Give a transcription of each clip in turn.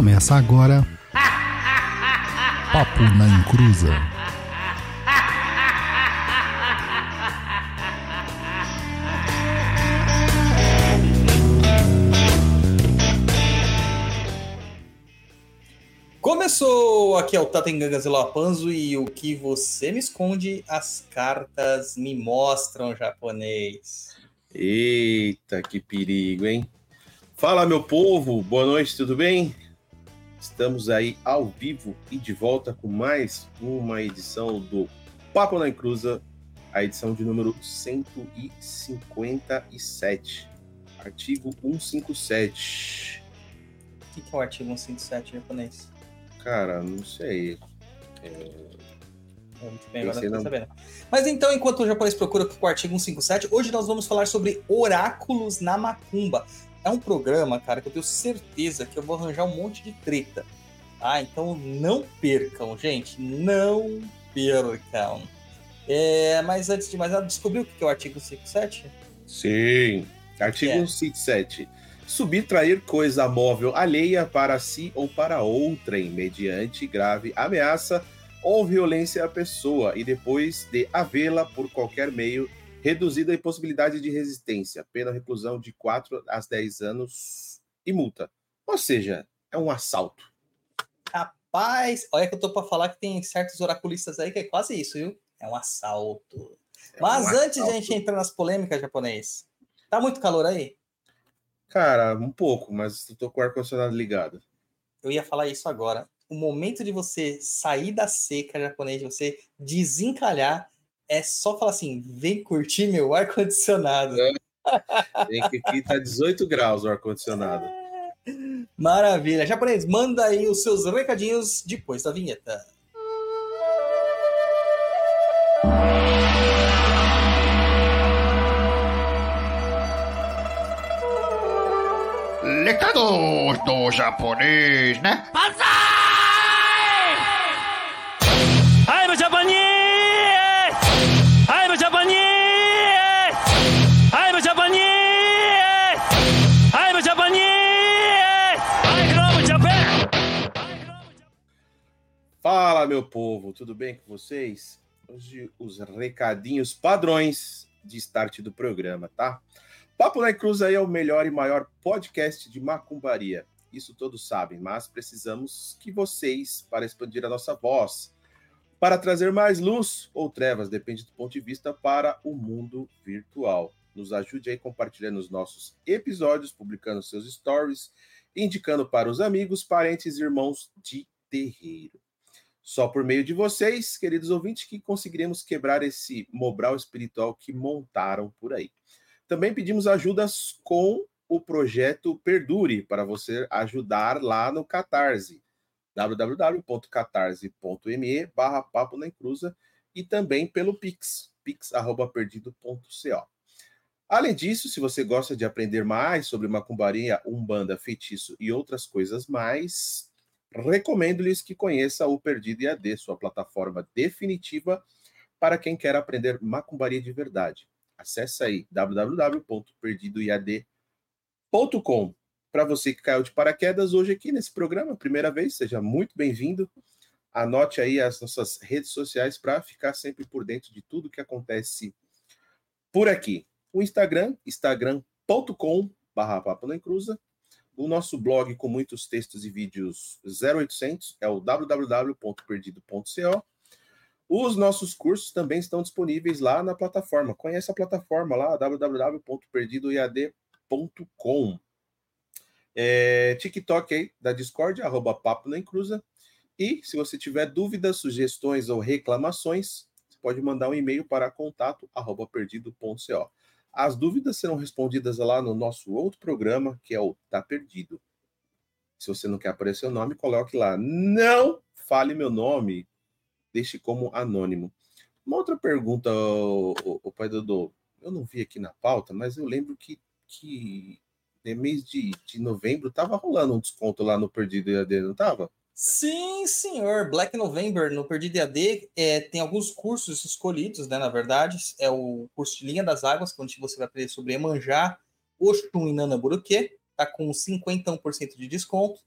Começa agora Papo na Encruza. Começou! Aqui é o Tatengangas Lapanzo e o que você me esconde, as cartas me mostram, japonês. Eita, que perigo, hein? Fala, meu povo, boa noite, tudo bem? Estamos aí ao vivo e de volta com mais uma edição do Papo na Encruza, a edição de número 157, artigo 157. O que é o artigo 157 japonês? Cara, não sei. Muito bem, agora não tô sabendo. Mas então, enquanto o japonês procura o artigo 157, hoje nós vamos falar sobre oráculos na macumba. É um programa, cara, que eu tenho certeza que eu vou arranjar um monte de treta. Ah, então não percam, gente. Não percam. Mas antes de mais nada, descobriu o que é o artigo 157? Sim, artigo 157. Subtrair coisa móvel alheia para si ou para outrem, mediante grave ameaça ou violência à pessoa, e depois de havê-la por qualquer meio, reduzida a impossibilidade de resistência, pena reclusão de 4 a 10 anos e multa. Ou seja, é um assalto. Rapaz, olha que eu tô pra falar que tem certos oraculistas aí que é quase isso, viu? É um assalto. Mas antes de a gente entrar nas polêmicas, japonês, tá muito calor aí? Cara, um pouco, mas eu tô com o ar-condicionado ligado. Eu ia falar isso agora. O momento de você sair da seca, japonês, de você desencalhar, é só falar assim, vem curtir meu ar-condicionado. Vem que aqui tá 18 graus o ar-condicionado. Maravilha. Japonês, manda aí os seus recadinhos depois da vinheta. Recados do japonês, né? Banzai! I'm Japanese! I'm Japanese! I'm Japanese! I'm Japanese! I love Japan! Fala, meu povo, tudo bem com vocês? Hoje os recadinhos padrões de start do programa, tá? Papo na Encruza aí é o melhor e maior podcast de macumbaria. Isso todos sabem, mas precisamos que vocês, para expandir a nossa voz, para trazer mais luz ou trevas, depende do ponto de vista, para o mundo virtual. Nos ajude aí compartilhando os nossos episódios, publicando seus stories, indicando para os amigos, parentes e irmãos de terreiro. Só por meio de vocês, queridos ouvintes, que conseguiremos quebrar esse mobral espiritual que montaram por aí. Também pedimos ajudas com o projeto Perdure, para você ajudar lá no Catarse, www.catarse.me/papo na encruza, e também pelo Pix, pix@perdido.co. Além disso, se você gosta de aprender mais sobre macumbaria, umbanda, feitiço e outras coisas mais, recomendo-lhes que conheça o Perdido EAD, sua plataforma definitiva para quem quer aprender macumbaria de verdade. Acesse aí www.perdidoead.com. Para você que caiu de paraquedas hoje aqui nesse programa, primeira vez, seja muito bem-vindo. Anote aí as nossas redes sociais para ficar sempre por dentro de tudo que acontece por aqui. O Instagram, instagram.com/papo na encruza. O nosso blog com muitos textos e vídeos 0800 é o www.perdido.co. Os nossos cursos também estão disponíveis lá na plataforma. Conheça a plataforma lá, www.perdidoead.com. TikTok aí, da Discord, @papo na encruza. E se você tiver dúvidas, sugestões ou reclamações, você pode mandar um e-mail para contato@perdido.co. As dúvidas serão respondidas lá no nosso outro programa, que é o Tá Perdido. Se você não quer aparecer o nome, coloque lá. Não fale meu nome. Deixe como anônimo. Uma outra pergunta, o pai Dodô. Eu não vi aqui na pauta, mas eu lembro que no mês de novembro estava rolando um desconto lá no Perdido EAD, não estava? Sim, senhor. Black November no Perdido EAD tem alguns cursos escolhidos, né? Na verdade, é o curso de Linha das Águas, onde você vai aprender sobre Iemanjá, Oxum e Nanaburuquê. Tá com 51% de desconto.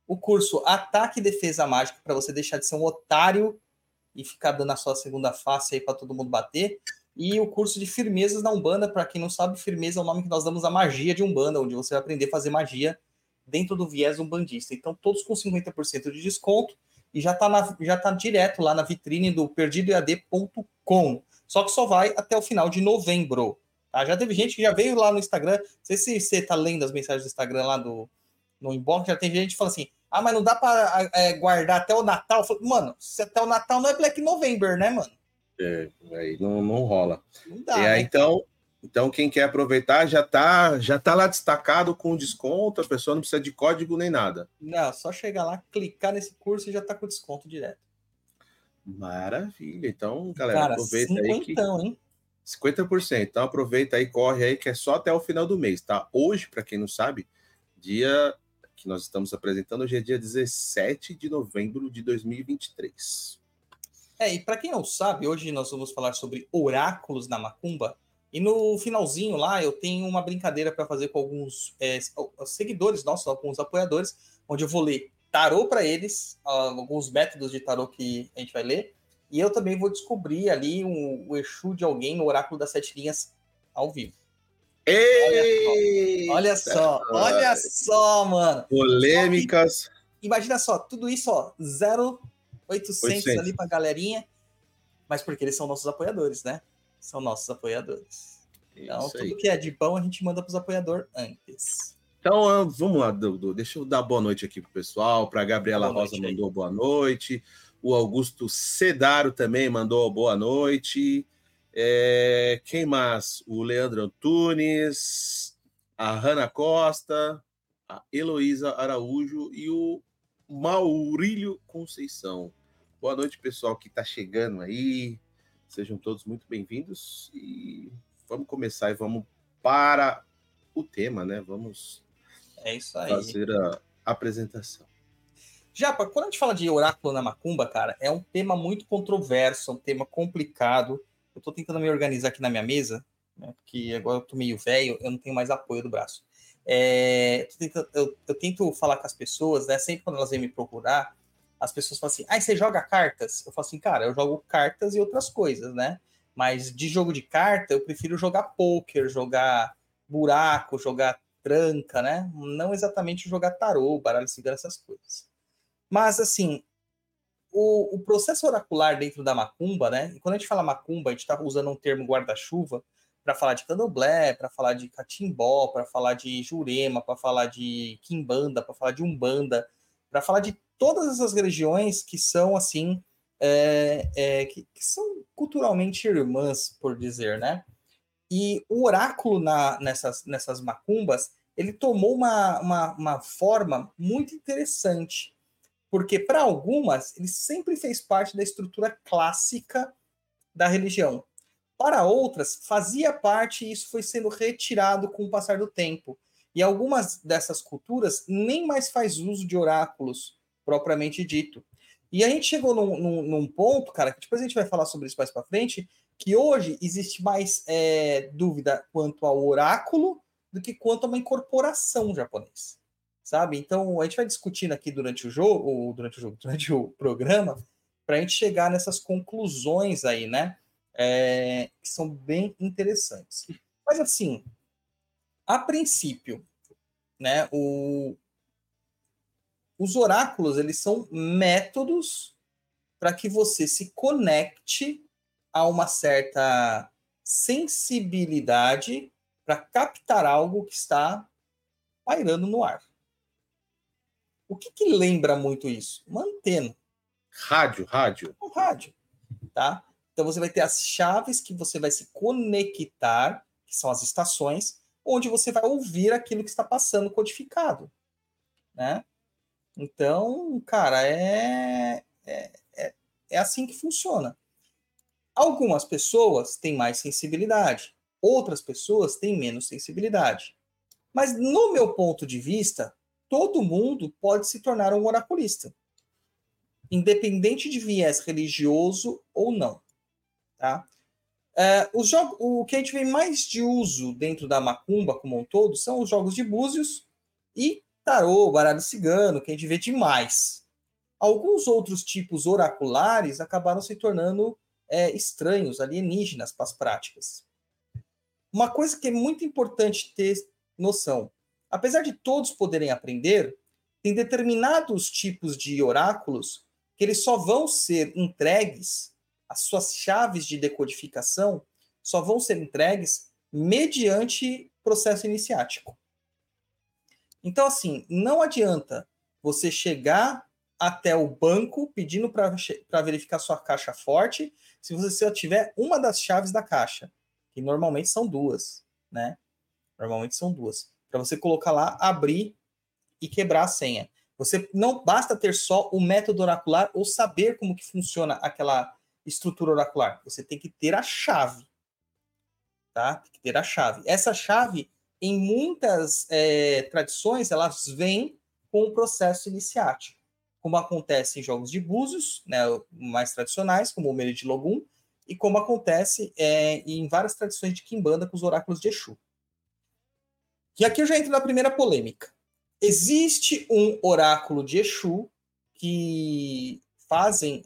o curso Ataque e Defesa Mágica, para você deixar de ser um otário e ficar dando a sua segunda face aí para todo mundo bater. E o curso de Firmezas na Umbanda, para quem não sabe, Firmeza é o nome que nós damos à magia de Umbanda, onde você vai aprender a fazer magia dentro do viés umbandista. Então, todos com 50% de desconto e já tá direto lá na vitrine do perdidoead.com. Só que só vai até o final de novembro. Tá? Já teve gente que já veio lá no Instagram. Não sei se você tá lendo as mensagens do Instagram lá no inbox, já tem gente que fala assim, mas não dá para guardar até o Natal. Eu falo, mano, se até o Natal não é Black November, né, mano? Aí não rola. Não dá, né? Então, quem quer aproveitar já tá lá destacado com desconto, a pessoa não precisa de código nem nada. Não, só chegar lá, clicar nesse curso e já tá com desconto direto. Maravilha. Então, galera, Cara, aproveita 50, aí que... hein? 50%. Então, aproveita aí, corre aí, que é só até o final do mês, tá? Hoje, para quem não sabe, dia que nós estamos apresentando, hoje é dia 17 de novembro de 2023. E para quem não sabe, hoje nós vamos falar sobre oráculos na macumba. E no finalzinho lá, eu tenho uma brincadeira para fazer com alguns seguidores nossos, alguns apoiadores, onde eu vou ler tarô para eles, alguns métodos de tarô que a gente vai ler, e eu também vou descobrir ali o Exu de alguém no oráculo das 7 linhas ao vivo. Olha só, mano. Polêmicas. Imagina só, tudo isso, 0,800 ali pra galerinha, mas porque eles são nossos apoiadores, né? São nossos apoiadores. Então, tudo que é de bom a gente manda pros apoiadores antes. Então, vamos lá, Dudu. Deixa eu dar boa noite aqui pro pessoal. Para Gabriela Rosa mandou boa noite. O Augusto Cedaro também mandou boa noite. Quem mais? O Leandro Antunes, a Hanna Costa, a Heloísa Araújo e o Maurílio Conceição. Boa noite, pessoal que está chegando aí. Sejam todos muito bem-vindos e vamos começar e vamos para o tema, né? Vamos fazer a apresentação. Japa, quando a gente fala de oráculo na macumba, cara, é um tema muito controverso, é um tema complicado. Eu tô tentando me organizar aqui na minha mesa, né, porque agora eu tô meio velho, eu não tenho mais apoio do braço. Eu tento falar com as pessoas, né? Sempre quando elas vêm me procurar, as pessoas falam assim, você joga cartas? Eu falo assim, cara, eu jogo cartas e outras coisas, né? Mas de jogo de carta, eu prefiro jogar pôquer, jogar buraco, jogar tranca, né? Não exatamente jogar tarô, baralho cigano, essas coisas. Mas, assim, o processo oracular dentro da macumba, né? E quando a gente fala macumba, a gente está usando um termo guarda-chuva para falar de candomblé, para falar de catimbó, para falar de jurema, para falar de quimbanda, para falar de umbanda, para falar de todas essas religiões que são, assim, que são culturalmente irmãs, por dizer, né? E o oráculo nessas macumbas, ele tomou uma forma muito interessante, porque para algumas ele sempre fez parte da estrutura clássica da religião. Para outras, fazia parte e isso foi sendo retirado com o passar do tempo. E algumas dessas culturas nem mais faz uso de oráculos, propriamente dito. E a gente chegou num ponto, cara, que depois a gente vai falar sobre isso mais para frente, que hoje existe mais dúvida quanto ao oráculo do que quanto a uma incorporação japonesa. Sabe? Então, a gente vai discutindo aqui durante o programa, para a gente chegar nessas conclusões aí, né? Que são bem interessantes. Mas, assim, a princípio, né, os oráculos, eles são métodos para que você se conecte a uma certa sensibilidade para captar algo que está pairando no ar. O que lembra muito isso? Uma antena. Rádio. Um rádio, tá? Então você vai ter as chaves que você vai se conectar, que são as estações, onde você vai ouvir aquilo que está passando codificado, né? Então, cara, é assim que funciona. Algumas pessoas têm mais sensibilidade, outras pessoas têm menos sensibilidade. Mas, no meu ponto de vista, todo mundo pode se tornar um oraculista, independente de viés religioso ou não. Tá? O que a gente vê mais de uso dentro da macumba como um todo são os jogos de búzios e tarô, baralho cigano, que a gente vê demais. Alguns outros tipos oraculares acabaram se tornando estranhos, alienígenas para as práticas. Uma coisa que é muito importante ter noção, apesar de todos poderem aprender, tem determinados tipos de oráculos que eles só vão ser entregues, as suas chaves de decodificação só vão ser entregues mediante processo iniciático. Então, assim, não adianta você chegar até o banco pedindo para verificar sua caixa forte se você só tiver uma das chaves da caixa, que normalmente são duas, né? Normalmente são duas. Para você colocar lá, abrir e quebrar a senha. Você não basta ter só o método oracular ou saber como que funciona aquela estrutura oracular. Você tem que ter a chave. Tá? Tem que ter a chave. Essa chave, em muitas tradições, elas vêm com o processo iniciático. Como acontece em jogos de búzios, né, mais tradicionais, como o Meire de Logum, e como acontece em várias tradições de Quimbanda com os oráculos de Exu. E aqui eu já entro na primeira polêmica. Existe um oráculo de Exu que fazem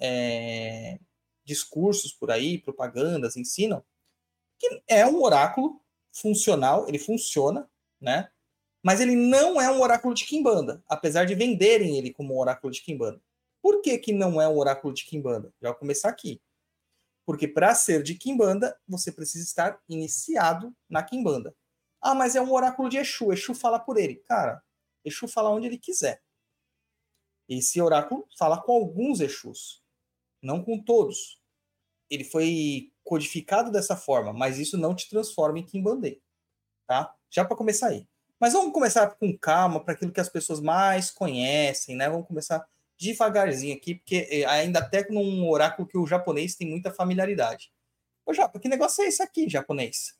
discursos por aí, propagandas, ensinam, que é um oráculo funcional, ele funciona, né? Mas ele não é um oráculo de Quimbanda, apesar de venderem ele como um oráculo de Quimbanda. Por que que não é um oráculo de Quimbanda? Já vou começar aqui. Porque para ser de Quimbanda, você precisa estar iniciado na Quimbanda. Ah, mas é um oráculo de Exu, Exu fala por ele. Cara, Exu fala onde ele quiser. Esse oráculo fala com alguns Exus, não com todos. Ele foi codificado dessa forma, mas isso não te transforma em quimbandeiro, tá? Já para começar aí. Mas vamos começar com calma, para aquilo que as pessoas mais conhecem, né? Vamos começar devagarzinho aqui, porque ainda até num oráculo que o japonês tem muita familiaridade. Ô, Japa, que negócio é esse aqui, japonês?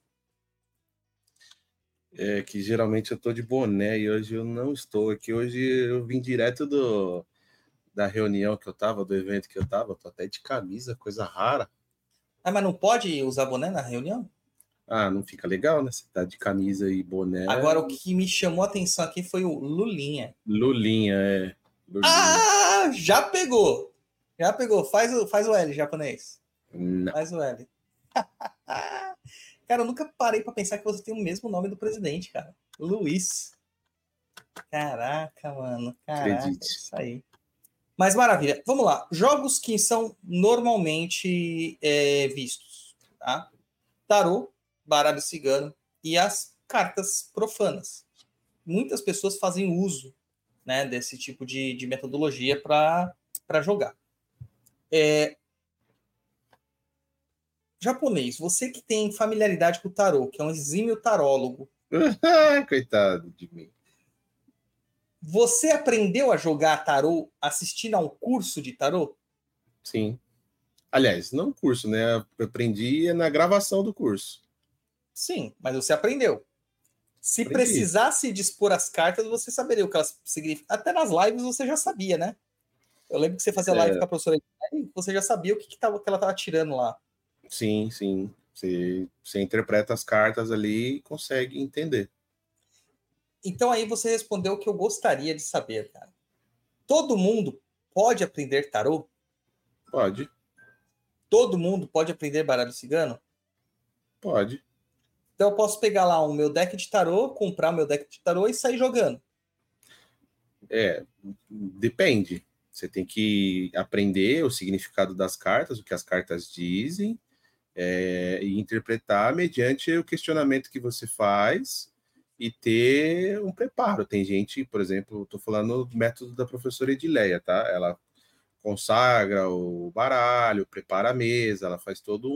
É que geralmente eu tô de boné e hoje eu não estou aqui. Hoje eu vim direto da reunião que eu tava, do evento que eu tava. Tô até de camisa, coisa rara. Ah, mas não pode usar boné na reunião? Ah, não fica legal, né? Você tá de camisa e boné. Agora, o que me chamou a atenção aqui foi o Lulinha. Lulinha. Ah, já pegou. Já pegou. Faz o L, japonês. Não. Faz o L. Cara, eu nunca parei pra pensar que você tem o mesmo nome do presidente, cara. Luiz. Caraca, mano. Caraca, Acredite. isso aí. Mas maravilha. Vamos lá. Jogos que são normalmente vistos, tá? Tarô, baralho cigano e as cartas profanas. Muitas pessoas fazem uso, né, desse tipo de metodologia para jogar. Japonês, você que tem familiaridade com o tarô, que é um exímio tarólogo, Coitado de mim. você aprendeu a jogar tarô assistindo a um curso de tarô? Sim. Aliás, não curso, né? Eu aprendi na gravação do curso. Sim, mas você aprendeu. Se Aprendi. precisasse dispor as cartas, você saberia o que elas significam. Até nas lives você já sabia, né? Eu lembro que você fazia live com a professora e você já sabia o que ela estava tirando lá. Sim, sim. Você interpreta as cartas ali e consegue entender. Então aí você respondeu o que eu gostaria de saber, cara. Todo mundo pode aprender tarô? Pode. Todo mundo pode aprender baralho cigano? Pode. Então eu posso pegar lá o meu deck de tarô, comprar o meu deck de tarô e sair jogando. Depende. Você tem que aprender o significado das cartas, o que as cartas dizem, e interpretar mediante o questionamento que você faz e ter um preparo. Tem gente, por exemplo, estou falando do método da professora Edileia, tá? Ela consagra o baralho, prepara a mesa, ela faz todo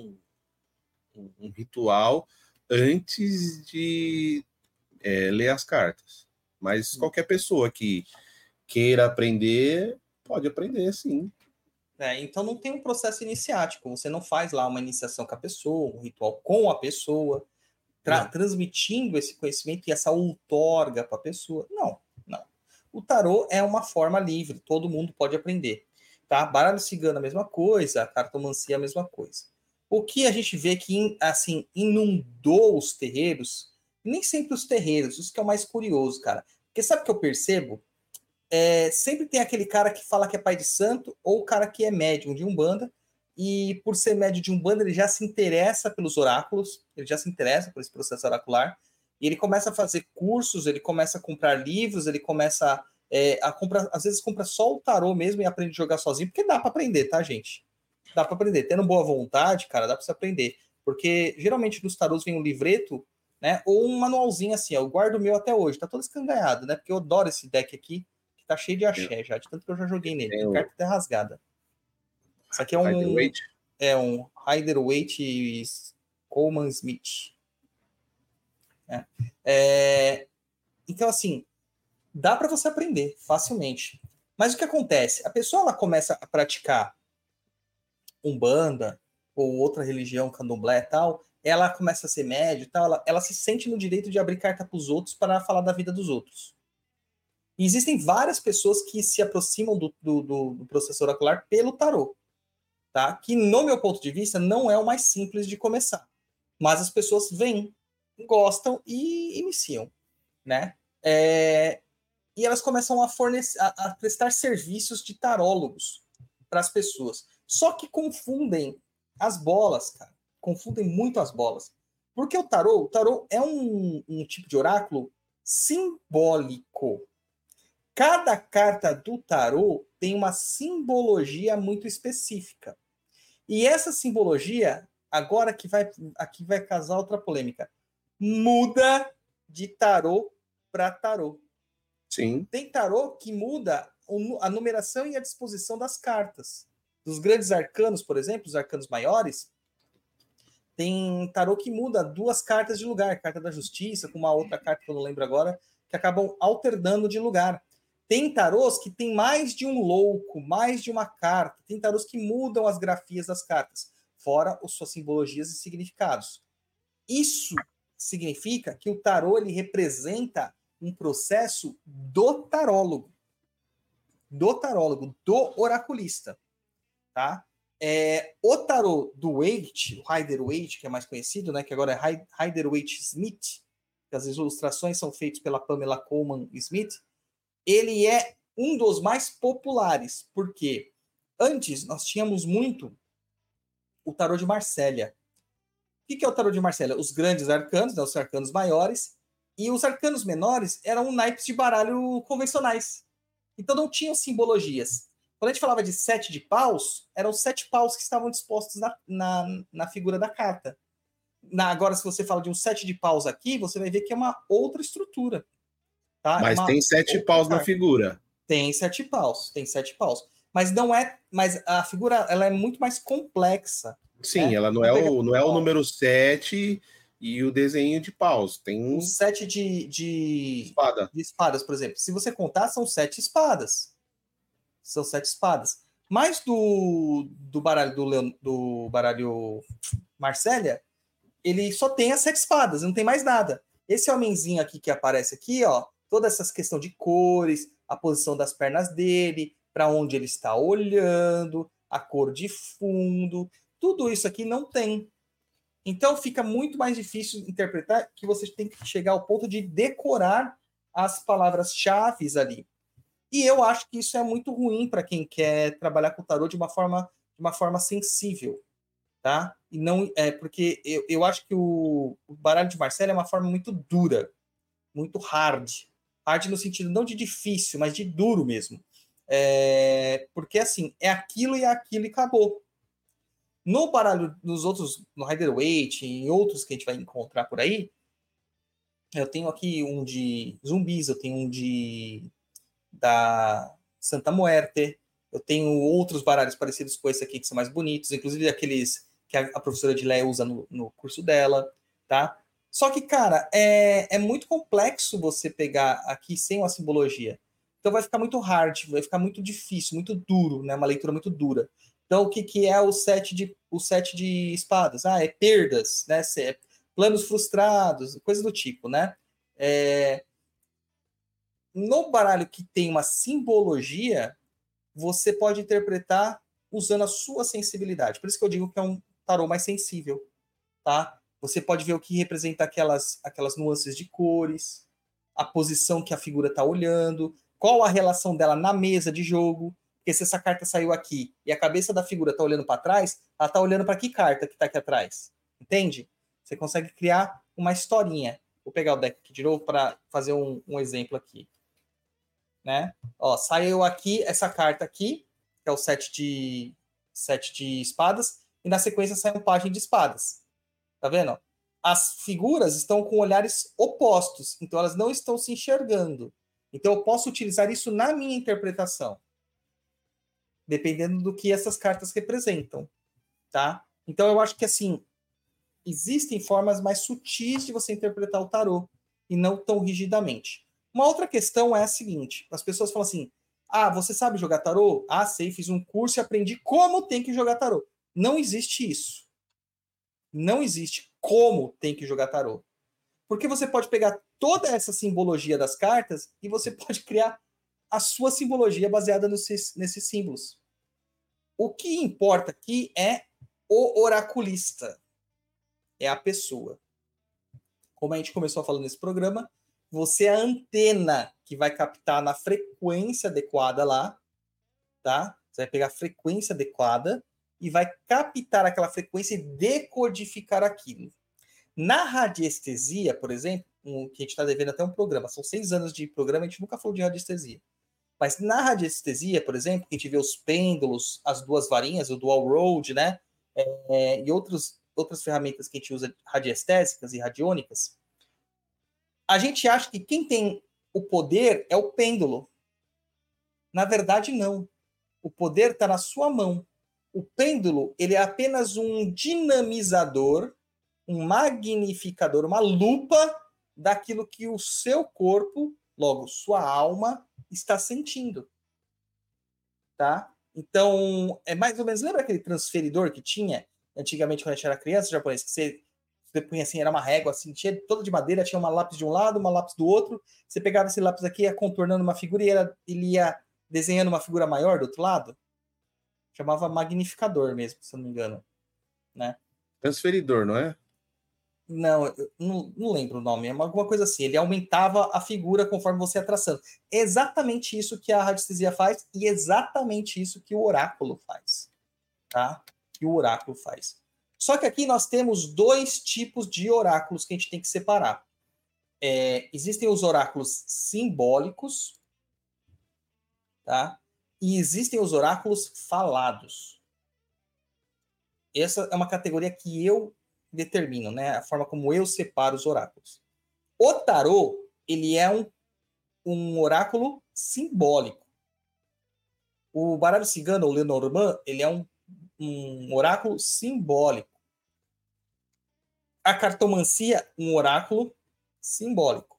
um ritual antes de ler as cartas. Mas qualquer pessoa que queira aprender, pode aprender, sim. Então não tem um processo iniciático. Você não faz lá uma iniciação com a pessoa, um ritual com a pessoa, transmitindo esse conhecimento e essa outorga para a pessoa. Não. O tarô é uma forma livre, todo mundo pode aprender. Tá? Baralho cigano a mesma coisa, a cartomancia a mesma coisa. O que a gente vê que assim, inundou os terreiros, nem sempre os terreiros, isso que é o mais curioso, cara. Porque sabe o que eu percebo? Sempre tem aquele cara que fala que é pai de santo ou o cara que é médium de Umbanda, e por ser médium de Umbanda, ele já se interessa pelos oráculos, ele já se interessa por esse processo oracular, e ele começa a fazer cursos, ele começa a comprar livros, ele começa a comprar, às vezes compra só o tarô mesmo e aprende a jogar sozinho, porque dá para aprender, tá, gente? Dá para aprender. Tendo boa vontade, cara, dá para você aprender. Porque geralmente nos tarôs vem um livreto, né? Ou um manualzinho assim, ó. Eu guardo o meu até hoje, tá todo escangalhado, né? Porque eu adoro esse deck aqui, que tá cheio de axé já, de tanto que eu já joguei nele. Tem carta até rasgada. Isso aqui é um Rider-Waite Coleman Smith. Então, assim, dá para você aprender facilmente. Mas o que acontece? A pessoa ela começa a praticar Umbanda ou outra religião, candomblé e tal, ela começa a ser média e tal, ela se sente no direito de abrir carta para os outros para falar da vida dos outros. E existem várias pessoas que se aproximam do processo oracular pelo tarô, tá? Que, no meu ponto de vista, não é o mais simples de começar. Mas as pessoas vêm, gostam e iniciam, né? E elas começam a prestar serviços de tarólogos para as pessoas. Só que confundem as bolas, cara. Confundem muito as bolas. Porque o tarô é um tipo de oráculo simbólico. Cada carta do tarô tem uma simbologia muito específica. E essa simbologia, agora aqui vai casar outra polêmica, muda de tarô para tarô. Sim. Tem tarô que muda a numeração e a disposição das cartas. Dos grandes arcanos, por exemplo, os arcanos maiores, tem tarô que muda 2 cartas de lugar. Carta da Justiça, com uma outra carta que eu não lembro agora, que acabam alternando de lugar. Tem tarôs que tem mais de um louco, mais de uma carta. Tem tarôs que mudam as grafias das cartas, fora as suas simbologias e significados. Isso significa que o tarô ele representa um processo do tarólogo, do oraculista, tá? O tarô do Waite, o Rider-Waite, que é mais conhecido, né, que agora é Rider-Waite-Smith, que as ilustrações são feitas pela Pamela Coleman Smith, ele é um dos mais populares, porque antes nós tínhamos muito o tarô de Marsella. O que é o tarô de Marsella? Os grandes arcanos, né, os arcanos maiores, e os arcanos menores eram naipes de baralho convencionais. Então não tinham simbologias. Quando a gente falava de 7 de paus, eram 7 paus que estavam dispostos na figura da carta. Agora, se você fala de um 7 de paus aqui, você vai ver que é uma outra estrutura. Tá? Mas tem 7 paus na figura. Tem 7 paus, tem 7 paus. Mas não é. Mas a figura ela é muito mais complexa. Sim, né? Ela não é o número 7 e o desenho de paus. Tem o 7 de espadas, por exemplo. Se você contar, são 7 espadas. São 7 espadas. Mas do baralho Marsella, ele só tem as 7 espadas, não tem mais nada. Esse homenzinho aqui que aparece aqui, ó, toda essa questão de cores, a posição das pernas dele, para onde ele está olhando, a cor de fundo, tudo isso aqui não tem. Então fica muito mais difícil interpretar, que você tem que chegar ao ponto de decorar as palavras-chave ali. E eu acho que isso é muito ruim para quem quer trabalhar com o tarô de uma forma sensível, tá? E não porque eu acho que o baralho de Marsella é uma forma muito dura, muito hard no sentido não de difícil, mas de duro mesmo. Porque assim, é aquilo e acabou. No baralho, nos outros, no Rider-Waite, em outros que a gente vai encontrar por aí, eu tenho aqui um de zumbis, eu tenho um da Santa Muerte, eu tenho outros baralhos parecidos com esse aqui que são mais bonitos, inclusive aqueles que a professora de Lé usa no curso dela, tá? Só que, cara, é muito complexo você pegar aqui sem uma simbologia. Então vai ficar muito hard, vai ficar muito difícil, muito duro, né? Uma leitura muito dura. Então, o que é o 7 de espadas? É perdas, né? Planos frustrados, coisa do tipo, né? No baralho que tem uma simbologia, você pode interpretar usando a sua sensibilidade. Por isso que eu digo que é um tarô mais sensível, tá? Você pode ver o que representa aquelas nuances de cores, a posição que a figura está olhando, qual a relação dela na mesa de jogo, porque se essa carta saiu aqui e a cabeça da figura está olhando para trás, ela está olhando para que carta que está aqui atrás, entende? Você consegue criar uma historinha. Vou pegar o deck aqui de novo para fazer um exemplo aqui. Né? Ó, saiu aqui essa carta aqui, que é o 7 de espadas, e na sequência sai um pajem de espadas. Tá vendo? As figuras estão com olhares opostos, então elas não estão se enxergando. Então eu posso utilizar isso na minha interpretação, dependendo do que essas cartas representam, tá? Então eu acho que assim, existem formas mais sutis de você interpretar o tarô e não tão rigidamente. Uma outra questão é a seguinte, as pessoas falam assim, você sabe jogar tarô? Sei, fiz um curso e aprendi como tem que jogar tarô. Não existe isso. Não existe como tem que jogar tarô. Porque você pode pegar toda essa simbologia das cartas e você pode criar a sua simbologia baseada nesses símbolos. O que importa aqui é o oraculista. É a pessoa. Como a gente começou falando nesse programa, você é a antena que vai captar na frequência adequada lá, tá? Você vai pegar a frequência adequada e vai captar aquela frequência e decodificar aquilo. Na radiestesia, por exemplo, que a gente está devendo até um programa, são 6 anos de programa, a gente nunca falou de radiestesia. Mas na radiestesia, por exemplo, que a gente vê os pêndulos, as duas varinhas, o dual road, né? E outras ferramentas que a gente usa radiestésicas e radiônicas, a gente acha que quem tem o poder é o pêndulo. Na verdade, não. O poder está na sua mão. O pêndulo, ele é apenas um dinamizador, um magnificador, uma lupa daquilo que o seu corpo, logo sua alma, está sentindo. Tá? Então, é mais ou menos... Lembra aquele transferidor que tinha antigamente quando a gente era criança japonês? Que você punha assim, era uma régua assim, tinha toda de madeira, tinha uma lápis de um lado, uma lápis do outro. Você pegava esse lápis aqui, ia contornando uma figura e ele ia desenhando uma figura maior do outro lado. Chamava magnificador mesmo, se eu não me engano. Né? Transferidor, não é? Não, não lembro o nome, é alguma coisa assim. Ele aumentava a figura conforme você ia traçando. Exatamente isso que a radiestesia faz e exatamente isso que o oráculo faz. Tá? Que o oráculo faz. Só que aqui nós temos 2 tipos de oráculos que a gente tem que separar. Existem os oráculos simbólicos, tá? E existem os oráculos falados. Essa é uma categoria que eu determino, né? A forma como eu separo os oráculos. O tarô, ele é um oráculo simbólico. O baralho cigano, ou Lenormand, ele é um oráculo simbólico. A cartomancia, um oráculo simbólico.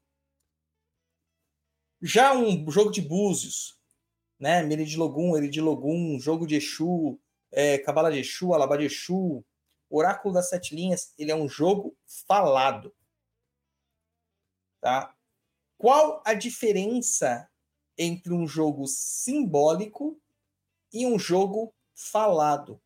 Já um jogo de búzios, né? Meridilogum, Eridilogum, jogo de Exu, Cabala de Exu, Alabá de Exu, Oráculo das 7 linhas, ele é um jogo falado. Tá? Qual a diferença entre um jogo simbólico e um jogo falado?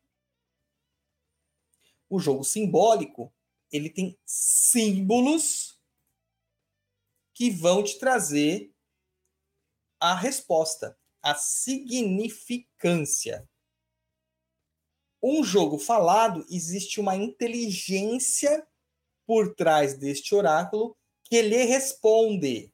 O jogo simbólico, ele tem símbolos que vão te trazer a resposta, a significância. Um jogo falado, existe uma inteligência por trás deste oráculo que lhe responde.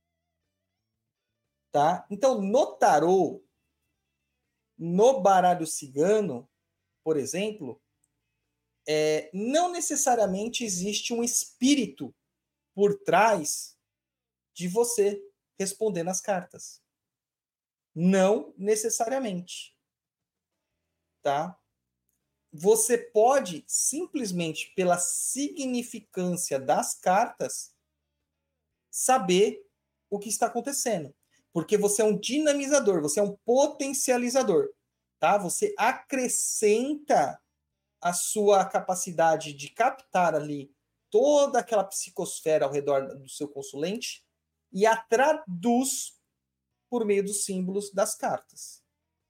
Tá? Então, no tarô, no baralho cigano, por exemplo, não necessariamente existe um espírito por trás de você respondendo as cartas. Não necessariamente. Tá? Você pode, simplesmente pela significância das cartas, saber o que está acontecendo. Porque você é um dinamizador, você é um potencializador. Tá? Você acrescenta a sua capacidade de captar ali toda aquela psicosfera ao redor do seu consulente e a traduz por meio dos símbolos das cartas.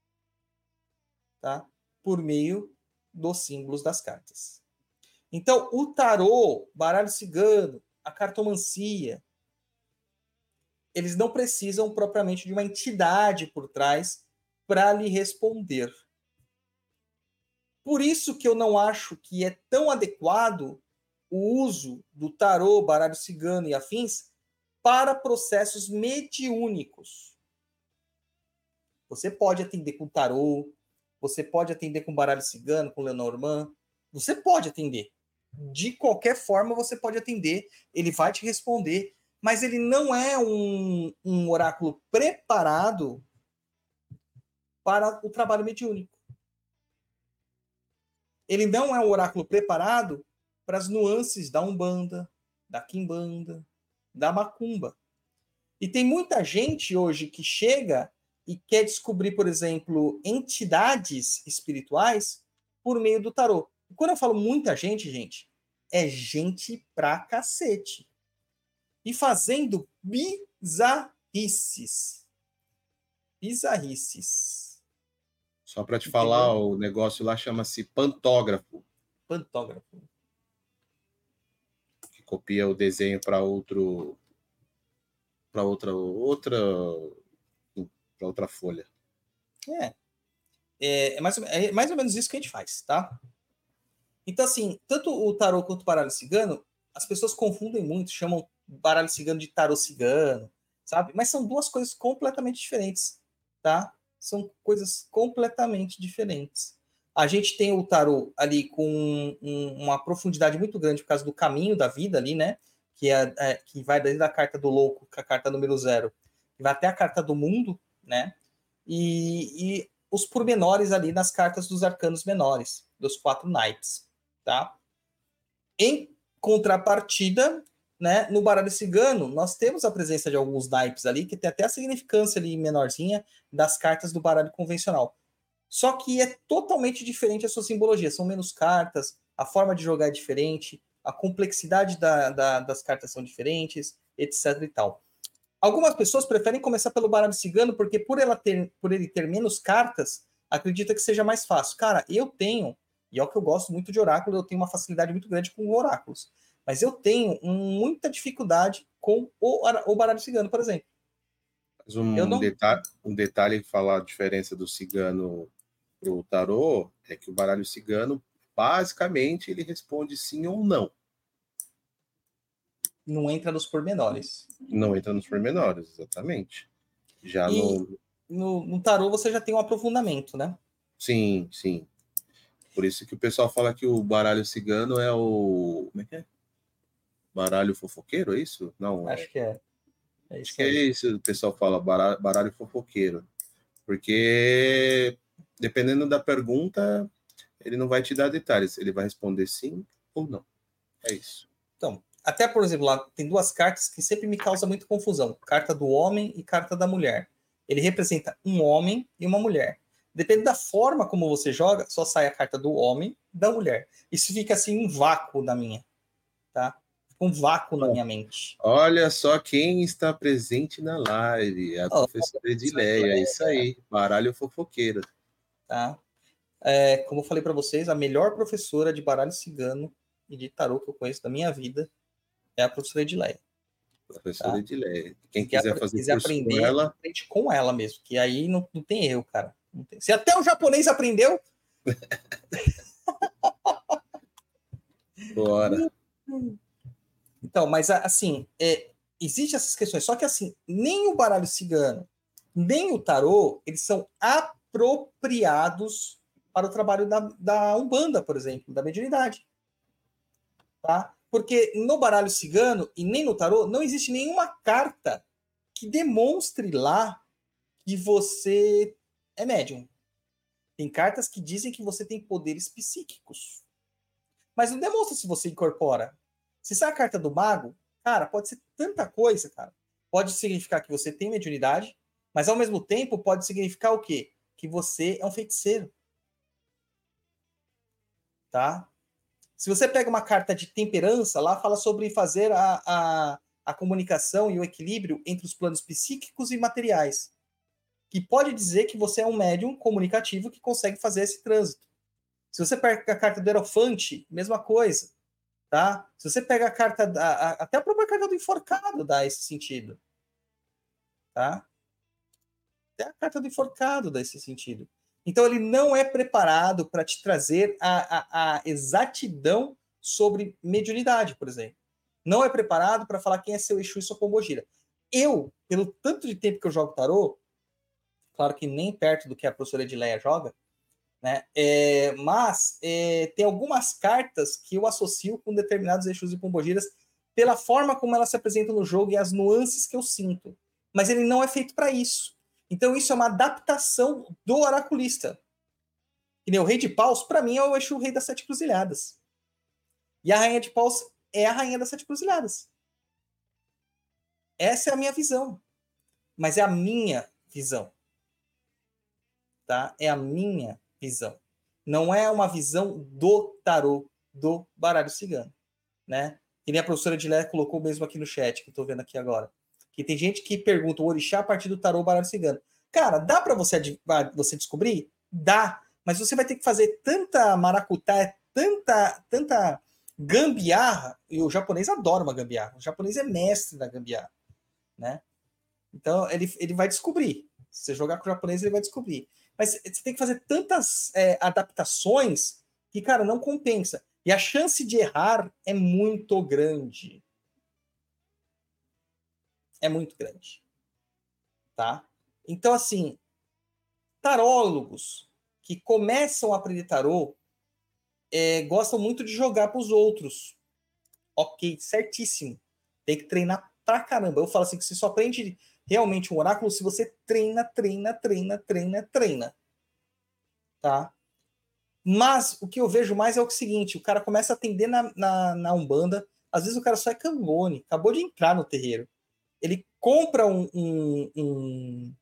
Tá? Por meio dos símbolos das cartas. Então, o tarô, baralho cigano, a cartomancia, eles não precisam propriamente de uma entidade por trás para lhe responder. Por isso que eu não acho que é tão adequado o uso do tarô, baralho cigano e afins para processos mediúnicos. Você pode atender com tarô, você pode atender com baralho cigano, com Lenormand, você pode atender. De qualquer forma você pode atender, ele vai te responder, mas ele não é um oráculo preparado para o trabalho mediúnico. Ele não é um oráculo preparado para as nuances da Umbanda, da Quimbanda, da Macumba. E tem muita gente hoje que chega e quer descobrir, por exemplo, entidades espirituais por meio do tarô. E quando eu falo muita gente, é gente pra cacete. E fazendo bizarrices. Bizarrices. Só para te falar, o negócio lá chama-se pantógrafo. Pantógrafo. Que copia o desenho para outra folha. É mais ou menos isso que a gente faz, tá? Então, assim, tanto o tarô quanto o baralho cigano, as pessoas confundem muito, chamam baralho cigano de tarô cigano, sabe? Mas são duas coisas completamente diferentes, tá? São coisas completamente diferentes. A gente tem o tarô ali com uma profundidade muito grande por causa do caminho da vida ali, né? Que vai desde a carta do louco, que é a carta número 0, que vai até a carta do mundo, né? E os pormenores ali nas cartas dos arcanos menores, dos 4 naipes, tá? Em contrapartida, né, no baralho cigano, nós temos a presença de alguns naipes ali, que tem até a significância ali menorzinha das cartas do baralho convencional. Só que é totalmente diferente a sua simbologia. São menos cartas, a forma de jogar é diferente, a complexidade das cartas são diferentes, etc. e tal. Algumas pessoas preferem começar pelo baralho cigano porque por ele ter menos cartas, acredita que seja mais fácil. Cara, eu tenho, e é o que eu gosto muito de oráculo, eu tenho uma facilidade muito grande com oráculos. Mas eu tenho muita dificuldade com o baralho cigano, por exemplo. Mas um detalhe falar a diferença do cigano para o tarô é que o baralho cigano, basicamente, ele responde sim ou não. Não entra nos pormenores. Não entra nos pormenores, exatamente. Já no tarô você já tem um aprofundamento, né? Sim, sim. Por isso que o pessoal fala que o baralho cigano é o... Como é que é? Baralho fofoqueiro, é isso? Não, Acho que é. Acho que é isso, o pessoal fala, baralho fofoqueiro. Porque, dependendo da pergunta, ele não vai te dar detalhes. Ele vai responder sim ou não. É isso. Então, até, por exemplo, lá tem 2 cartas que sempre me causam muita confusão. Carta do homem e carta da mulher. Ele representa um homem e uma mulher. Depende da forma como você joga, só sai a carta do homem e da mulher. Isso fica assim um vácuo na minha, tá? Um vácuo na minha mente. Olha só quem está presente na live. A professora Edileia. É isso aí. Baralho fofoqueiro. Tá? Como eu falei para vocês, a melhor professora de baralho cigano e de tarô que eu conheço da minha vida é a professora Edileia. Professora Edileia. Quem quiser fazer curso aprender, com ela... aprende com ela mesmo, que aí não tem erro, cara. Não tem. Se até o japonês aprendeu... Bora. Então, mas assim, existem essas questões. Só que assim, nem o baralho cigano, nem o tarô, eles são apropriados para o trabalho da Umbanda, por exemplo, da mediunidade. Tá? Porque no baralho cigano e nem no tarô não existe nenhuma carta que demonstre lá que você é médium. Tem cartas que dizem que você tem poderes psíquicos. Mas não demonstra se você incorpora. Se sai a carta do mago, cara, pode ser tanta coisa, cara. Pode significar que você tem mediunidade, mas ao mesmo tempo pode significar o quê? Que você é um feiticeiro. Tá? Se você pega uma carta de temperança, lá fala sobre fazer a comunicação e o equilíbrio entre os planos psíquicos e materiais. Que pode dizer que você é um médium comunicativo que consegue fazer esse trânsito. Se você pega a carta do Hierophante, mesma coisa. Tá? Se você pega a carta, até a própria carta do enforcado dá esse sentido. tá? Até a carta do enforcado dá esse sentido. Então, ele não é preparado para te trazer a exatidão sobre mediunidade, por exemplo. Não é preparado para falar quem é seu Exu e sua Pombogira. Eu, pelo tanto de tempo que eu jogo tarô, claro que nem perto do que a professora Edileia joga, né? Mas tem algumas cartas que eu associo com determinados Exus e Pombogiras pela forma como elas se apresentam no jogo e as nuances que eu sinto. Mas ele não é feito para isso. Então isso é uma adaptação do oraculista. Que nem o Rei de Paus, para mim, é o Exu Rei das Sete Cruzilhadas. E a Rainha de Paus é a Rainha das Sete Cruzilhadas. Essa é a minha visão. Mas é a minha visão. Tá? É a minha visão. Não é uma visão do tarô, do baralho cigano. Né? Que nem a professora Edilé colocou mesmo aqui no chat, que eu estou vendo aqui agora. Que tem gente que pergunta o orixá a partir do tarô baralho cigano. Cara, dá para você descobrir? Dá. Mas você vai ter que fazer tanta maracutá, tanta gambiarra. E o japonês adora uma gambiarra. O japonês é mestre da gambiarra. Né? Então, ele vai descobrir. Se você jogar com o japonês, ele vai descobrir. Mas você tem que fazer tantas adaptações que, cara, não compensa. E a chance de errar é muito grande. É muito grande. Tá? Então, assim, tarólogos que começam a aprender tarô gostam muito de jogar para os outros. Ok, certíssimo. Tem que treinar pra caramba. Eu falo assim que você só aprende realmente um oráculo se você treina. Tá? Mas o que eu vejo mais é o seguinte, o cara começa a atender na Umbanda, às vezes o cara só é cambone, acabou de entrar no terreiro. Ele compra um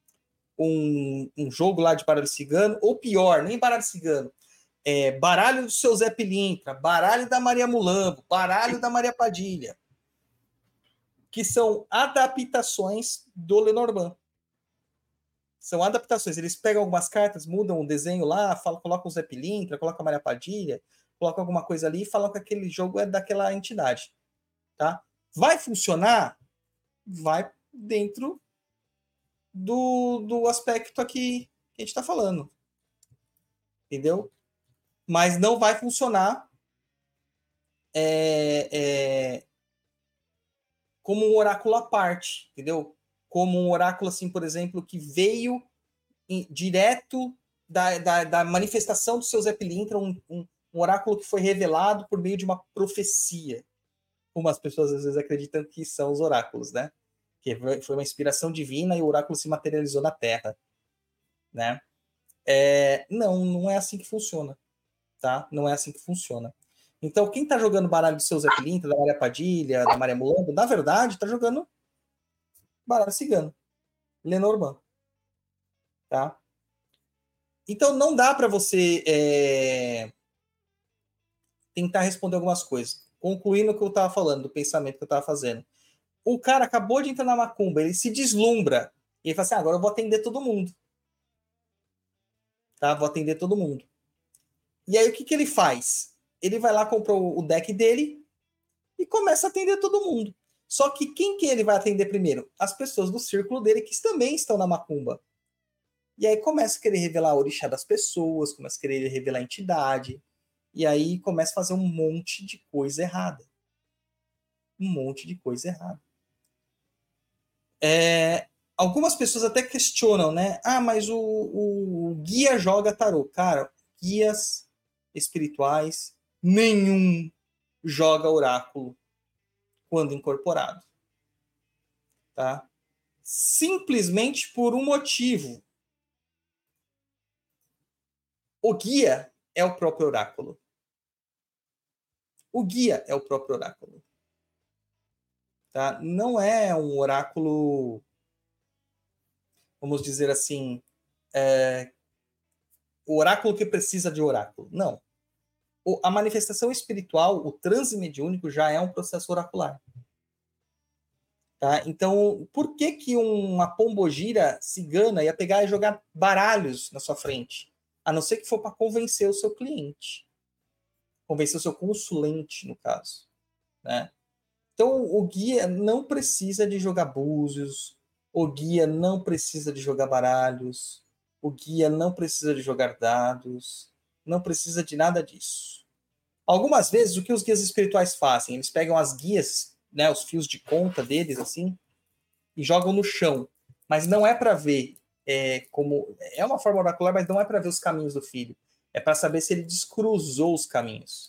jogo lá de baralho cigano, ou pior, nem baralho cigano, baralho do seu Zé Pilintra, baralho da Maria Mulambo, baralho da Maria Padilha, que são adaptações do Lenormand. São adaptações. Eles pegam algumas cartas, mudam o desenho lá, colocam o Zé Pilintra, colocam a Maria Padilha, colocam alguma coisa ali e falam que aquele jogo é daquela entidade. Tá? Vai funcionar? Vai dentro do aspecto aqui que a gente está falando. Entendeu? Mas não vai funcionar como um oráculo à parte, entendeu? Como um oráculo, assim, por exemplo, que veio direto da manifestação do seu Zé Pilintra, um oráculo que foi revelado por meio de uma profecia, como as pessoas às vezes acreditam que são os oráculos, né? Que foi uma inspiração divina e o oráculo se materializou na Terra, né? Não é assim que funciona, tá? Não é assim que funciona. Então, quem tá jogando baralho do seu Zé Pilintra, da Maria Padilha, da Maria Mulambo, na verdade, tá jogando baralho cigano, Lenormand, tá? Então, não dá para você tentar responder algumas coisas. Concluindo o que eu estava falando, do pensamento que eu estava fazendo. O cara acabou de entrar na macumba, ele se deslumbra. E ele fala assim, agora eu vou atender todo mundo. Tá? Vou atender todo mundo. E aí, o que ele faz? Ele vai lá, compra o deck dele e começa a atender todo mundo. Só que quem que ele vai atender primeiro? As pessoas do círculo dele que também estão na macumba. E aí começa a querer revelar a orixá das pessoas, começa a querer revelar a entidade. E aí começa a fazer um monte de coisa errada. Um monte de coisa errada. Algumas pessoas até questionam, né? Ah, mas o guia joga tarô. Cara, guias espirituais, nenhum joga oráculo quando incorporado. Tá? Simplesmente por um motivo. O guia é o próprio oráculo. O guia é o próprio oráculo. Tá? Não é um oráculo, vamos dizer assim, o oráculo que precisa de oráculo. Não. A manifestação espiritual, o transe mediúnico, já é um processo oracular. Tá? Então, por que uma pombogira cigana ia pegar e jogar baralhos na sua frente? A não ser que for para convencer o seu cliente. Convencer o seu consulente, no caso. Né? Então, o guia não precisa de jogar búzios, O guia não precisa de jogar baralhos. O guia não precisa de jogar dados. Não precisa de nada disso. Algumas vezes, o que os guias espirituais fazem? Eles pegam as guias, né, os fios de conta deles, assim, e jogam no chão. Mas não é para ver como... É uma forma oracular, mas não é para ver os caminhos do filho. É para saber se ele descruzou os caminhos.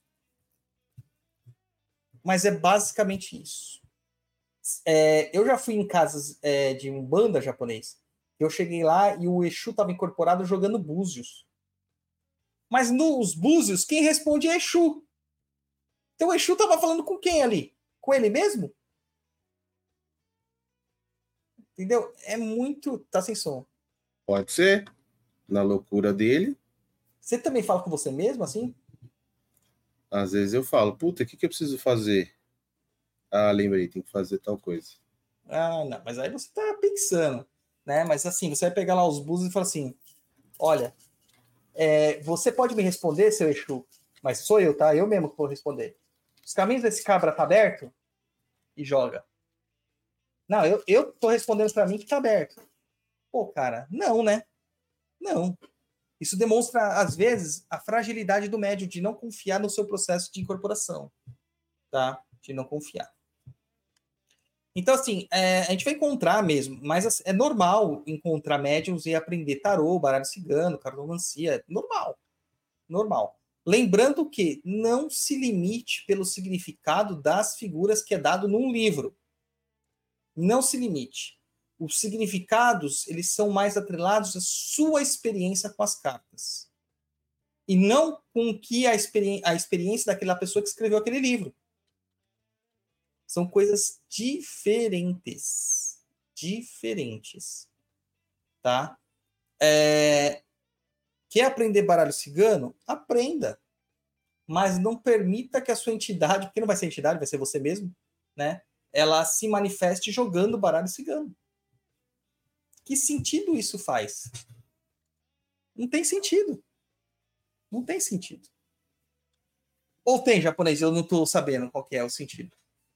Mas é basicamente isso. Eu já fui em casas de umbanda japonês. Eu cheguei lá e o Exu estava incorporado jogando búzios. Mas nos búzios, quem responde é Exu. Então o Exu estava falando com quem ali? Com ele mesmo? Entendeu? É muito... Tá sem som. Pode ser, na loucura dele. Você também fala com você mesmo, assim? Às vezes eu falo, puta, o que eu preciso fazer? Ah, lembrei, tem que fazer tal coisa. Ah, não. Mas aí você tá pensando, né? Mas assim, você vai pegar lá os búzios e falar assim, olha, você pode me responder, seu Exu, mas sou eu, tá? Eu mesmo que vou responder. Os caminhos desse cabra tá aberto? E joga. Não, eu tô respondendo para mim que tá aberto. Pô, cara, não, né? Não. Isso demonstra, às vezes, a fragilidade do médium de não confiar no seu processo de incorporação, tá? De não confiar. Então, assim, a gente vai encontrar mesmo, mas é normal encontrar médiums e aprender tarô, baralho cigano, cartomancia, normal. Normal. Lembrando que não se limite pelo significado das figuras que é dado num livro. Não se limite. Os significados, eles são mais atrelados à sua experiência com as cartas. E não com que a experiência daquela pessoa que escreveu aquele livro. São coisas diferentes. Diferentes. Tá? Quer aprender baralho cigano? Aprenda. Mas não permita que a sua entidade, porque não vai ser entidade, vai ser você mesmo, né? Ela se manifeste jogando baralho cigano. Que sentido isso faz? Não tem sentido. Não tem sentido. Ou tem, japonês? Eu não estou sabendo qual que é o sentido.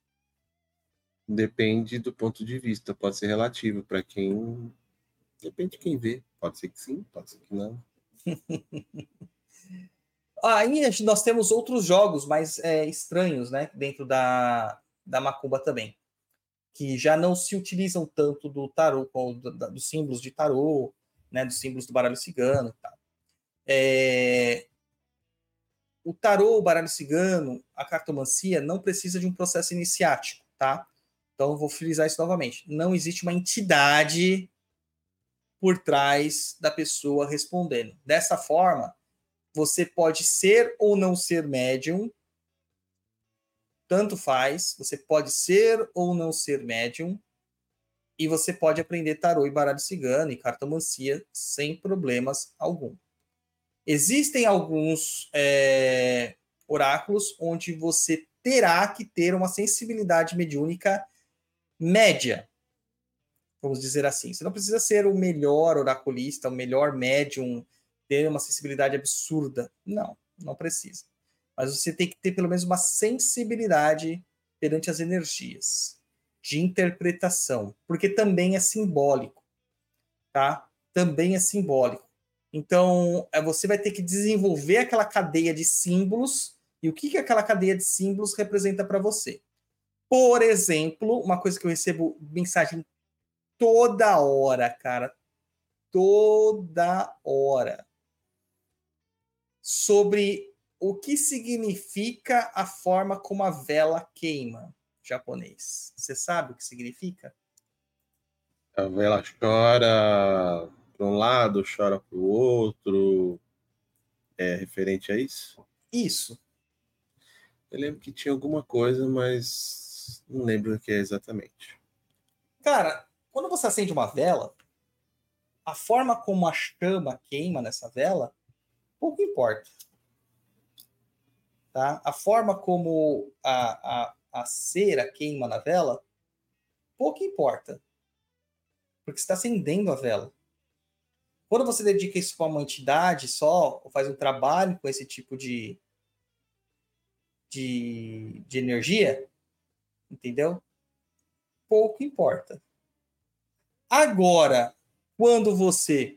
Depende do ponto de vista, pode ser relativo para quem. Depende de quem vê. Pode ser que sim, pode ser que não. Aí nós temos outros jogos mais estranhos, né? Dentro da macumba também. Que já não se utilizam tanto do tarô, dos símbolos de tarô, né? Dos símbolos do baralho cigano. Tá? O tarô, o baralho cigano, a cartomancia não precisa de um processo iniciático, tá? Então, eu vou frisar isso novamente. Não existe uma entidade por trás da pessoa respondendo. Dessa forma, você pode ser ou não ser médium, tanto faz, você pode ser ou não ser médium, e você pode aprender tarô e baralho cigano e cartomancia sem problemas algum. Existem alguns oráculos onde você terá que ter uma sensibilidade mediúnica média, vamos dizer assim. Você não precisa ser o melhor oraculista, o melhor médium, ter uma sensibilidade absurda. Não, não precisa. Mas você tem que ter pelo menos uma sensibilidade perante as energias, de interpretação, porque também é simbólico, tá? Também é simbólico. Então, você vai ter que desenvolver aquela cadeia de símbolos e o que aquela cadeia de símbolos representa para você. Por exemplo, uma coisa que eu recebo mensagem toda hora, cara, toda hora, sobre o que significa a forma como a vela queima, japonês. Você sabe o que significa? A vela chora para um lado, chora para o outro. É referente a isso? Isso. Eu lembro que tinha alguma coisa, mas não lembro o que é exatamente. Cara, quando você acende uma vela, a forma como a chama queima nessa vela, pouco importa. Tá? A forma como a cera queima na vela, pouco importa. Porque você está acendendo a vela. Quando você dedica isso para uma entidade só, ou faz um trabalho com esse tipo de energia, entendeu? Pouco importa. Agora, quando você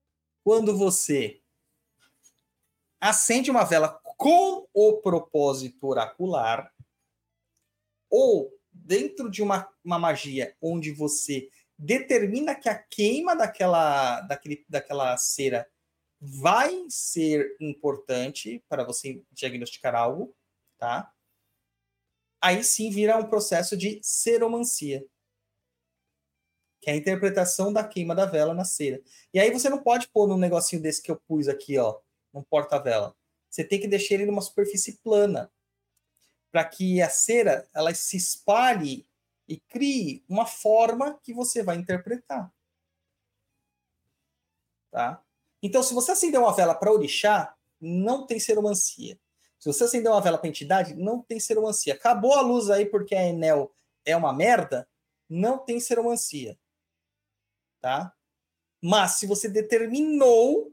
acende uma vela com o propósito oracular, ou dentro de uma magia onde você determina que a queima daquela cera vai ser importante para você diagnosticar algo, tá? Aí sim vira um processo de ceromancia, que é a interpretação da queima da vela na cera. E aí você não pode pôr num negocinho desse que eu pus aqui, ó, num porta-vela. Você tem que deixar ele numa superfície plana, para que a cera ela se espalhe e crie uma forma que você vai interpretar. Tá? Então, se você acender uma vela para orixá, não tem ceromancia. Se você acender uma vela para entidade, não tem ceromancia. Acabou a luz aí porque a Enel é uma merda, não tem ceromancia. Tá? Mas se você determinou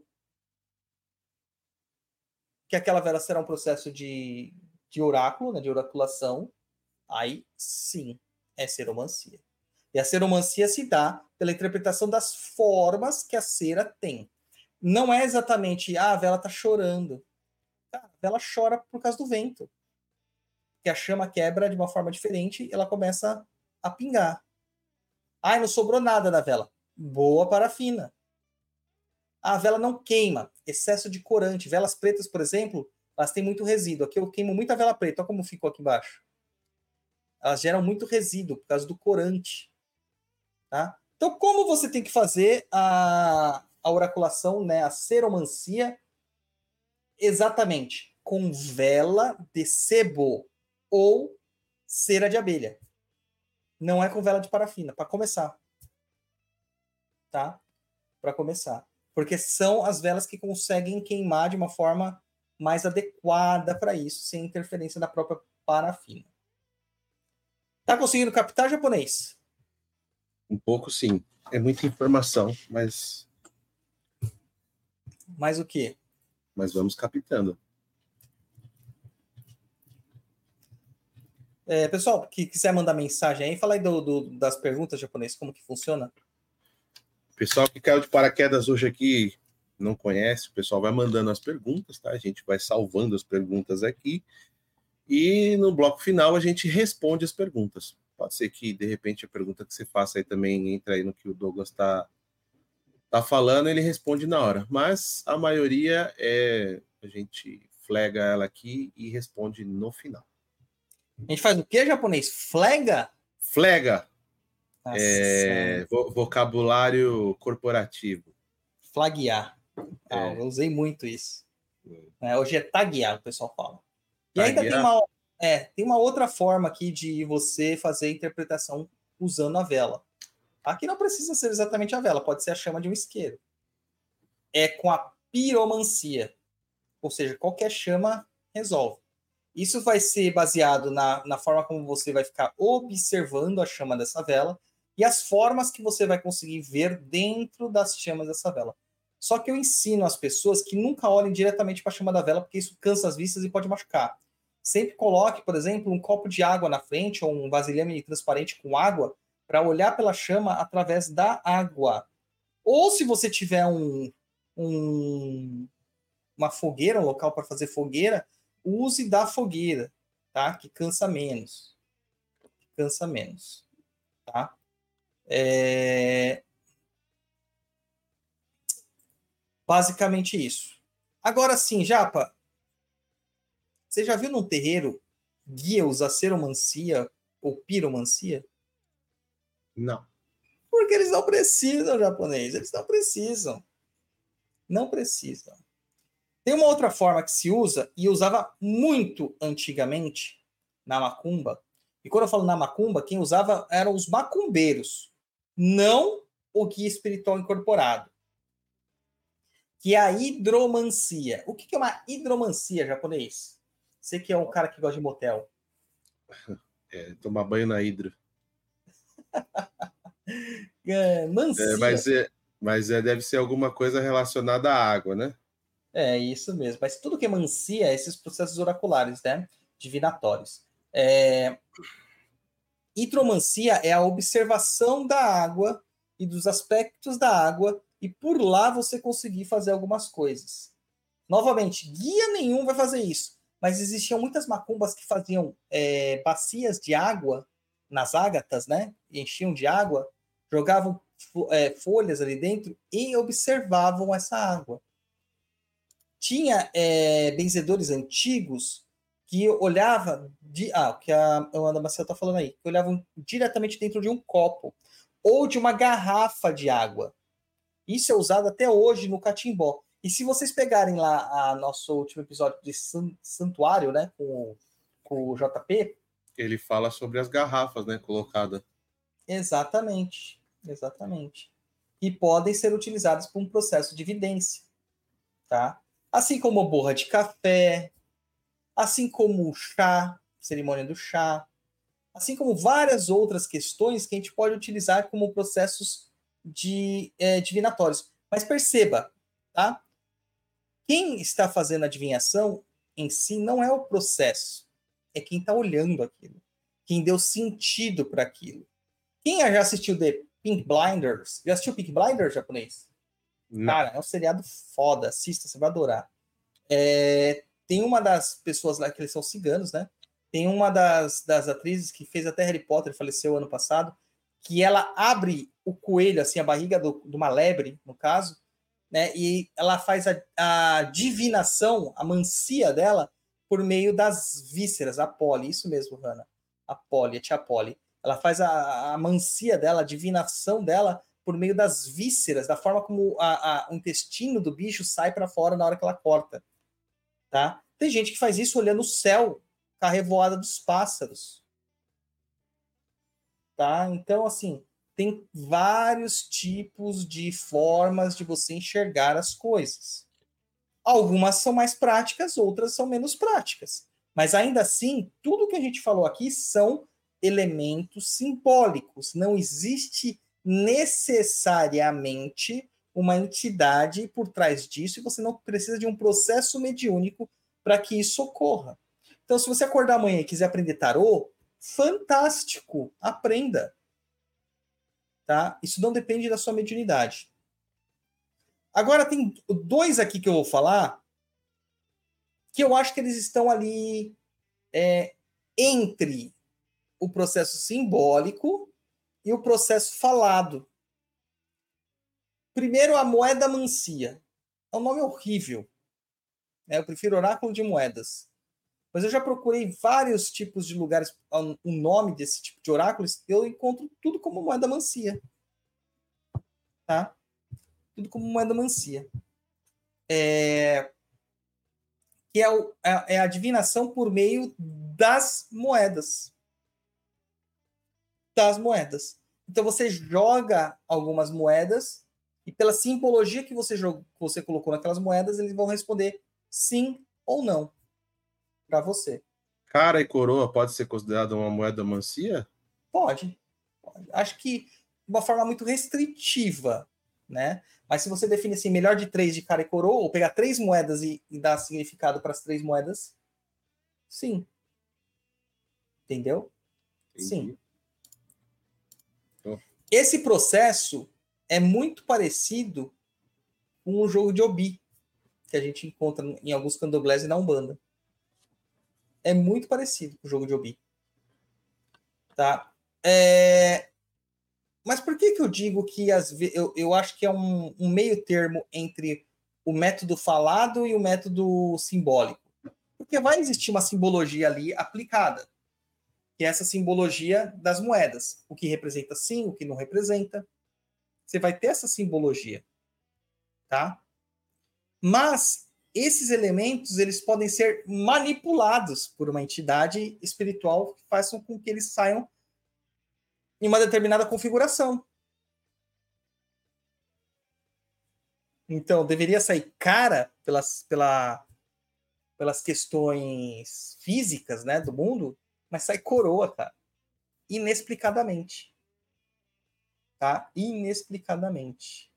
que aquela vela será um processo de oráculo, né, de oraculação, aí sim é ceromancia. E a ceromancia se dá pela interpretação das formas que a cera tem. Não é exatamente, a vela está chorando. A vela chora por causa do vento. Que a chama quebra de uma forma diferente e ela começa a pingar. Ai, não sobrou nada da vela. Boa parafina. A vela não queima. Excesso de corante. Velas pretas, por exemplo, elas têm muito resíduo. Aqui eu queimo muita vela preta. Olha como ficou aqui embaixo. Elas geram muito resíduo por causa do corante. Tá? Então, como você tem que fazer a oraculação, né, a ceromancia? Exatamente. Com vela de sebo ou cera de abelha. Não é com vela de parafina, para começar. Tá? Para começar. Porque são as velas que conseguem queimar de uma forma mais adequada para isso, sem interferência da própria parafina. Tá conseguindo captar, japonês? Um pouco, sim. É muita informação, mas Mais o quê? Mas vamos captando. Pessoal, que quiser mandar mensagem aí, fala aí das perguntas, japonês, como que funciona. O pessoal que caiu de paraquedas hoje aqui não conhece, o pessoal vai mandando as perguntas, tá? A gente vai salvando as perguntas aqui e no bloco final a gente responde as perguntas. Pode ser que, de repente, a pergunta que você faça aí também entra aí no que o Douglas tá falando, ele responde na hora. Mas a maioria a gente flega ela aqui e responde no final. A gente faz o quê, japonês? Flega? Flega. Vocabulário corporativo. Flaguear. Eu usei muito isso. Hoje é taguear, o pessoal fala. E ainda tem uma outra forma aqui de você fazer a interpretação usando a vela. Aqui não precisa ser exatamente a vela, pode ser a chama de um isqueiro. É com a piromancia. Ou seja, qualquer chama resolve. Isso vai ser baseado na forma como você vai ficar observando a chama dessa vela e as formas que você vai conseguir ver dentro das chamas dessa vela. Só que eu ensino as pessoas que nunca olhem diretamente para a chama da vela, porque isso cansa as vistas e pode machucar. Sempre coloque, por exemplo, um copo de água na frente ou um vasilhame transparente com água para olhar pela chama através da água. Ou se você tiver uma fogueira, um local para fazer fogueira, use da fogueira, tá? Que cansa menos. Cansa menos, tá? Basicamente isso. Agora sim, Japa, você já viu num terreiro guia usar ceromancia ou piromancia? Não. Porque eles não precisam, japonês. Eles não precisam. Não precisam. Tem uma outra forma que se usa, e usava muito antigamente na macumba. E quando eu falo na macumba, quem usava eram os macumbeiros, não o guia espiritual incorporado. Que é a hidromancia. O que é uma hidromancia, japonês? Você que é um cara que gosta de motel. Tomar banho na hidro. Mancia. Mas deve ser alguma coisa relacionada à água, né? É isso mesmo. Mas tudo que é mancia, esses processos oraculares, né? Divinatórios. Hidromancia é a observação da água e dos aspectos da água, e por lá você conseguir fazer algumas coisas. Novamente, guia nenhum vai fazer isso, mas existiam muitas macumbas que faziam bacias de água nas ágatas, né? Enchiam de água, jogavam folhas ali dentro e observavam essa água. Tinha benzedores antigos que olhavam, que a Ana Marcela está falando aí, que olhavam diretamente dentro de um copo ou de uma garrafa de água. Isso é usado até hoje no catimbó. E se vocês pegarem lá nosso último episódio de Santuário, né, com o JP... Ele fala sobre as garrafas, né, colocadas. Exatamente. E podem ser utilizadas para um processo de evidência, tá? Assim como a borra de café, assim como o chá, cerimônia do chá, assim como várias outras questões que a gente pode utilizar como processos divinatórios. Mas perceba, tá? Quem está fazendo a adivinhação em si não é o processo, é quem está olhando aquilo, quem deu sentido para aquilo. Quem já assistiu The Pink Blinders? Já assistiu Pink Blinders, japonês? Não. Cara, é um seriado foda, assista, você vai adorar. Tem uma das pessoas lá, que eles são ciganos, né? Tem uma das atrizes que fez até Harry Potter, faleceu ano passado, que ela abre o coelho, assim, a barriga de uma lebre, no caso, né? E ela faz a divinação, a mancia dela, por meio das vísceras, a poli, isso mesmo, Hannah. A poli, a tia poli. Ela faz a mancia dela, a divinação dela, por meio das vísceras, da forma como o intestino do bicho sai para fora na hora que ela corta. Tá? Tem gente que faz isso olhando o céu, com a revoada dos pássaros. Tá? Então, assim, tem vários tipos de formas de você enxergar as coisas. Algumas são mais práticas, outras são menos práticas. Mas, ainda assim, tudo que a gente falou aqui são elementos simbólicos. Não existe necessariamente uma entidade por trás disso e você não precisa de um processo mediúnico para que isso ocorra. Então, se você acordar amanhã e quiser aprender tarô, fantástico, aprenda. Tá? Isso não depende da sua mediunidade. Agora, tem dois aqui que eu vou falar que eu acho que eles estão ali entre o processo simbólico e o processo falado. Primeiro, a moeda mancia. É um nome horrível. Eu prefiro oráculo de moedas. Mas eu já procurei vários tipos de lugares, o nome desse tipo de oráculos, eu encontro tudo como moeda mancia. Tá? Tudo como moeda mancia. Que é a adivinação por meio das moedas. Das moedas. Então você joga algumas moedas e pela simbologia que você colocou naquelas moedas, eles vão responder sim ou não para você. Cara e coroa pode ser considerada uma moeda mancia? Pode. Acho que de uma forma muito restritiva, né? Mas se você definir assim, melhor de 3 de cara e coroa, ou pegar 3 moedas e dar significado para as 3 moedas, sim. Entendeu? Entendi. Sim. Esse processo é muito parecido com o jogo de Obi, que a gente encontra em alguns candomblés e na Umbanda. É muito parecido com o jogo de Obi. Tá? Mas por que eu digo que eu acho que é um meio termo entre o método falado e o método simbólico? Porque vai existir uma simbologia ali aplicada, que é essa simbologia das moedas. O que representa sim, o que não representa. Você vai ter essa simbologia. Tá? Mas esses elementos eles podem ser manipulados por uma entidade espiritual que façam com que eles saiam em uma determinada configuração. Então, deveria sair cara pelas questões físicas, né, do mundo, mas sai coroa, cara. Inexplicadamente. Tá? Inexplicadamente.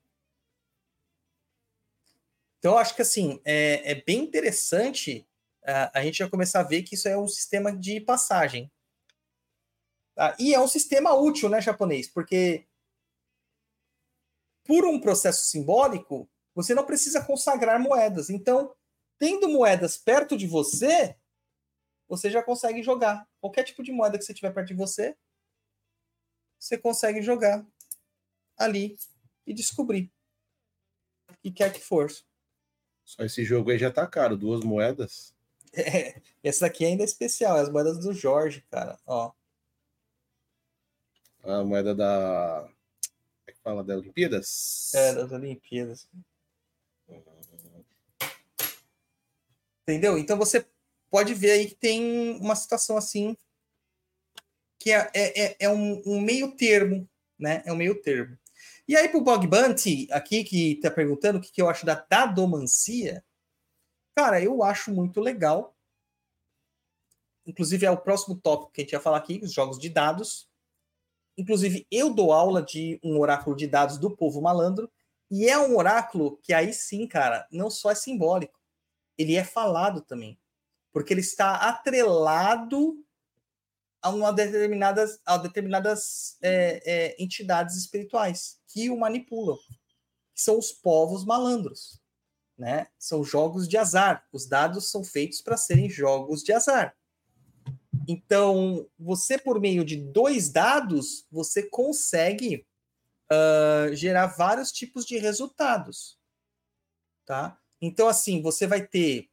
Então, eu acho que assim, é bem interessante a gente já começar a ver que isso é um sistema de passagem. Tá? E é um sistema útil, né, japonês? Porque por um processo simbólico, você não precisa consagrar moedas. Então, tendo moedas perto de você, você já consegue jogar. Qualquer tipo de moeda que você tiver perto de você, você consegue jogar ali e descobrir o que quer que for. Só esse jogo aí já tá caro, 2 moedas. Essa daqui ainda é especial, é as moedas do Jorge, cara. Ó. A moeda da... Como é que fala? Da Olimpíadas? Das Olimpíadas. Entendeu? Então você pode ver aí que tem uma situação assim que é um meio termo, né? É um meio termo. E aí pro Bog Bunty, aqui, que tá perguntando o que eu acho da dadomancia, cara, eu acho muito legal. Inclusive é o próximo tópico que a gente vai falar aqui, os jogos de dados. Inclusive eu dou aula de um oráculo de dados do Povo Malandro, e é um oráculo que aí sim, cara, não só é simbólico, ele é falado também. Porque ele está atrelado a determinadas entidades espirituais que o manipulam, que são os povos malandros, né? São jogos de azar. Os dados são feitos para serem jogos de azar. Então, você, por meio de 2 dados, você consegue gerar vários tipos de resultados, tá? Então, assim, você vai ter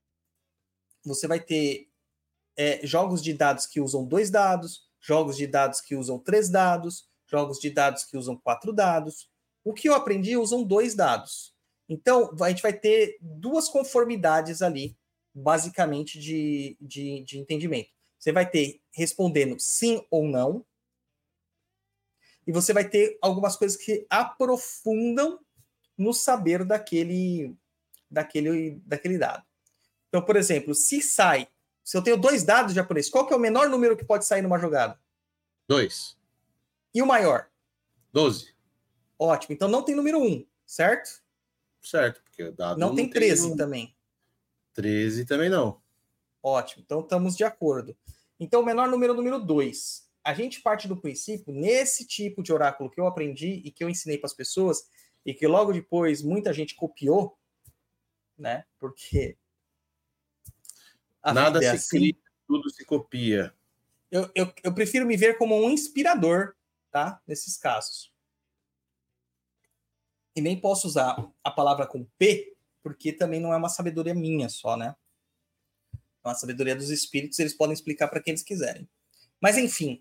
jogos de dados que usam 2 dados, jogos de dados que usam 3 dados, jogos de dados que usam 4 dados. O que eu aprendi usam 2 dados. Então, a gente vai ter 2 conformidades ali, basicamente, de entendimento. Você vai ter respondendo sim ou não, e você vai ter algumas coisas que aprofundam no saber daquele dado. Então, por exemplo, se eu tenho 2 dados japoneses, qual que é o menor número que pode sair numa jogada? 2. E o maior? 12. Ótimo. Então não tem número 1, certo? Certo, porque o dado não tem 13 também. 13 também não. Ótimo. Então estamos de acordo. Então o menor número é o número 2. A gente parte do princípio, nesse tipo de oráculo que eu aprendi e que eu ensinei para as pessoas, e que logo depois muita gente copiou, né? Porque nada se assim. cria, tudo se copia. Eu prefiro me ver como um inspirador, tá? Nesses casos. E nem posso usar a palavra com P, porque também não é uma sabedoria minha só, né? É uma sabedoria dos espíritos, eles podem explicar para quem eles quiserem. Mas, enfim,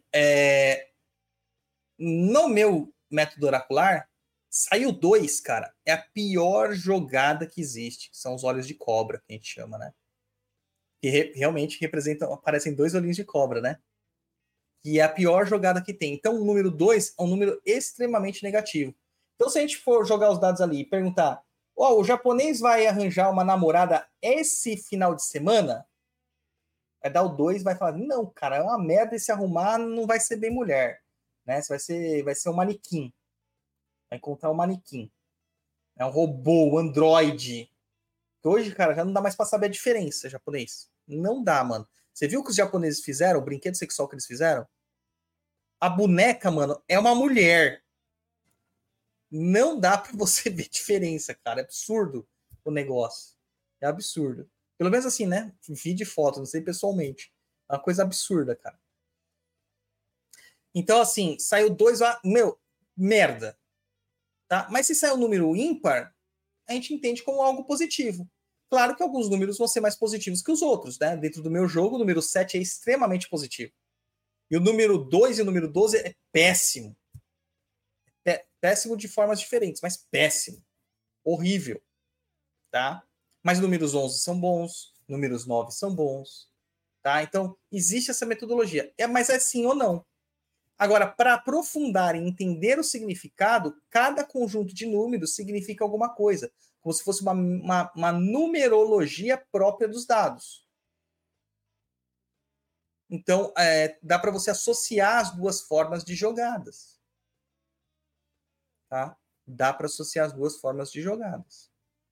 no meu método oracular, saiu 2, cara. É a pior jogada que existe. São os olhos de cobra, que a gente chama, né? Que realmente representam, aparecem 2 olhinhos de cobra, né? Que é a pior jogada que tem. Então, o número 2 é um número extremamente negativo. Então, se a gente for jogar os dados ali e perguntar, o japonês vai arranjar uma namorada esse final de semana? Vai dar o 2, vai falar, não, cara, é uma merda, e se arrumar não vai ser bem mulher, né? Vai ser um manequim. Vai encontrar um manequim. É um robô, um androide. Que hoje, cara, já não dá mais pra saber a diferença japonês. Não dá, mano. Você viu o que os japoneses fizeram? O brinquedo sexual que eles fizeram? A boneca, mano, é uma mulher. Não dá pra você ver diferença, cara. É absurdo o negócio. É absurdo. Pelo menos assim, né? Vídeo e foto, não sei pessoalmente. É uma coisa absurda, cara. Então, assim, saiu 2, merda. Tá? Mas se sair um número ímpar, a gente entende como algo positivo. Claro que alguns números vão ser mais positivos que os outros, né? Dentro do meu jogo, o número 7 é extremamente positivo. E o número 2 e o número 12 é péssimo. Péssimo de formas diferentes, mas péssimo. Horrível. Tá? Mas números 11 são bons, números 9 são bons. Tá? Então, existe essa metodologia. Mas é sim ou não. Agora, para aprofundar e entender o significado, cada conjunto de números significa alguma coisa. Como se fosse uma numerologia própria dos dados. Então, dá para você associar as 2 formas de jogadas. Tá? Dá para associar as 2 formas de jogadas.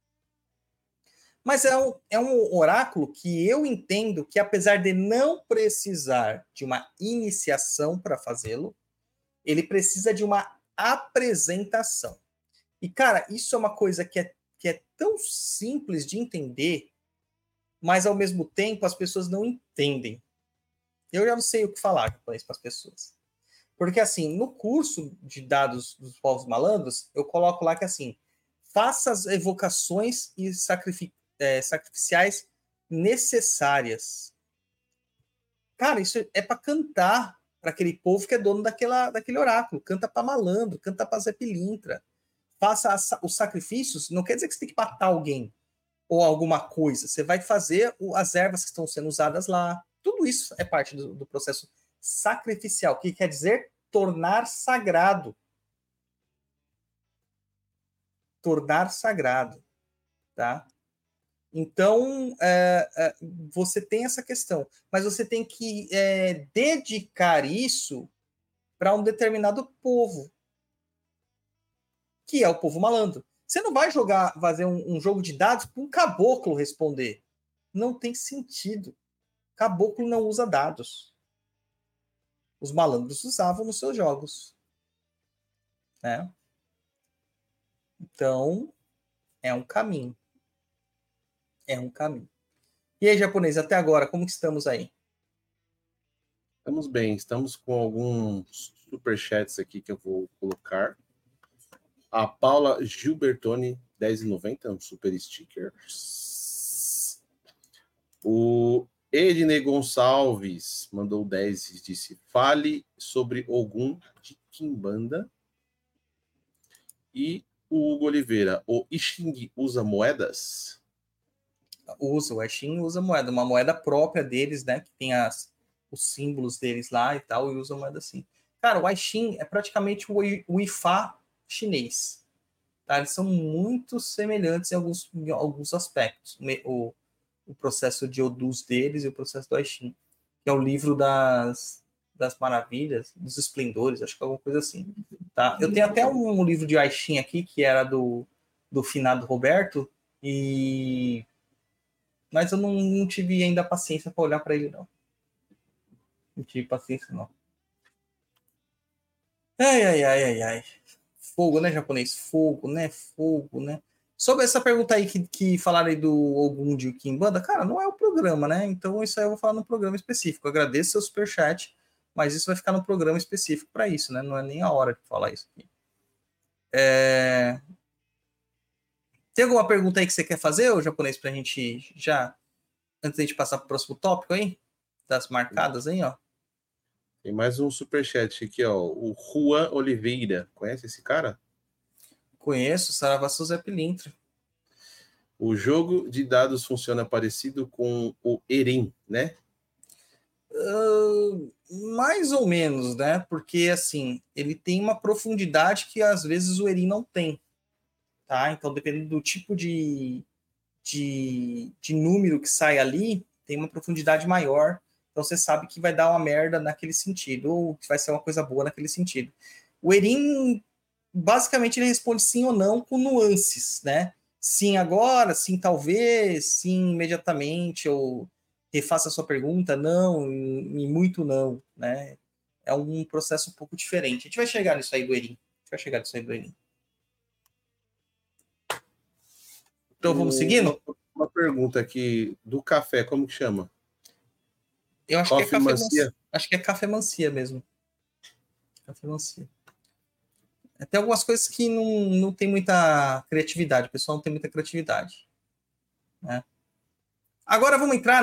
Mas é um oráculo que eu entendo que, apesar de não precisar de uma iniciação para fazê-lo, ele precisa de uma apresentação. E, cara, isso é uma coisa que é tão simples de entender, mas, ao mesmo tempo, as pessoas não entendem. Eu já não sei o que falar para as pessoas. Porque, assim, no curso de dados dos povos malandros, eu coloco lá que, assim, faça as evocações e sacrificiais necessárias. Cara, isso é para cantar para aquele povo que é dono daquele oráculo. Canta para malandro, canta para Zé Pilintra. Faça os sacrifícios, não quer dizer que você tem que matar alguém ou alguma coisa. Você vai fazer as ervas que estão sendo usadas lá. Tudo isso é parte do processo sacrificial, que quer dizer tornar sagrado. Tornar sagrado, tá? Então, você tem essa questão, mas você tem que dedicar isso para um determinado povo, que é o povo malandro. Você não vai fazer um jogo de dados para um caboclo responder. Não tem sentido. Caboclo não usa dados. Os malandros usavam nos seus jogos, né? Então, é um caminho. É um caminho. E aí, japonês, até agora, como que estamos aí? Estamos bem, estamos com alguns superchats aqui que eu vou colocar. A Paula Gilbertoni, R$10,90, um super sticker. O Ednei Gonçalves mandou 10 e disse: fale sobre Ogum de Quimbanda. E o Hugo Oliveira, o Ixing usa moedas? Usa, o Aishin usa moeda, uma moeda própria deles, né? Que tem os símbolos deles lá e tal, e usa moeda assim. Cara, o Aishin é praticamente o Ifá chinês. Tá? Eles são muito semelhantes em alguns aspectos. O processo de Odus deles e o processo do Aishin, que é o livro das maravilhas, dos esplendores, acho que é alguma coisa assim. Tá? Eu tenho até um livro de Aishin aqui, que era do finado Roberto, mas eu não tive ainda paciência para olhar para ele, não. Não tive paciência, não. Ai. Fogo, né, japonês? Fogo, né? Fogo, né? Sobre essa pergunta aí que falaram aí do Ogum de Kimbanda, cara, não é o programa, né? Então isso aí eu vou falar no programa específico. Eu agradeço seu superchat, mas isso vai ficar no programa específico para isso, né? Não é nem a hora de falar isso aqui. Tem alguma pergunta aí que você quer fazer, ô japonês, pra gente já, antes de a gente passar pro próximo tópico aí? Das marcadas aí, ó. Tem mais um superchat aqui, ó. O Juan Oliveira. Conhece esse cara? Conheço, Saravá Zé Pilintra. O jogo de dados funciona parecido com o Erim, né? Mais ou menos, né? Porque, assim, ele tem uma profundidade que às vezes o Erim não tem. Tá? Então, dependendo do tipo de número que sai ali, tem uma profundidade maior. Então, você sabe que vai dar uma merda naquele sentido, ou que vai ser uma coisa boa naquele sentido. O Erim, basicamente, ele responde sim ou não com nuances, né? Sim agora, sim talvez, sim imediatamente, ou refaça a sua pergunta, não, e muito não, né? É um processo um pouco diferente. A gente vai chegar nisso aí do Erim. Então, vamos seguindo? Uma pergunta aqui do café, como que chama? Eu acho que é cafemancia. Acho que é cafemancia mesmo. Cafemancia. Tem algumas coisas que não tem muita criatividade. O pessoal não tem muita criatividade. Né? Agora vamos entrar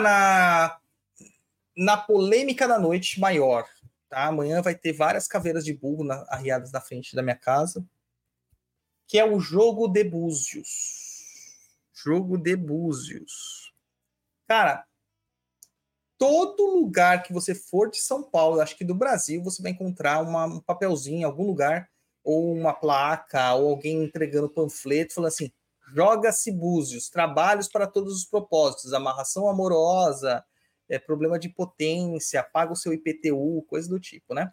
na polêmica da noite maior. Tá? Amanhã vai ter várias caveiras de burro arriadas na frente da minha casa. Que é o jogo de Búzios. Jogo de Búzios. Cara, todo lugar que você for de São Paulo, acho que do Brasil, você vai encontrar um papelzinho em algum lugar, ou uma placa, ou alguém entregando panfleto, falando assim, joga-se Búzios, trabalhos para todos os propósitos, amarração amorosa, problema de potência, paga o seu IPTU, coisa do tipo, né?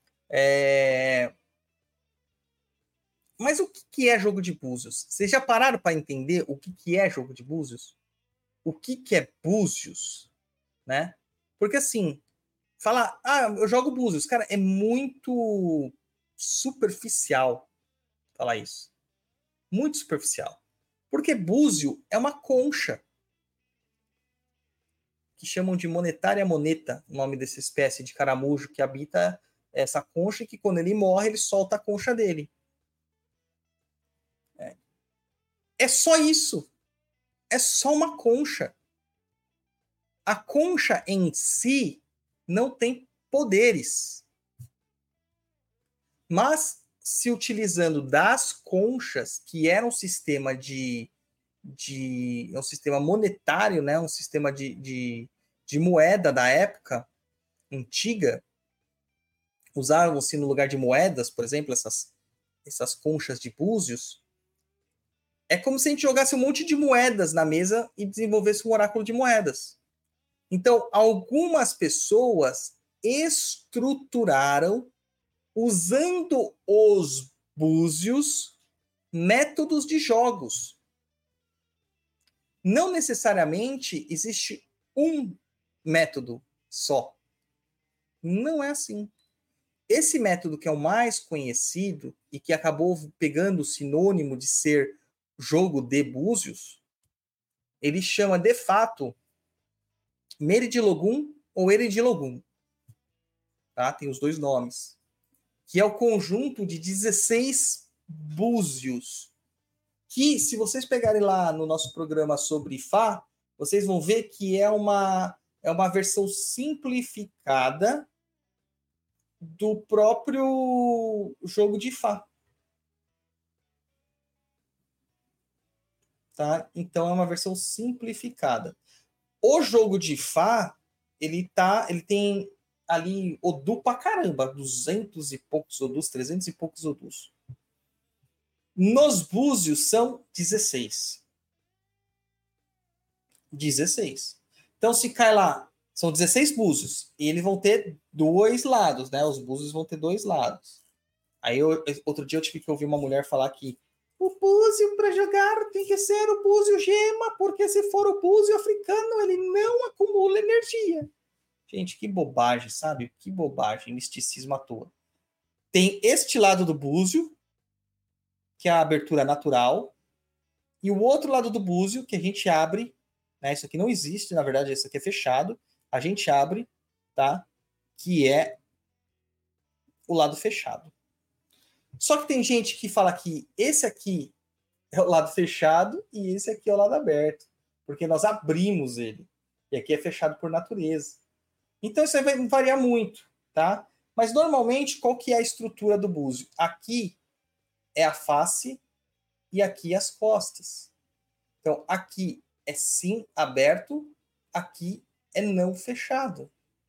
Mas o que é jogo de Búzios? Vocês já pararam para entender o que é jogo de Búzios? O que é Búzios? Né? Porque assim, falar, eu jogo Búzios, cara, é muito superficial falar isso. Muito superficial. Porque búzio é uma concha. Que chamam de monetária moneta, o nome dessa espécie de caramujo que habita essa concha e que quando ele morre, ele solta a concha dele. É só isso. É só uma concha. A concha em si não tem poderes. Mas, se utilizando das conchas, que era um sistema um sistema monetário, né? Um sistema de moeda da época antiga, usavam-se no lugar de moedas, por exemplo, essas conchas de búzios. É como se a gente jogasse um monte de moedas na mesa e desenvolvesse um oráculo de moedas. Então, algumas pessoas estruturaram, usando os búzios, métodos de jogos. Não necessariamente existe um método só. Não é assim. Esse método que é o mais conhecido e que acabou pegando o sinônimo de ser jogo de búzios, ele chama de fato Meridilogum ou Eridilogum. Tá? Tem os dois nomes. Que é o conjunto de 16 búzios. Que, se vocês pegarem lá no nosso programa sobre Fá, vocês vão ver que é uma versão simplificada do próprio jogo de Fá. Tá? Então, é uma versão simplificada. O jogo de Fá, ele tem ali Odu pra caramba, 200 e poucos Odus, 300 e poucos Odus. Nos búzios são 16. 16. Então, se cai lá, são 16 búzios, e eles vão ter dois lados, né? Os búzios vão ter dois lados. Aí, outro dia eu tive que ouvir uma mulher falar que o búzio para jogar tem que ser o búzio gema, porque se for o búzio africano, ele não acumula energia. Gente, que bobagem, sabe? Que bobagem, misticismo à toa. Tem este lado do búzio, que é a abertura natural, e o outro lado do búzio, que a gente abre, né? Isso aqui não existe, na verdade, isso aqui é fechado. A gente abre, tá? Que é o lado fechado. Só que tem gente que fala que esse aqui é o lado fechado e esse aqui é o lado aberto, porque nós abrimos ele. E aqui é fechado por natureza. Então isso aí vai variar muito, tá? Mas normalmente, qual que é a estrutura do búzio? Aqui é a face e aqui as costas. Então, aqui é sim aberto, aqui é não fechado.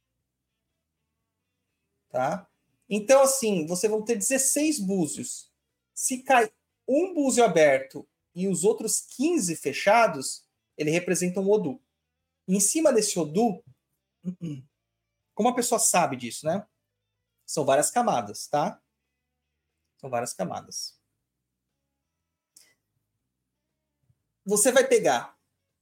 Tá? Então, assim, vocês vão ter 16 búzios. Se cai um búzio aberto e os outros 15 fechados, ele representa um Odu. E em cima desse Odu, como a pessoa sabe disso, né? São várias camadas, tá? São várias camadas. Você vai pegar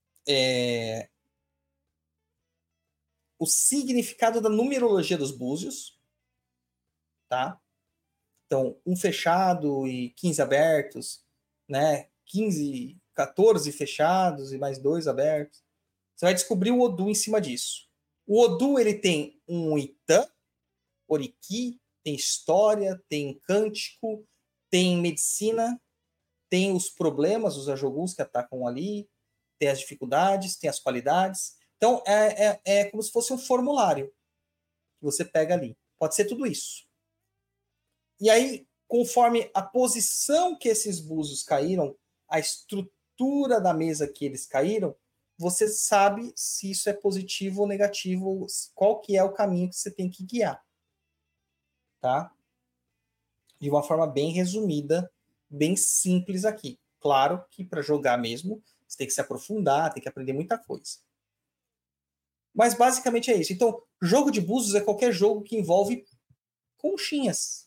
o significado da numerologia dos búzios, tá? Então, um fechado e 15 abertos, né? 14 fechados e mais 2 abertos. Você vai descobrir o Odu em cima disso. O Odu, ele tem um Itã, Oriki, tem história, tem cântico, tem medicina, tem os problemas, os ajoguns que atacam ali, tem as dificuldades, tem as qualidades. Então, é como se fosse um formulário que você pega ali. Pode ser tudo isso. E aí, conforme a posição que esses búzios caíram, a estrutura da mesa que eles caíram, você sabe se isso é positivo ou negativo, qual que é o caminho que você tem que guiar. Tá? De uma forma bem resumida, bem simples aqui. Claro que para jogar mesmo, você tem que se aprofundar, tem que aprender muita coisa. Mas basicamente é isso. Então, jogo de búzios é qualquer jogo que envolve conchinhas.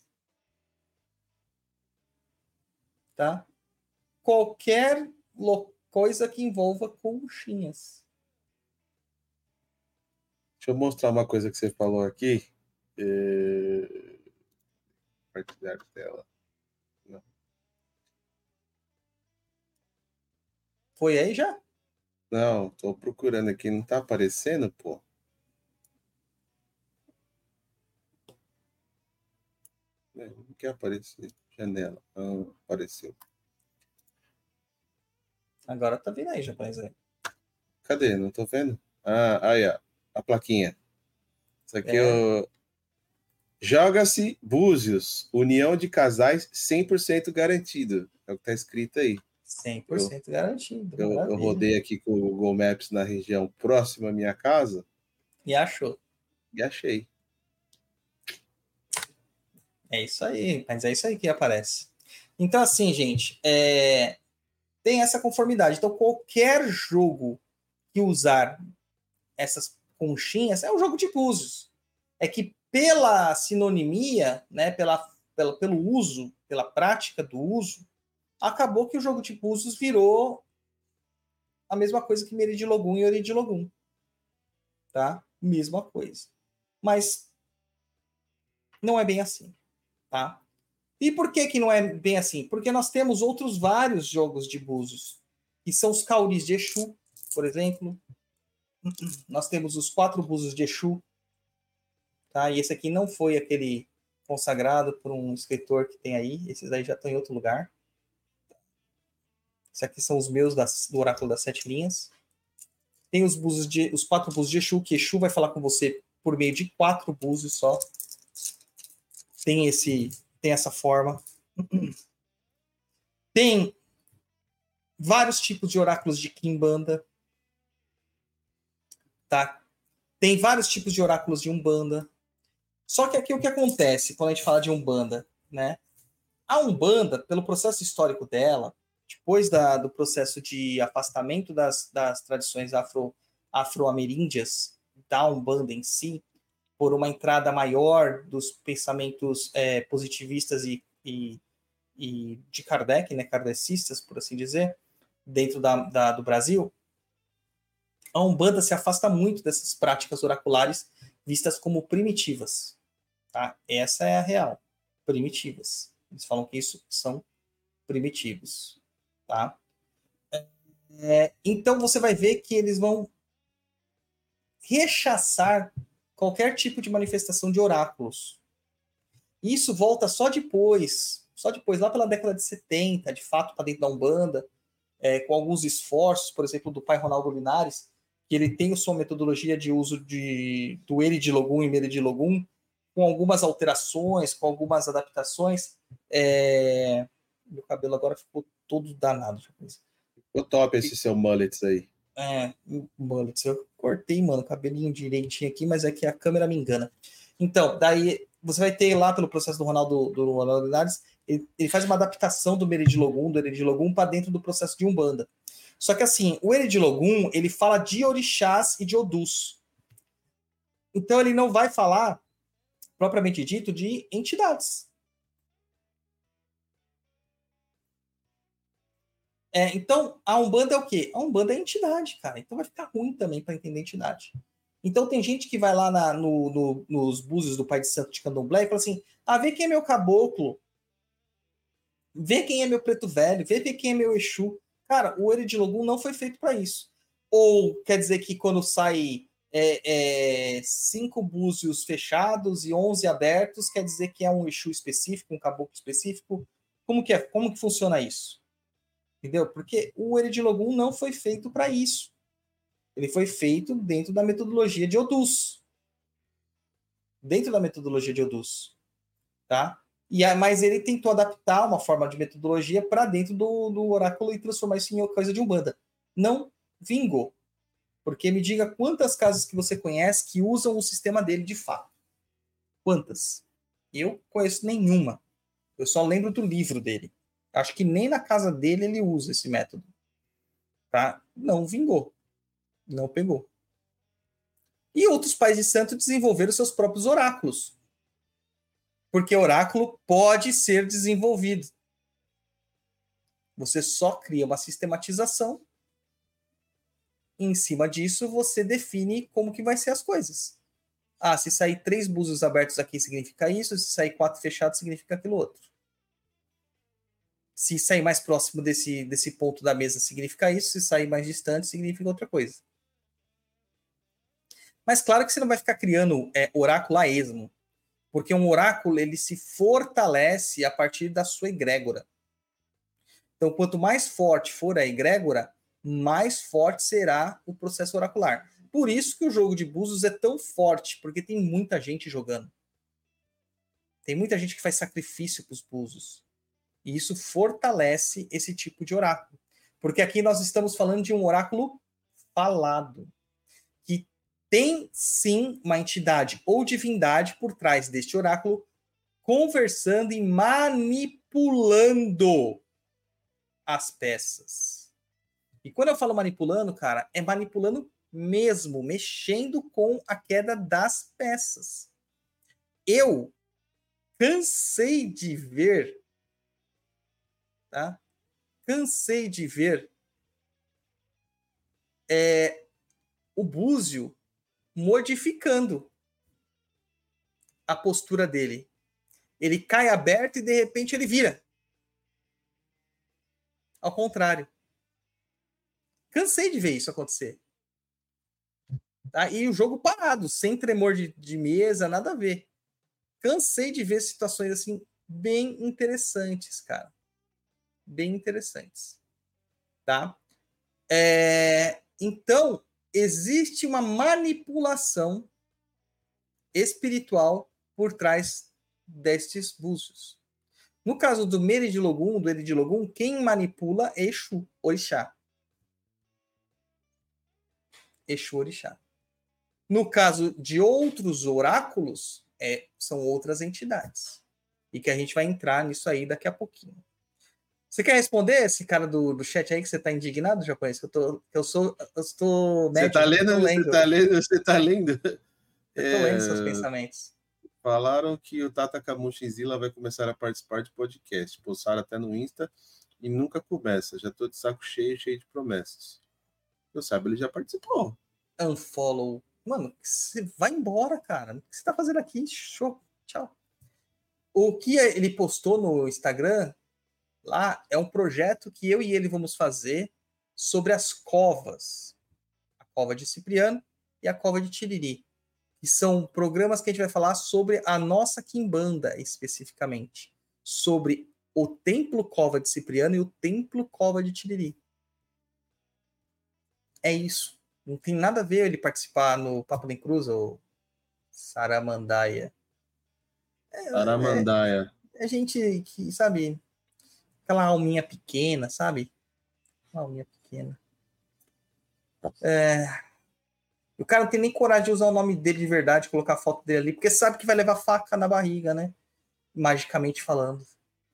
Tá? Qualquer coisa que envolva conchinhas. Deixa eu mostrar uma coisa que você falou aqui. Compartilhar tela. Não. Foi aí já? Não, tô procurando aqui, não tá aparecendo, pô. Não quer aparecer. Janela. Ah, apareceu. Agora tá vindo aí, japonês. Cadê? Não tô vendo? Ah, aí, ó. A plaquinha. Isso aqui Joga-se Búzios, união de casais 100% garantido. É o que tá escrito aí. 100% garantido. Eu Maravilha. rodei aqui com o Google Maps na região próxima à minha casa E achou. e achei. É isso aí. Mas é isso aí que aparece. Então, assim, gente, tem essa conformidade. Então, qualquer jogo que usar essas conchinhas é um jogo de búzios. É que pela sinonimia, né, pelo uso, pela prática do uso, acabou que o jogo de búzios virou a mesma coisa que Meridilogum e Oridilogum. Tá? Mesma coisa. Mas não é bem assim. Tá? E por que não é bem assim? Porque nós temos outros vários jogos de búzios, que são os cauris de Exu, por exemplo. Nós temos os 4 búzios de Exu, tá? E esse aqui não foi aquele consagrado por um escritor que tem aí. Esses aí já estão em outro lugar. Esses aqui são os meus do Oráculo das 7 Linhas. Tem os 4 búzios de Exu, que Exu vai falar com você por meio de 4 búzios só. Tem essa forma. Tem vários tipos de oráculos de Kimbanda. Tá? Tem vários tipos de oráculos de Umbanda. Só que aqui o que acontece quando a gente fala de Umbanda, né? A Umbanda, pelo processo histórico dela, depois do processo de afastamento das tradições afro-ameríndias, da Umbanda em si, por uma entrada maior dos pensamentos positivistas e de Kardec, né, kardecistas, por assim dizer, dentro do Brasil, a Umbanda se afasta muito dessas práticas oraculares vistas como primitivas. Tá? Essa é a real. Primitivas. Eles falam que isso são primitivos. Tá? Então você vai ver que eles vão rechaçar qualquer tipo de manifestação de oráculos. Isso volta só depois, lá pela década de 70, de fato, para dentro da Umbanda, com alguns esforços, por exemplo, do pai Ronaldo Linares, que ele tem a sua metodologia de uso do Eridilogum e Meridilogum, com algumas alterações, com algumas adaptações. Meu cabelo agora ficou todo danado. Ficou top esse seu mullets aí. Mullets. Eu cortei, mano, o cabelinho direitinho aqui, mas é que a câmera me engana. Então, daí você vai ter lá pelo processo do Ronaldo Linares, ele faz uma adaptação do Meridilogum para dentro do processo de Umbanda. Só que assim, o Eridilogum, ele fala de orixás e de odus. Então ele não vai falar, propriamente dito, de entidades. Então, a Umbanda é o quê? A Umbanda é entidade, cara. Então vai ficar ruim também para entender entidade. Então tem gente que vai lá nos búzios do Pai de Santo de Candomblé e fala assim, vê quem é meu caboclo, vê quem é meu preto velho, vê quem é meu Exu. Cara, o Eridilogum não foi feito para isso. Ou quer dizer que quando sai 5 búzios fechados e 11 abertos, quer dizer que é um Exu específico, um caboclo específico? Como que é? Como que funciona isso? Entendeu? Porque o Eridilogum não foi feito para isso. Ele foi feito dentro da metodologia de Odus. Dentro da metodologia de Odus. Tá? Mas ele tentou adaptar uma forma de metodologia para dentro do oráculo e transformar isso em coisa de Umbanda. Não vingou. Porque me diga quantas casas que você conhece que usam o sistema dele de fato. Quantas? Eu conheço nenhuma. Eu só lembro do livro dele. Acho que nem na casa dele ele usa esse método. Tá? Não vingou. Não pegou. E outros pais de santo desenvolveram seus próprios oráculos. Porque oráculo pode ser desenvolvido. Você só cria uma sistematização. E em cima disso, você define como que vai ser as coisas. Se sair 3 búzios abertos aqui significa isso, se sair 4 fechados significa aquilo outro. Se sair mais próximo desse ponto da mesa, significa isso. Se sair mais distante, significa outra coisa. Mas claro que você não vai ficar criando oráculo a esmo. Porque um oráculo, ele se fortalece a partir da sua egrégora. Então, quanto mais forte for a egrégora, mais forte será o processo oracular. Por isso que o jogo de búzios é tão forte, porque tem muita gente jogando. Tem muita gente que faz sacrifício para os búzios. E isso fortalece esse tipo de oráculo. Porque aqui nós estamos falando de um oráculo falado, que tem sim uma entidade ou divindade por trás deste oráculo, conversando e manipulando as peças. E quando eu falo manipulando, cara, é manipulando mesmo, mexendo com a queda das peças. Eu cansei de ver, tá? Cansei de ver o búzio modificando a postura dele. Ele cai aberto e de repente ele vira. Ao contrário. Cansei de ver isso acontecer. Tá? E o jogo parado, sem tremor de mesa, nada a ver. Cansei de ver situações assim bem interessantes, cara. Bem interessantes. Tá? Então, existe uma manipulação espiritual por trás destes búzios. No caso do Meridilogum, do Eridilogum, quem manipula é Exu, Orixá. Exu, Orixá. No caso de outros oráculos, são outras entidades. E que a gente vai entrar nisso aí daqui a pouquinho. Você quer responder esse cara do chat aí que você está indignado, japonês? Eu estou médico. Você está lendo? Você está lendo? Eu estou lendo seus pensamentos. Falaram que o Tata Kamushinzila vai começar a participar de podcast. Postaram até no Insta e nunca começa. Já estou de saco cheio de promessas. Eu saiba, ele já participou. Unfollow. Mano, você vai embora, cara. O que você está fazendo aqui? Show. Tchau. O que ele postou no Instagram lá é um projeto que eu e ele vamos fazer sobre as covas. A cova de Cipriano e a cova de Tiriri. Que são programas que a gente vai falar sobre a nossa quimbanda, especificamente. Sobre o Templo Cova de Cipriano e o Templo Cova de Tiriri. É isso. Não tem nada a ver ele participar no Papo Nem Cruz ou Saramandaia. Saramandaia. É gente que, sabe, aquela alminha pequena, sabe? Uma alminha pequena. O cara não tem nem coragem de usar o nome dele de verdade, colocar a foto dele ali, porque sabe que vai levar faca na barriga, né? Magicamente falando.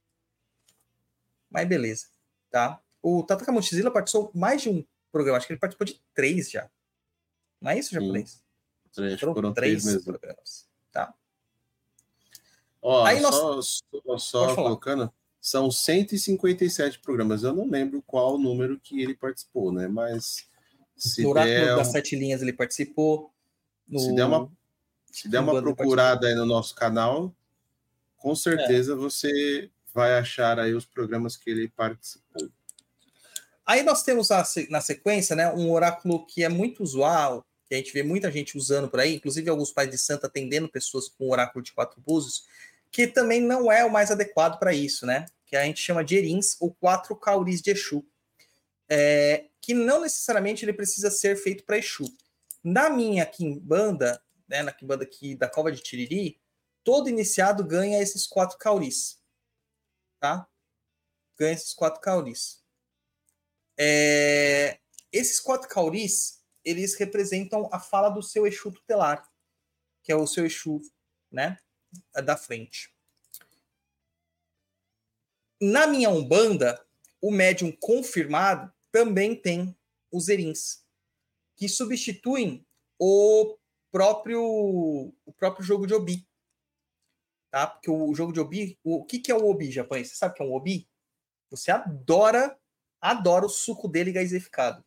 Mas beleza, tá? O Tata Kamoshizila participou mais de um programa, acho que ele participou de 3 já. Não é isso, japonês? Foram 3 mesmo. Programas, tá? Ó, aí só colocando, são 157 programas. Eu não lembro qual o número que ele participou, né? Mas se no Oráculo das 7 Linhas ele participou. Se der uma procurada aí no nosso canal, com certeza você vai achar aí os programas que ele participou. Aí nós temos na sequência, né, um oráculo que é muito usual, que a gente vê muita gente usando por aí, inclusive alguns pais de santo atendendo pessoas com o oráculo de 4 búzios, que também não é o mais adequado para isso, né? Que a gente chama de Erins ou 4 cauris de Exu. Que não necessariamente ele precisa ser feito para Exu. Na minha quimbanda, né, na quimbanda aqui da Cova de Tiriri, todo iniciado ganha esses 4 cauris. Tá? Ganha esses 4 cauris. Esses 4 cauris, eles representam a fala do seu Exu tutelar, que é o seu Exu, né, da frente. Na minha Umbanda, o médium confirmado também tem os Erins, que substituem o próprio jogo de Obi. Tá? Porque o jogo de Obi, o que é o Obi, japonês? Você sabe o que é um Obi? Você adora o suco dele gasificado.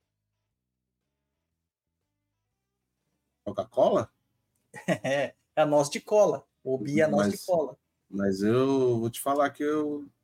Coca-Cola? É a noz de cola. O Obi é a noz de cola. Mas eu vou te falar que eu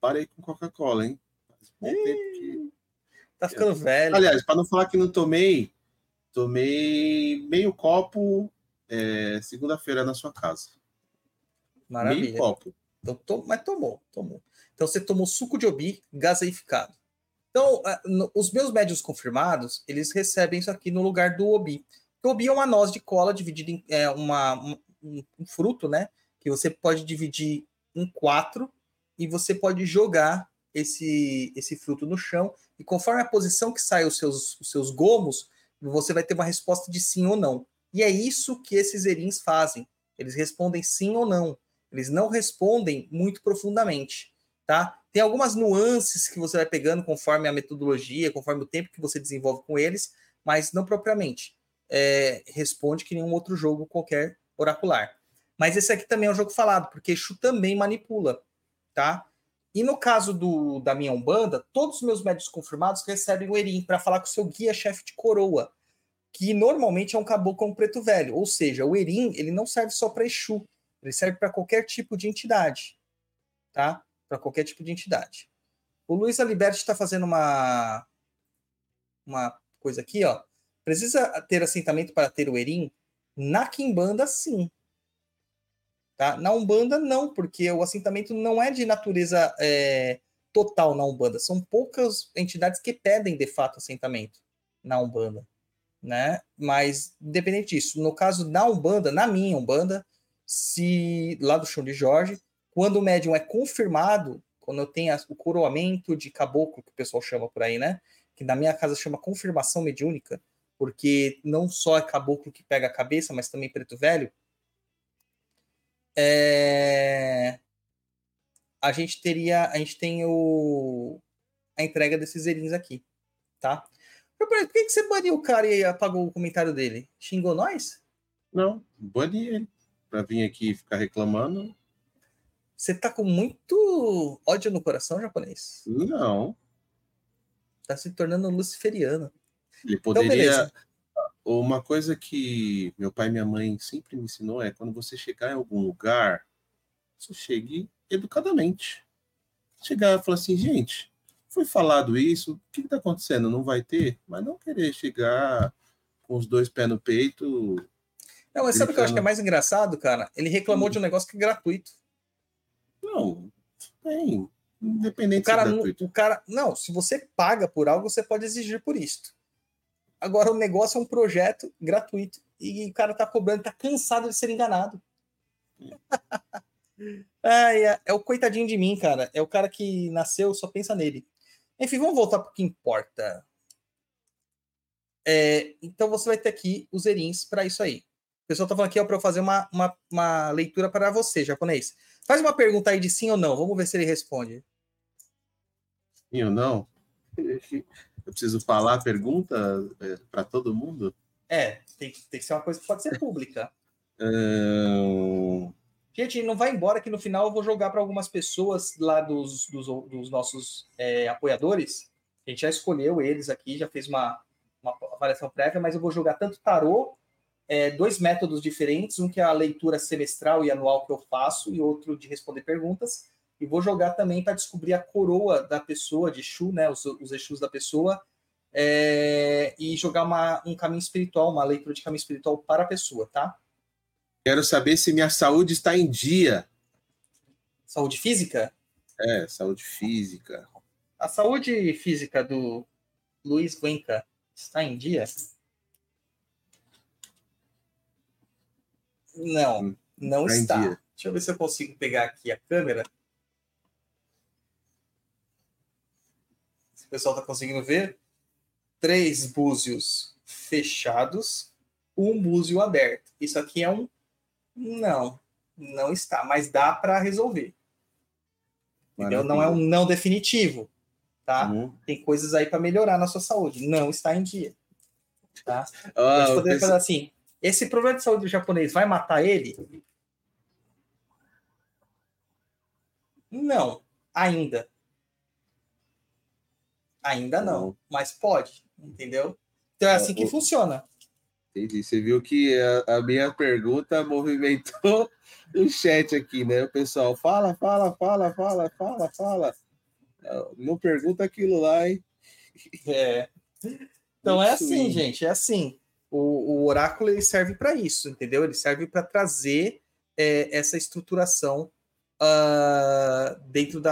parei com Coca-Cola, hein? Faz bom tempo que... Tá ficando velho. Aliás, para não falar que não tomei meio copo segunda-feira na sua casa. Maravilha. Meio copo. Então, mas tomou. Então você tomou suco de obi gaseificado. Então, os meus médios confirmados, eles recebem isso aqui no lugar do obi. O obi é uma noz de cola dividida em um fruto, né? Que você pode dividir em 4 e você pode jogar esse fruto no chão. E conforme a posição que sai os seus gomos, você vai ter uma resposta de sim ou não. E é isso que esses erins fazem. Eles respondem sim ou não. Eles não respondem muito profundamente, tá? Tem algumas nuances que você vai pegando conforme a metodologia, conforme o tempo que você desenvolve com eles, mas não propriamente. Responde que nenhum outro jogo qualquer oracular. Mas esse aqui também é um jogo falado, porque Exu também manipula, tá? E no caso da minha Umbanda, todos os meus médios confirmados recebem o Erim para falar com o seu guia-chefe de coroa, que normalmente é um caboclo preto velho. Ou seja, o Erim, ele não serve só para Exu, ele serve para qualquer tipo de entidade, tá? Para qualquer tipo de entidade. O Luiz Aliberti está fazendo uma coisa aqui, ó. Precisa ter assentamento para ter o Erim? Na Quimbanda, sim. Tá? Na Umbanda, não, porque o assentamento não é de natureza total na Umbanda. São poucas entidades que pedem, de fato, assentamento na Umbanda, né? Mas, independente disso, no caso da Umbanda, na minha Umbanda, lá do Chão de Jorge, quando o médium é confirmado, quando eu tenho o coroamento de caboclo, que o pessoal chama por aí, né? Que na minha casa chama confirmação mediúnica, porque não só é caboclo que pega a cabeça, mas também preto velho, a gente tem a entrega desses erins aqui, tá? Por que você baniu o cara e apagou o comentário dele? Xingou nós? Não, bani ele. Pra vir aqui ficar reclamando. Você tá com muito ódio no coração, japonês? Não. Tá se tornando luciferiano. Ele poderia... Então, beleza. Uma coisa que meu pai e minha mãe sempre me ensinou é quando você chegar em algum lugar, você chegue educadamente. Chegar e falar assim, gente, foi falado isso, o que está acontecendo? Não vai ter? Mas não querer chegar com os 2 pés no peito. Não, mas sabe o que eu acho que é mais engraçado, cara? Ele reclamou de um negócio que é gratuito. Não, tem. Independente se é gratuito. Não, se você paga por algo, você pode exigir por isto. Agora, o negócio é um projeto gratuito e o cara tá cobrando, tá cansado de ser enganado. É o coitadinho de mim, cara. É o cara que nasceu, só pensa nele. Enfim, vamos voltar para o que importa. Então, você vai ter aqui os erins para isso aí. O pessoal tá falando aqui para eu fazer uma leitura para você, japonês. Faz uma pergunta aí de sim ou não. Vamos ver se ele responde. Sim ou não? Eu preciso falar a pergunta para todo mundo? Tem que ser uma coisa que pode ser pública. Uh... Gente, não vai embora que no final eu vou jogar para algumas pessoas lá dos nossos apoiadores. A gente já escolheu eles aqui, já fez uma avaliação prévia, mas eu vou jogar tanto tarô, 2 métodos diferentes, um que é a leitura semestral e anual que eu faço, e outro de responder perguntas. E vou jogar também para descobrir a coroa da pessoa, de Exu, né, os Exus da pessoa, e jogar um caminho espiritual, uma leitura de caminho espiritual para a pessoa, tá? Quero saber se minha saúde está em dia. Saúde física? Saúde física. A saúde física do Luiz Cuenca está em dia? Não está. Dia. Deixa eu ver se eu consigo pegar aqui a câmera. Se o pessoal está conseguindo ver. 3 búzios fechados, 1 búzio aberto. Isso aqui é um... Não está, mas dá para resolver. Entendeu? Não é um não definitivo, tá? Tem coisas aí para melhorar na sua saúde. Não está em dia, tá? Pode poder falar assim, esse problema de saúde do japonês vai matar ele? Não, ainda. Ainda não, mas pode, entendeu? Então é assim que funciona. Entendi. Você viu que a minha pergunta movimentou o chat aqui, né? O pessoal fala. Não pergunta aquilo lá, hein? É. Então é assim, Swing. gente, é assim. O oráculo ele serve para isso, entendeu? Ele serve para trazer essa estruturação dentro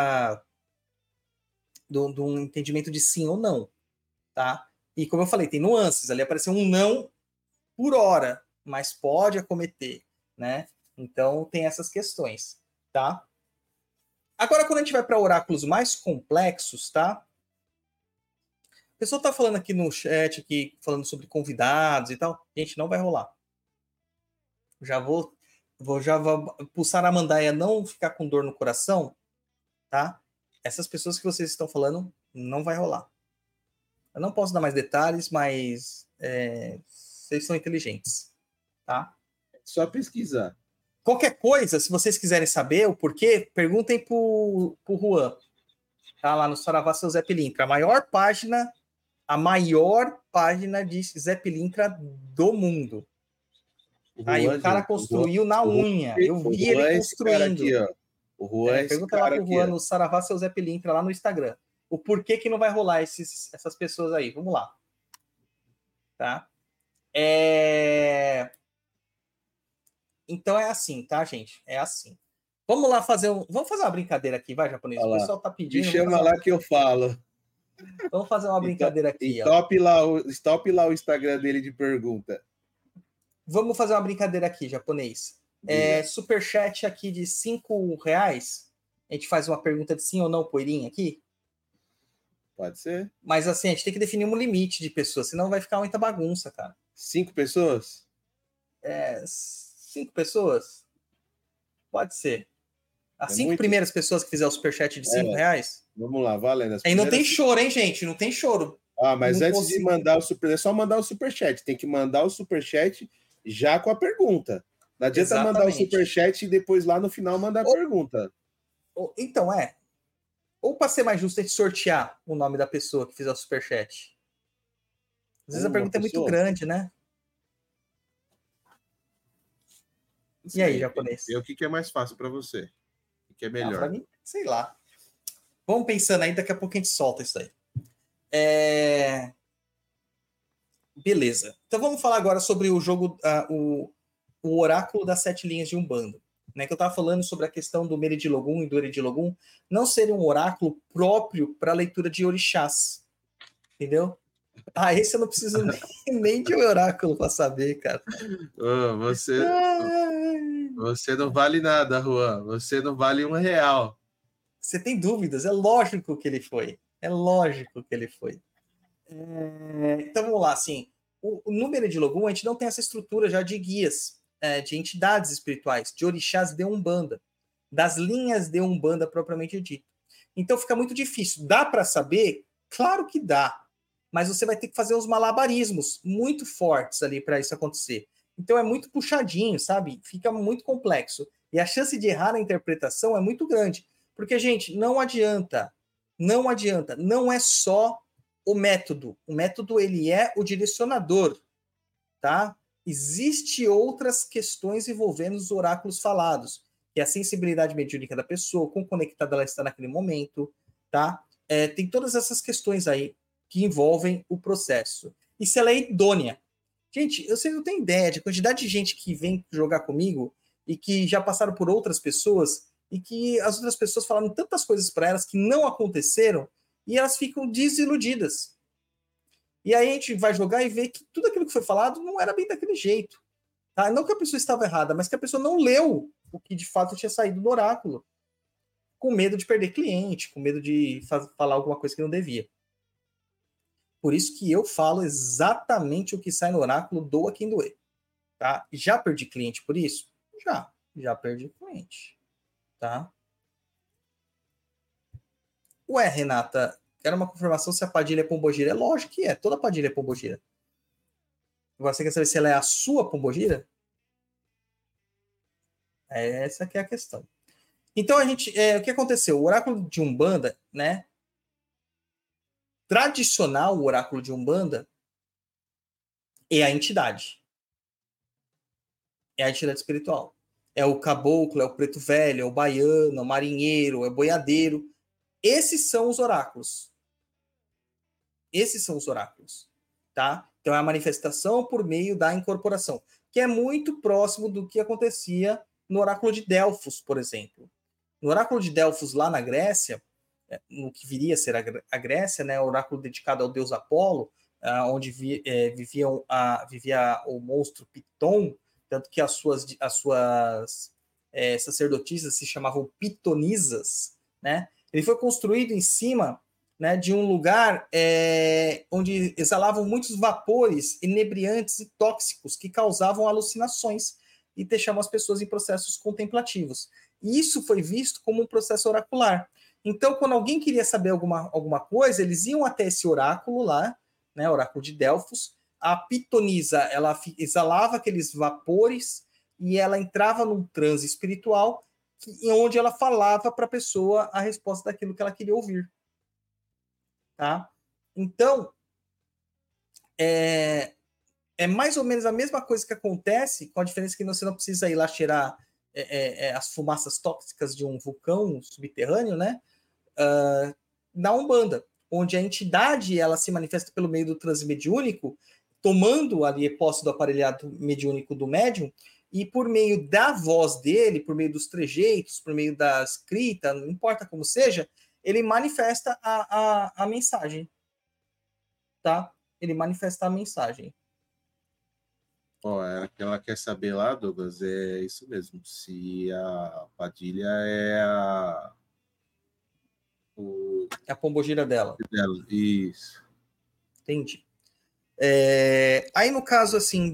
do um entendimento de sim ou não, tá? E como eu falei, tem nuances. Ali apareceu um não por hora, mas pode acometer, né? Então tem essas questões, tá? Agora, quando a gente vai para oráculos mais complexos, tá? O pessoal tá falando aqui no chat, aqui, falando sobre convidados e tal. Gente, não vai rolar. Já vou pulsar a Mandaia não ficar com dor no coração, tá? Essas pessoas que vocês estão falando, não vai rolar. Eu não posso dar mais detalhes, mas vocês são inteligentes, tá? Só pesquisar. Qualquer coisa, se vocês quiserem saber o porquê, perguntem pro Juan. Tá lá no Saravá Seu Zé Pilintra. A maior página de Zé Pilintra do mundo. Aí o cara construiu na unha. Eu vi ele construindo. Aqui, ó. O Juan é pergunta lá pro Juan no Saravá Seu Zé Pilintra lá no Instagram. O porquê que não vai rolar essas pessoas aí. Vamos lá. Tá? Então é assim, tá, gente? É assim. Vamos lá vamos fazer uma brincadeira aqui, vai, japonês? O pessoal tá pedindo. Me chama lá que eu falo. Vamos fazer uma brincadeira aqui. Stop lá o Instagram dele de pergunta. Vamos fazer uma brincadeira aqui, japonês. Superchat aqui de R$5. A gente faz uma pergunta de sim ou não, poeirinha aqui? Pode ser. Mas assim, a gente tem que definir um limite de pessoas, senão vai ficar muita bagunça, cara. 5 pessoas? 5 pessoas? Pode ser. As 5 primeiras pessoas que fizer o superchat de R$5. Vamos lá, valendo. Aí não tem choro, hein, gente? Não tem choro. Mas não antes de mandar o superchat, é só mandar o superchat. Tem que mandar o superchat já com a pergunta. Não adianta mandar o superchat e depois lá no final mandar a pergunta. Então, ou para ser mais justo, a gente sortear o nome da pessoa que fizer o superchat. Às vezes a pergunta é muito grande, né? E aí, japonês? O que é mais fácil para você? O que é melhor? Para mim, sei lá. Vamos pensando aí, daqui a pouco a gente solta isso aí. Beleza. Então vamos falar agora sobre o jogo, o oráculo das 7 linhas de Umbanda. Né, que eu estava falando sobre a questão do Meridilogum e do Eridilogum não ser um oráculo próprio para leitura de orixás. Entendeu? Esse eu não preciso nem de oráculo para saber, cara. Você não vale nada, Juan. Você não vale R$1. Você tem dúvidas? É lógico que ele foi. Então vamos lá, assim. No Meridilogum a gente não tem essa estrutura já de guias, de entidades espirituais, de orixás de Umbanda, das linhas de Umbanda propriamente dito. Então fica muito difícil. Dá para saber? Claro que dá. Mas você vai ter que fazer uns malabarismos muito fortes ali para isso acontecer. Então é muito puxadinho, sabe? Fica muito complexo. E a chance de errar na interpretação é muito grande. Porque, gente, não adianta. Não é só o método. O método, ele é o direcionador, tá? Existem outras questões envolvendo os oráculos falados, que é a sensibilidade mediúnica da pessoa, quão conectada ela está naquele momento, tá? Tem todas essas questões aí que envolvem o processo. E se ela é idônea. Gente, vocês não têm ideia de quantidade de gente que vem jogar comigo e que já passaram por outras pessoas e que as outras pessoas falaram tantas coisas para elas que não aconteceram e elas ficam desiludidas. E aí a gente vai jogar e vê que tudo aquilo que foi falado não era bem daquele jeito. Tá? Não que a pessoa estava errada, mas que a pessoa não leu o que de fato tinha saído do oráculo. Com medo de perder cliente, com medo de falar alguma coisa que não devia. Por isso que eu falo exatamente o que sai no oráculo, doa quem doer. Tá? Já perdi cliente por isso? Já perdi cliente. Tá? Ué, Renata, quero uma confirmação se a Padilha é pombogira. É lógico que é, toda Padilha é pombogira. Agora você quer saber se ela é a sua pombogira? Essa que é a questão. Então, o que aconteceu? O oráculo de Umbanda, né? Tradicional, o oráculo de Umbanda é a entidade. É a entidade espiritual. É o caboclo, é o preto velho, é o baiano, é o marinheiro, é o boiadeiro. Esses são os oráculos. Esses são os oráculos, tá? Então é a manifestação por meio da incorporação, que é muito próximo do que acontecia no oráculo de Delfos, por exemplo. No oráculo de Delfos, lá na Grécia, no que viria a ser a Grécia, né, o oráculo dedicado ao deus Apolo, onde vivia o monstro Piton, tanto que as suas sacerdotisas se chamavam pitonisas, né? Ele foi construído em cima, né, de um lugar onde exalavam muitos vapores inebriantes e tóxicos que causavam alucinações e deixavam as pessoas em processos contemplativos. E isso foi visto como um processo oracular. Então, quando alguém queria saber alguma coisa, eles iam até esse oráculo lá, né, oráculo de Delfos. A pitonisa, ela exalava aqueles vapores e ela entrava num transe espiritual onde ela falava para a pessoa a resposta daquilo que ela queria ouvir. Tá? Então, é mais ou menos a mesma coisa que acontece, com a diferença que você não precisa ir lá cheirar as fumaças tóxicas de um vulcão subterrâneo, né? Na Umbanda, onde a entidade ela se manifesta pelo meio do transe mediúnico, tomando ali posse do aparelhado mediúnico do médium, e por meio da voz dele, por meio dos trejeitos, por meio da escrita, não importa como seja, ele manifesta a mensagem. Tá? Ele manifesta a mensagem. Ela quer saber lá, Douglas, é isso mesmo. Se a Padilha é a pombogira dela. Isso. Entendi. Aí no caso assim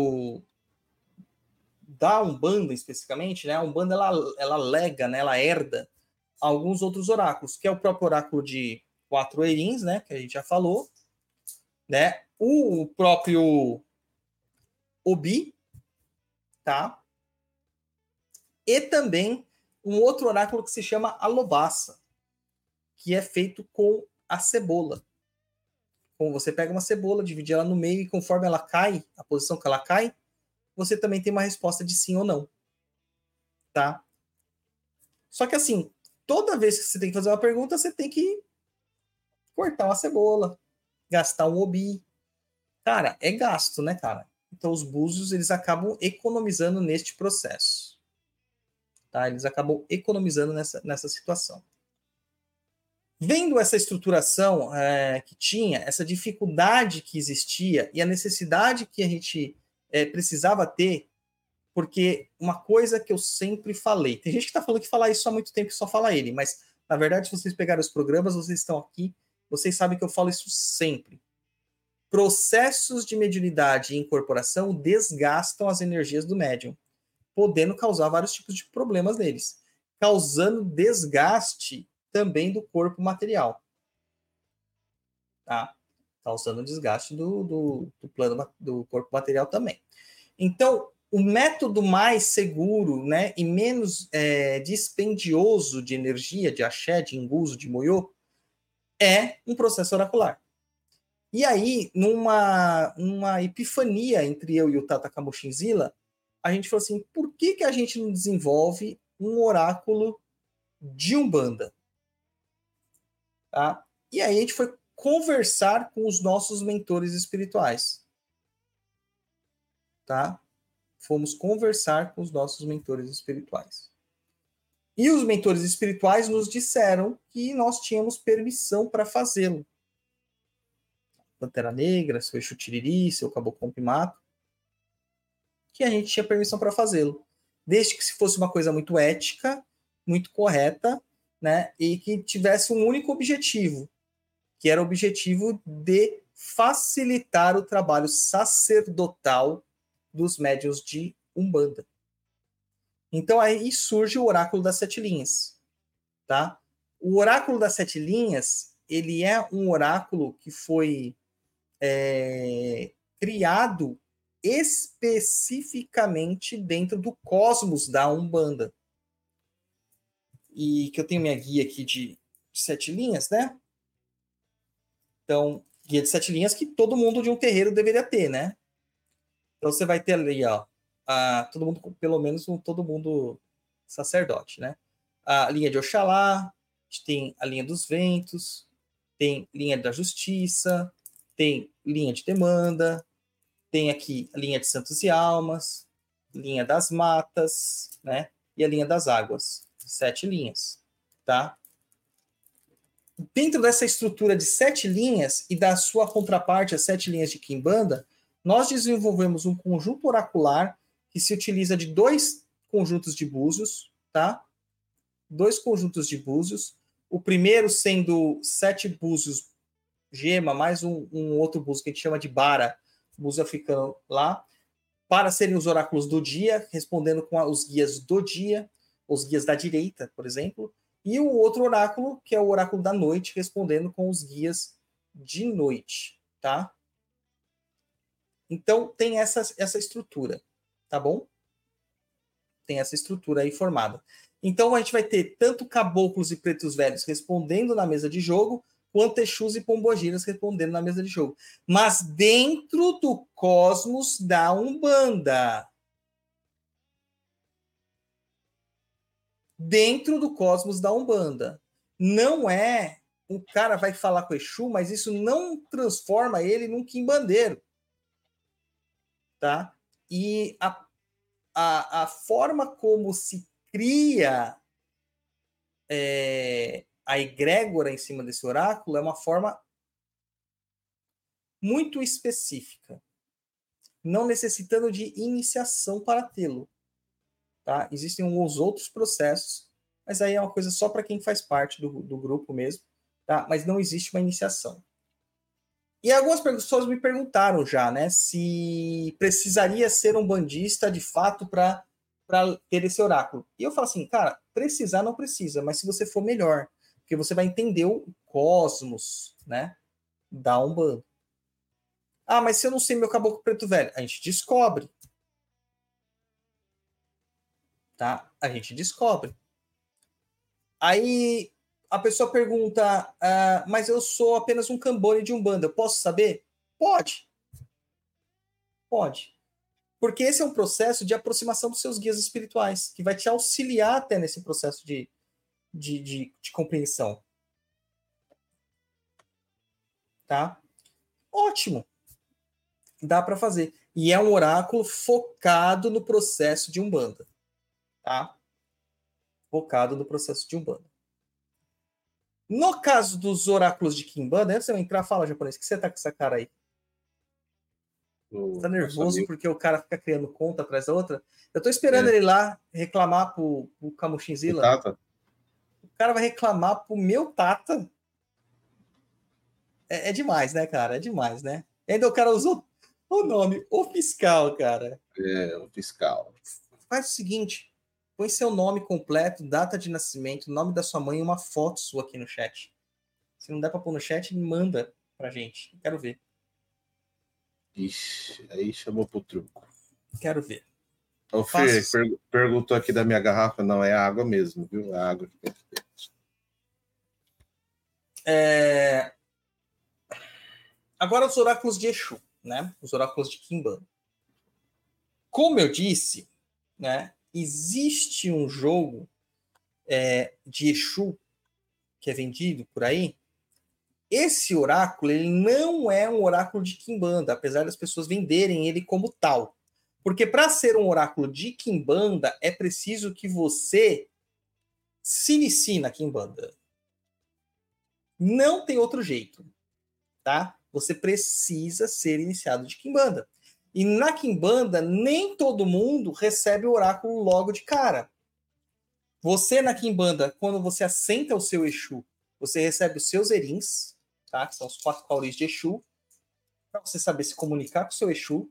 da Umbanda especificamente, né? A Umbanda ela lega, né? Ela herda alguns outros oráculos, que é o próprio oráculo de 4 Erins, né? Que a gente já falou, né? O próprio Obi, tá? E também um outro oráculo que se chama Alobaça, que é feito com a cebola. Como você pega uma cebola, divide ela no meio e conforme ela cai, a posição que ela cai, você também tem uma resposta de sim ou não. Tá? Só que assim, toda vez que você tem que fazer uma pergunta, você tem que cortar uma cebola, gastar um obi. Cara, é gasto, né, cara? Então os búzios, eles acabam economizando neste processo. Tá? Eles acabam economizando nessa situação. Vendo essa estruturação que tinha, essa dificuldade que existia e a necessidade que a gente precisava ter, porque uma coisa que eu sempre falei, tem gente que está falando que fala isso há muito tempo que só fala ele, mas na verdade, se vocês pegarem os programas, vocês estão aqui, vocês sabem que eu falo isso sempre. Processos de mediunidade e incorporação desgastam as energias do médium, podendo causar vários tipos de problemas neles, causando desgaste também do corpo material. Tá? Causando desgaste do plano do corpo material também. Então, o método mais seguro, né, e menos dispendioso de energia, de axé, de inguso, de moyô, é um processo oracular. E aí, numa epifania entre eu e o Tata Kamushinzila, a gente falou assim, por que a gente não desenvolve um oráculo de Umbanda? Tá? E aí a gente foi conversar com os nossos mentores espirituais. Tá? Fomos conversar com os nossos mentores espirituais. E os mentores espirituais nos disseram que nós tínhamos permissão para fazê-lo. Pantera Negra, seu Exu Tiriri, seu Caboclo Compimato, que a gente tinha permissão para fazê-lo. Desde que se fosse uma coisa muito ética, muito correta, né, e que tivesse um único objetivo, que era o objetivo de facilitar o trabalho sacerdotal dos médiuns de Umbanda. Então aí surge o Oráculo das Sete Linhas. Tá? O Oráculo das Sete Linhas, ele é um oráculo que foi criado especificamente dentro do cosmos da Umbanda. E que eu tenho minha guia aqui de 7 linhas, né? Então, guia de 7 linhas que todo mundo de um terreiro deveria ter, né? Então você vai ter ali, ó, todo mundo, pelo menos todo mundo sacerdote, né? A linha de Oxalá, gente tem a linha dos ventos, tem linha da justiça, tem linha de demanda, tem aqui a linha de santos e almas, linha das matas, né? E a linha das águas. 7 linhas, tá? Dentro dessa estrutura de 7 linhas e da sua contraparte, as 7 linhas de Quimbanda, nós desenvolvemos um conjunto oracular que se utiliza de 2 conjuntos de búzios, tá? 2 conjuntos de búzios. O primeiro sendo 7 búzios gema, mais um outro búzio que a gente chama de bara, búzio africano lá, para serem os oráculos do dia, respondendo com os guias do dia, os guias da direita, por exemplo, e o outro oráculo, que é o oráculo da noite, respondendo com os guias de noite, tá? Então, tem essa estrutura, tá bom? Tem essa estrutura aí formada. Então, a gente vai ter tanto caboclos e pretos velhos respondendo na mesa de jogo, quanto Exus e pombogiras respondendo na mesa de jogo. Mas dentro do cosmos da Umbanda. Dentro do cosmos da Umbanda. Não é o cara vai falar com o Exu, mas isso não transforma ele num quimbandeiro. Tá? E a forma como se cria a egrégora em cima desse oráculo é uma forma muito específica, não necessitando de iniciação para tê-lo. Tá? Existem alguns outros processos, mas aí é uma coisa só para quem faz parte do grupo mesmo, tá? Mas não existe uma iniciação. E algumas pessoas me perguntaram já, né, se precisaria ser um bandista de fato para ter esse oráculo. E eu falo assim, cara, precisar não precisa, mas se você for melhor, porque você vai entender o cosmos, né, da Umbanda. Ah, mas se eu não sei meu caboclo preto velho, a gente descobre. Tá? A gente descobre. Aí a pessoa pergunta, mas eu sou apenas um cambone de Umbanda, eu posso saber? Pode. Pode. Porque esse é um processo de aproximação dos seus guias espirituais, que vai te auxiliar até nesse processo de compreensão. Tá? Ótimo. Dá para fazer. E é um oráculo focado no processo de Umbanda. Tá? Focado no processo de Umbanda. No caso dos oráculos de Quimbanda, antes de eu entrar, fala, japonês, que você tá com essa cara aí? Você tá nervoso porque o cara fica criando conta atrás da outra? Eu tô esperando ele lá reclamar pro Kamushinzila. O cara vai reclamar pro meu Tata. É demais, né, cara? É demais, né? E ainda o cara usou o nome, o fiscal, cara. O fiscal. Faz o seguinte, põe seu nome completo, data de nascimento, nome da sua mãe e uma foto sua aqui no chat. Se não der pra pôr no chat, manda pra gente. Quero ver. Ixi, aí chamou pro truco. Quero ver. O Fê perguntou aqui da minha garrafa, não, é água mesmo, viu? É água que tem aqui dentro. Agora os oráculos de Exu, né? Os oráculos de Quimbanda. Como eu disse, né? Existe um jogo de Exu que é vendido por aí. Esse oráculo, ele não é um oráculo de Quimbanda, apesar das pessoas venderem ele como tal. Porque para ser um oráculo de Quimbanda, é preciso que você se inicie na Quimbanda. Não tem outro jeito, tá? Você precisa ser iniciado de Quimbanda. E na Quimbanda, nem todo mundo recebe o oráculo logo de cara. Você na Quimbanda, quando você assenta o seu Exu, você recebe os seus erins, tá? Que são os 4 cauris de Exu, para você saber se comunicar com o seu Exu.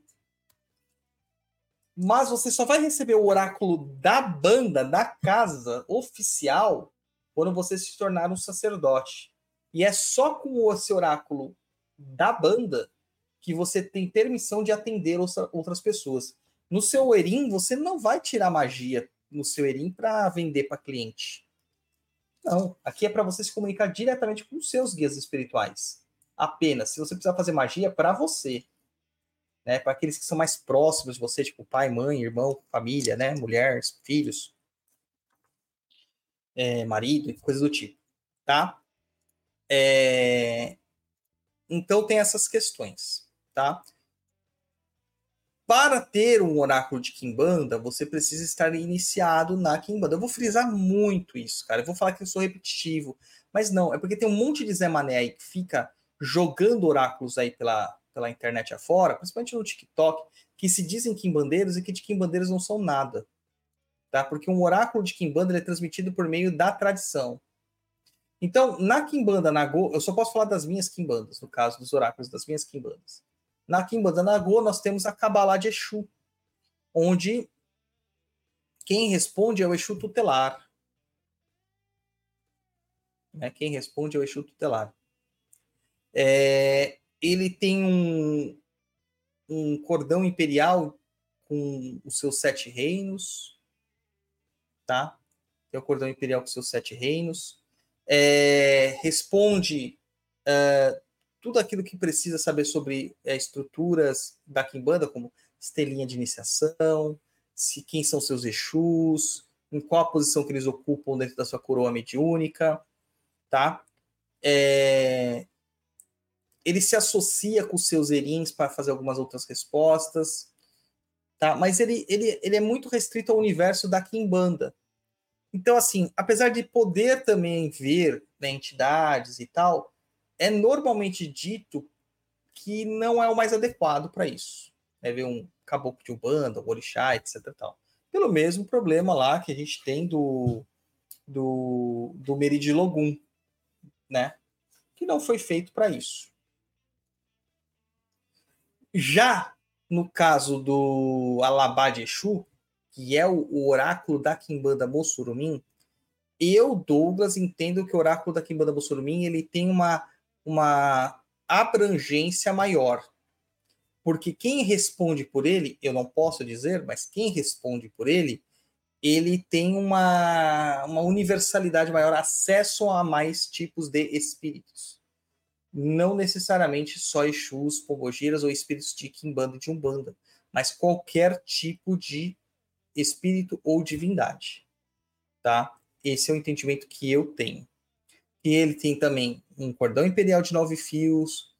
Mas você só vai receber o oráculo da banda, da casa oficial, quando você se tornar um sacerdote. E é só com esse oráculo da banda que você tem permissão de atender outras pessoas. No seu Erim, você não vai tirar magia no seu Erim para vender para cliente. Não, aqui é para você se comunicar diretamente com os seus guias espirituais. Apenas, se você precisar fazer magia, para você. Né? Para aqueles que são mais próximos de você, tipo pai, mãe, irmão, família, né? Mulher, filhos, marido, coisas do tipo. tá? Então tem essas questões, tá? Para ter um oráculo de Quimbanda, você precisa estar iniciado na Quimbanda. Eu vou frisar muito isso, cara. Eu vou falar que eu sou repetitivo, mas não, é porque tem um monte de Zé Mané aí que fica jogando oráculos aí pela internet afora, principalmente no TikTok, que se dizem quimbandeiros e que de quimbandeiros não são nada, tá? Porque um oráculo de Quimbanda é transmitido por meio da tradição. Então, na Quimbanda Nagô, eu só posso falar das minhas Quimbandas, no caso dos oráculos das minhas Quimbandas. Na Quimbanda Nagô, nós temos a Cabalá de Exu, onde quem responde é o Exu tutelar. Né? Quem responde é o Exu tutelar. Ele tem um cordão imperial com os seus 7 reinos, tá? Tem o cordão imperial com os seus 7 reinos. Responde tudo aquilo que precisa saber sobre estruturas da Quimbanda, como estelinha de iniciação, quem são seus Exus, em qual a posição que eles ocupam dentro da sua coroa mediúnica, tá? Ele se associa com os seus erins para fazer algumas outras respostas, tá? Mas ele é muito restrito ao universo da Quimbanda. Então, assim, apesar de poder também ver, né, entidades e tal, é normalmente dito que não é o mais adequado para isso. É ver um caboclo de Umbanda, um orixá, etc. Tal. Pelo mesmo problema lá que a gente tem do Meridi Logum, né? Que não foi feito para isso. Já no caso do Alabá de Exu, que é o oráculo da Quimbanda Mossurumim, eu, Douglas, entendo que o oráculo da Quimbanda Mossurumim ele tem uma abrangência maior. Porque quem responde por ele, eu não posso dizer, mas quem responde por ele tem uma universalidade maior, acesso a mais tipos de espíritos. Não necessariamente só Exus, Pombogiras ou espíritos de Quimbanda e de Umbanda, mas qualquer tipo de espírito ou divindade, tá? Esse é o entendimento que eu tenho. E ele tem também um cordão imperial de 9 fios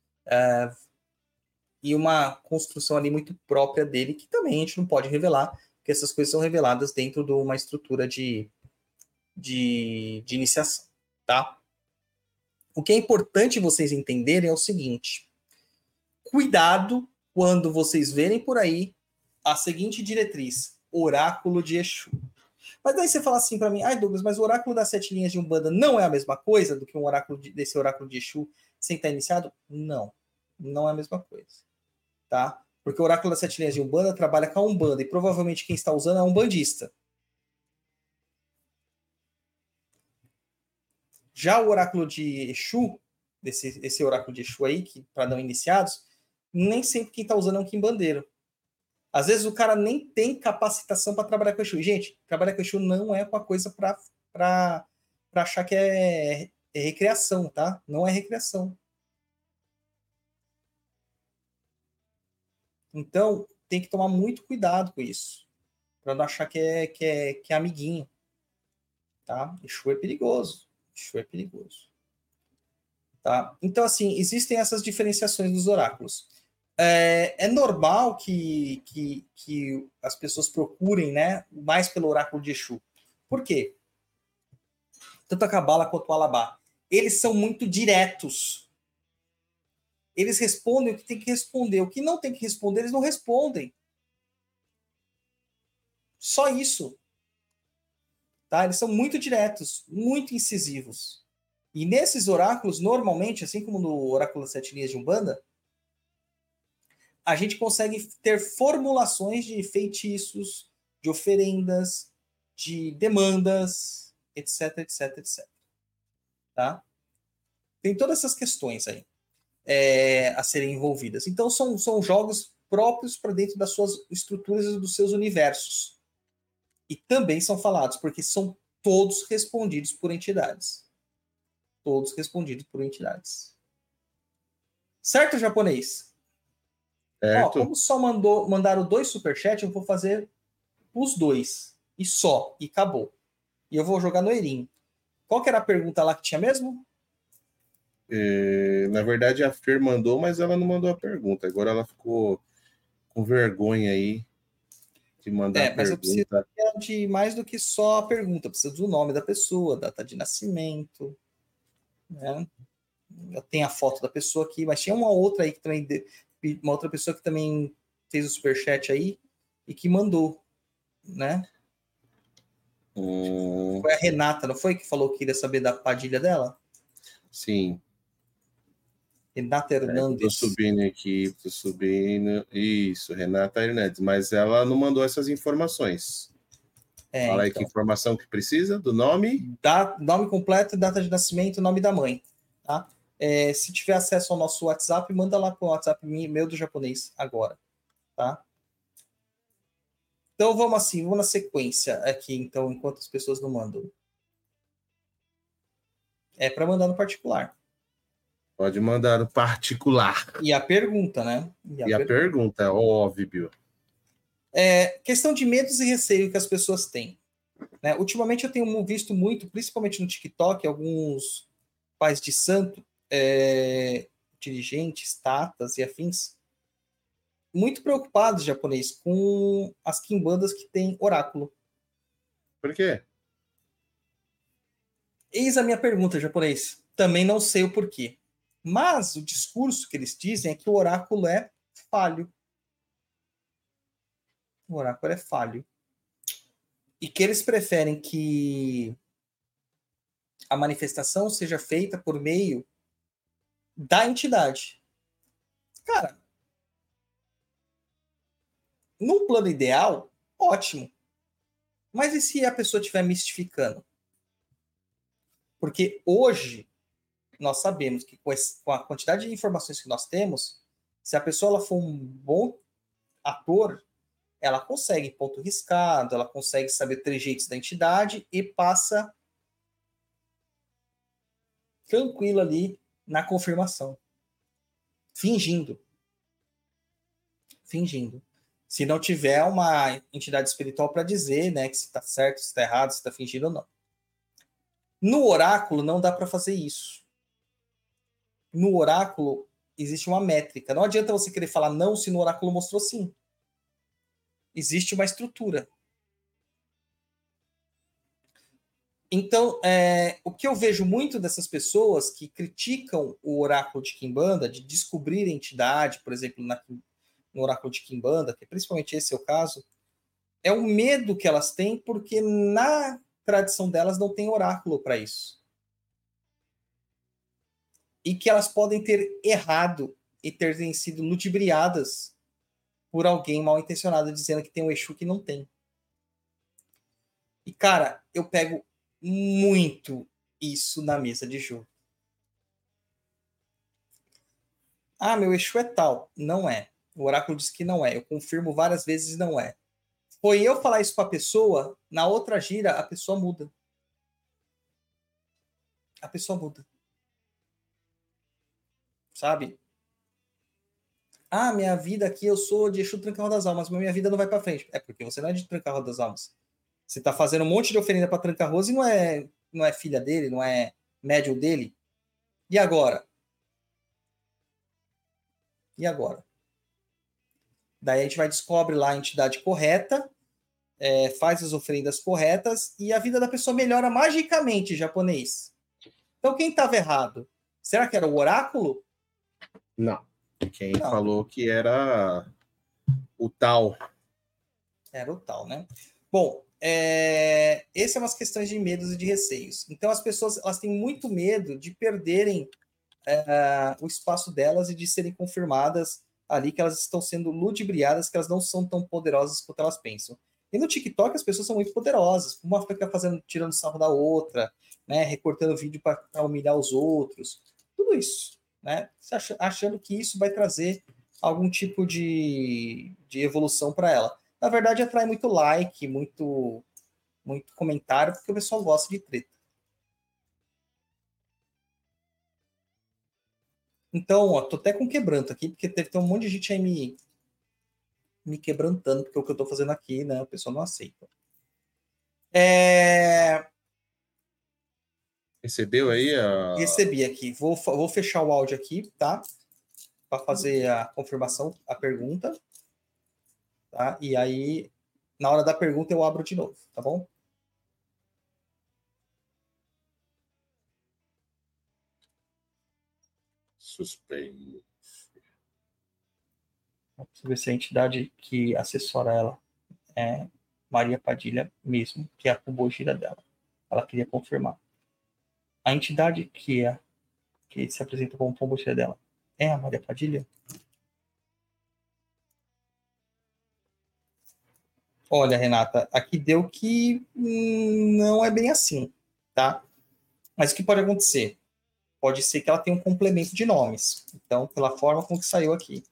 e uma construção ali muito própria dele, que também a gente não pode revelar, porque essas coisas são reveladas dentro de uma estrutura de iniciação, tá? O que é importante vocês entenderem é o seguinte: cuidado quando vocês verem por aí a seguinte diretriz: oráculo de Exu. Mas daí você fala assim para mim, Douglas, mas o oráculo das 7 linhas de Umbanda não é a mesma coisa do que um oráculo desse oráculo de Exu sem estar iniciado? Não, não é a mesma coisa, tá? Porque o oráculo das 7 linhas de Umbanda trabalha com a Umbanda e provavelmente quem está usando é um umbandista. Já o oráculo de Exu, esse oráculo de Exu aí, que para não iniciados, nem sempre quem está usando é um quimbandeiro. Às vezes o cara nem tem capacitação para trabalhar com Exu. E, gente, trabalhar com Exu não é uma coisa para achar que é recreação, tá? Não é recreação. Então, tem que tomar muito cuidado com isso, para não achar que é amiguinho, tá? Exu é perigoso. Exu é perigoso. Tá? Então, assim, existem essas diferenciações dos oráculos. É normal que as pessoas procurem, né, mais pelo oráculo de Exu. Por quê? Tanto a Cabala quanto o Alabá. Eles são muito diretos. Eles respondem o que tem que responder. O que não tem que responder, eles não respondem. Só isso. Tá? Eles são muito diretos, muito incisivos. E nesses oráculos, normalmente, assim como no oráculo das 7 linhas de Umbanda, a gente consegue ter formulações de feitiços, de oferendas, de demandas, etc, etc, etc. Tá? Tem todas essas questões aí a serem envolvidas. Então, são jogos próprios para dentro das suas estruturas e dos seus universos. E também são falados, porque são todos respondidos por entidades. Todos respondidos por entidades. Certo, japonês? Certo. Ó, como só mandaram 2 superchats, eu vou fazer os 2. E só. E acabou. E eu vou jogar no Erim. Qual que era a pergunta lá que tinha mesmo? Na verdade, a Fer mandou, mas ela não mandou a pergunta. Agora ela ficou com vergonha aí de mandar a Mas eu preciso pergunta. de mais do que só a pergunta. Eu preciso do nome da pessoa, data de nascimento, né? Eu tenho a foto da pessoa aqui, mas tinha uma outra aí que também... Uma outra pessoa que também fez o superchat aí e que mandou, né? Foi a Renata, não foi? Que falou que queria saber da Padilha dela? Sim. Renata Hernandes. Tô subindo. Isso, Renata Hernandes. Mas ela não mandou essas informações. Fala aí então. que informação que precisa do nome. Nome completo, data de nascimento, nome da mãe. Tá? Se tiver acesso ao nosso WhatsApp, manda lá para o WhatsApp meu do japonês agora. Tá? Então vamos na sequência aqui, então, enquanto as pessoas não mandam. É para mandar no particular. Pode mandar no particular. E a pergunta, né? E a pergunta é óbvio. Questão de medos e receio que as pessoas têm. Né? Ultimamente eu tenho visto muito, principalmente no TikTok, alguns pais de santo, dirigentes, tatas e afins, muito preocupados, japonês, com as quimbandas que têm oráculo. Por quê? Eis a minha pergunta, japonês. Também não sei o porquê. Mas o discurso que eles dizem é que o oráculo é falho. O oráculo é falho. E que eles preferem que a manifestação seja feita por meio da entidade. Cara, num plano ideal, ótimo. Mas e se a pessoa estiver mistificando? Porque hoje nós sabemos que com a quantidade de informações que nós temos, se a pessoa ela for um bom ator, ela consegue ponto riscado, ela consegue saber trejeitos da entidade e passa tranquilo ali na confirmação. Fingindo. Se não tiver uma entidade espiritual para dizer, né, que se está certo, se está errado, se está fingindo ou não. No oráculo não dá para fazer isso. No oráculo existe uma métrica. Não adianta você querer falar não se no oráculo mostrou sim. Existe uma estrutura. Então, o que eu vejo muito dessas pessoas que criticam o oráculo de Quimbanda, de descobrir a entidade, por exemplo, no oráculo de Quimbanda, que principalmente esse é o caso, é o medo que elas têm porque na tradição delas não tem oráculo para isso. E que elas podem ter errado e terem sido ludibriadas por alguém mal intencionado dizendo que tem um Exu que não tem. E, cara, eu pego muito isso na mesa de jogo. Ah, meu Exu é tal. Não é. O oráculo diz que não é. Eu confirmo várias vezes não é. Foi eu falar isso para a pessoa, na outra gira, a pessoa muda. A pessoa muda. Sabe? Ah, minha vida aqui, eu sou de Exu Tranca-Roda das Almas, mas minha vida não vai para frente. É porque você não é de Tranca-Roda das Almas. Você está fazendo um monte de oferenda para Tranca-Rosa e não é filha dele, não é médium dele. E agora? Daí a gente vai descobre lá a entidade correta, faz as oferendas corretas e a vida da pessoa melhora magicamente, japonês. Então quem estava errado? Será que era o oráculo? Não. Quem falou que era o tal. Era o tal, né? Bom, essas são as questões de medos e de receios. Então as pessoas elas têm muito medo de perderem o espaço delas e de serem confirmadas ali que elas estão sendo ludibriadas, que elas não são tão poderosas quanto elas pensam. E no TikTok as pessoas são muito poderosas. Uma fica tirando sarro da outra, né? Recortando vídeo para humilhar os outros. Tudo isso, né? Achando que isso vai trazer algum tipo de evolução para ela. Na verdade, atrai muito like, muito comentário, porque o pessoal gosta de treta. Então, ó, tô até com quebranto aqui, porque deve ter um monte de gente aí me quebrantando, porque o que eu tô fazendo aqui, né, o pessoal não aceita. Recebeu aí a... Recebi aqui. Vou fechar o áudio aqui, tá? Para fazer a confirmação, a pergunta. Tá? E aí, na hora da pergunta, eu abro de novo, tá bom? Suspense. Vamos ver se a entidade que assessora ela é Maria Padilha mesmo, que é a pombogira dela. Ela queria confirmar. A entidade que se apresenta como pombogira dela é a Maria Padilha? Olha, Renata, aqui deu que não é bem assim, tá? Mas o que pode acontecer? Pode ser que ela tenha um complemento de nomes. Então, pela forma como que saiu aqui.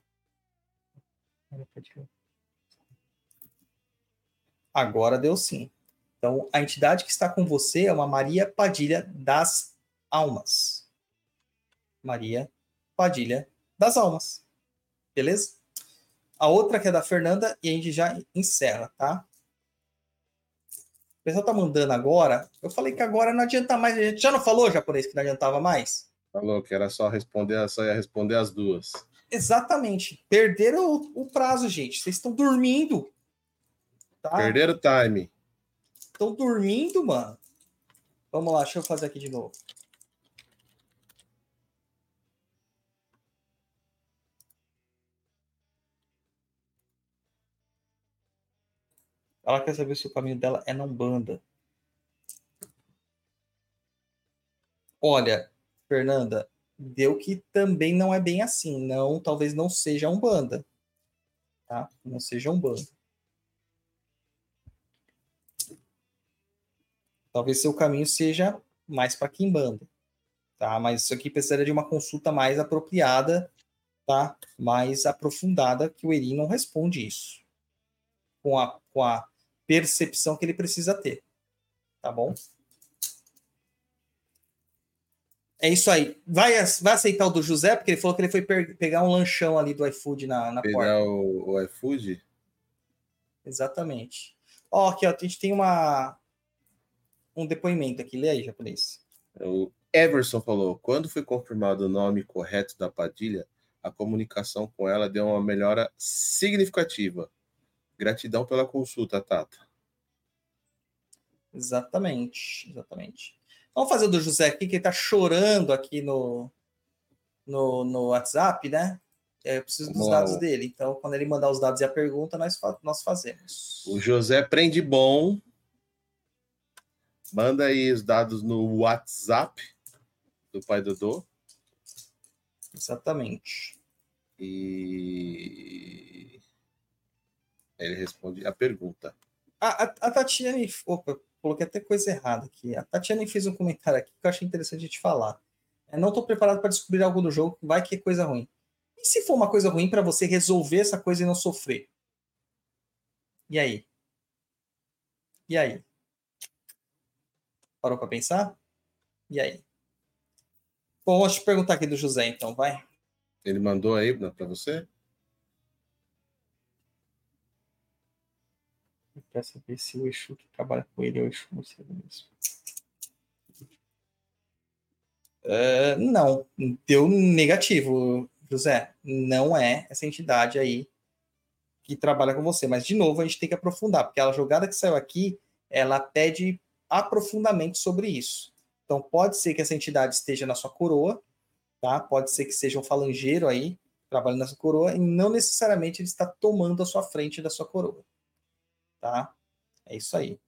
Agora deu sim. Então, a entidade que está com você é uma Maria Padilha das Almas. Maria Padilha das Almas. Beleza? A outra que é da Fernanda e a gente já encerra, tá? O pessoal tá mandando agora. Eu falei que agora não adianta mais. A gente já não falou, japonês, que não adiantava mais? Falou que era só responder, só ia responder as duas. Exatamente. Perderam o prazo, gente. Vocês estão dormindo. Tá? Perderam o time. Estão dormindo, mano. Vamos lá, deixa eu fazer aqui de novo. Ela quer saber se o caminho dela é na Umbanda. Olha, Fernanda, deu que também não é bem assim. Não, talvez não seja a Umbanda. Tá? Não seja a Umbanda. Talvez seu caminho seja mais para Quimbanda. Tá? Mas isso aqui precisaria de uma consulta mais apropriada, tá? Mais aprofundada, que o Eri não responde isso. Com a percepção que ele precisa ter. Tá bom? É isso aí. Vai aceitar o do José, porque ele falou que ele foi pegar um lanchão ali do iFood na Pegar porta. o iFood? Exatamente. Ó, aqui, ó, a gente tem um depoimento aqui. Lê aí, japonês. O Everson falou, quando foi confirmado o nome correto da Padilha, a comunicação com ela deu uma melhora significativa. Gratidão pela consulta, Tata. Exatamente. Vamos fazer o do José aqui, que ele tá chorando aqui no WhatsApp, né? Eu preciso dos dados dele. Então, quando ele mandar os dados e a pergunta, nós fazemos. O José Prende Bom. Manda aí os dados no WhatsApp do Pai Dodô. Exatamente. E ele responde a pergunta. A Tatiane... Opa, coloquei até coisa errada aqui. A Tatiane fez um comentário aqui que eu achei interessante de te falar. Eu não estou preparado para descobrir algo do jogo, vai que é coisa ruim. E se for uma coisa ruim para você resolver essa coisa e não sofrer? E aí? Parou para pensar? E aí? Bom, deixa eu perguntar aqui do José, então, vai. Ele mandou aí para você? Eu quero saber se o Exu que trabalha com ele é o Exu você mesmo. Não, deu negativo, José. Não é essa entidade aí que trabalha com você. Mas, de novo, a gente tem que aprofundar, porque a jogada que saiu aqui, ela pede aprofundamento sobre isso. Então, pode ser que essa entidade esteja na sua coroa, tá? Pode ser que seja um falangeiro aí, trabalhando na sua coroa, e não necessariamente ele está tomando a sua frente da sua coroa. Tá? É isso aí.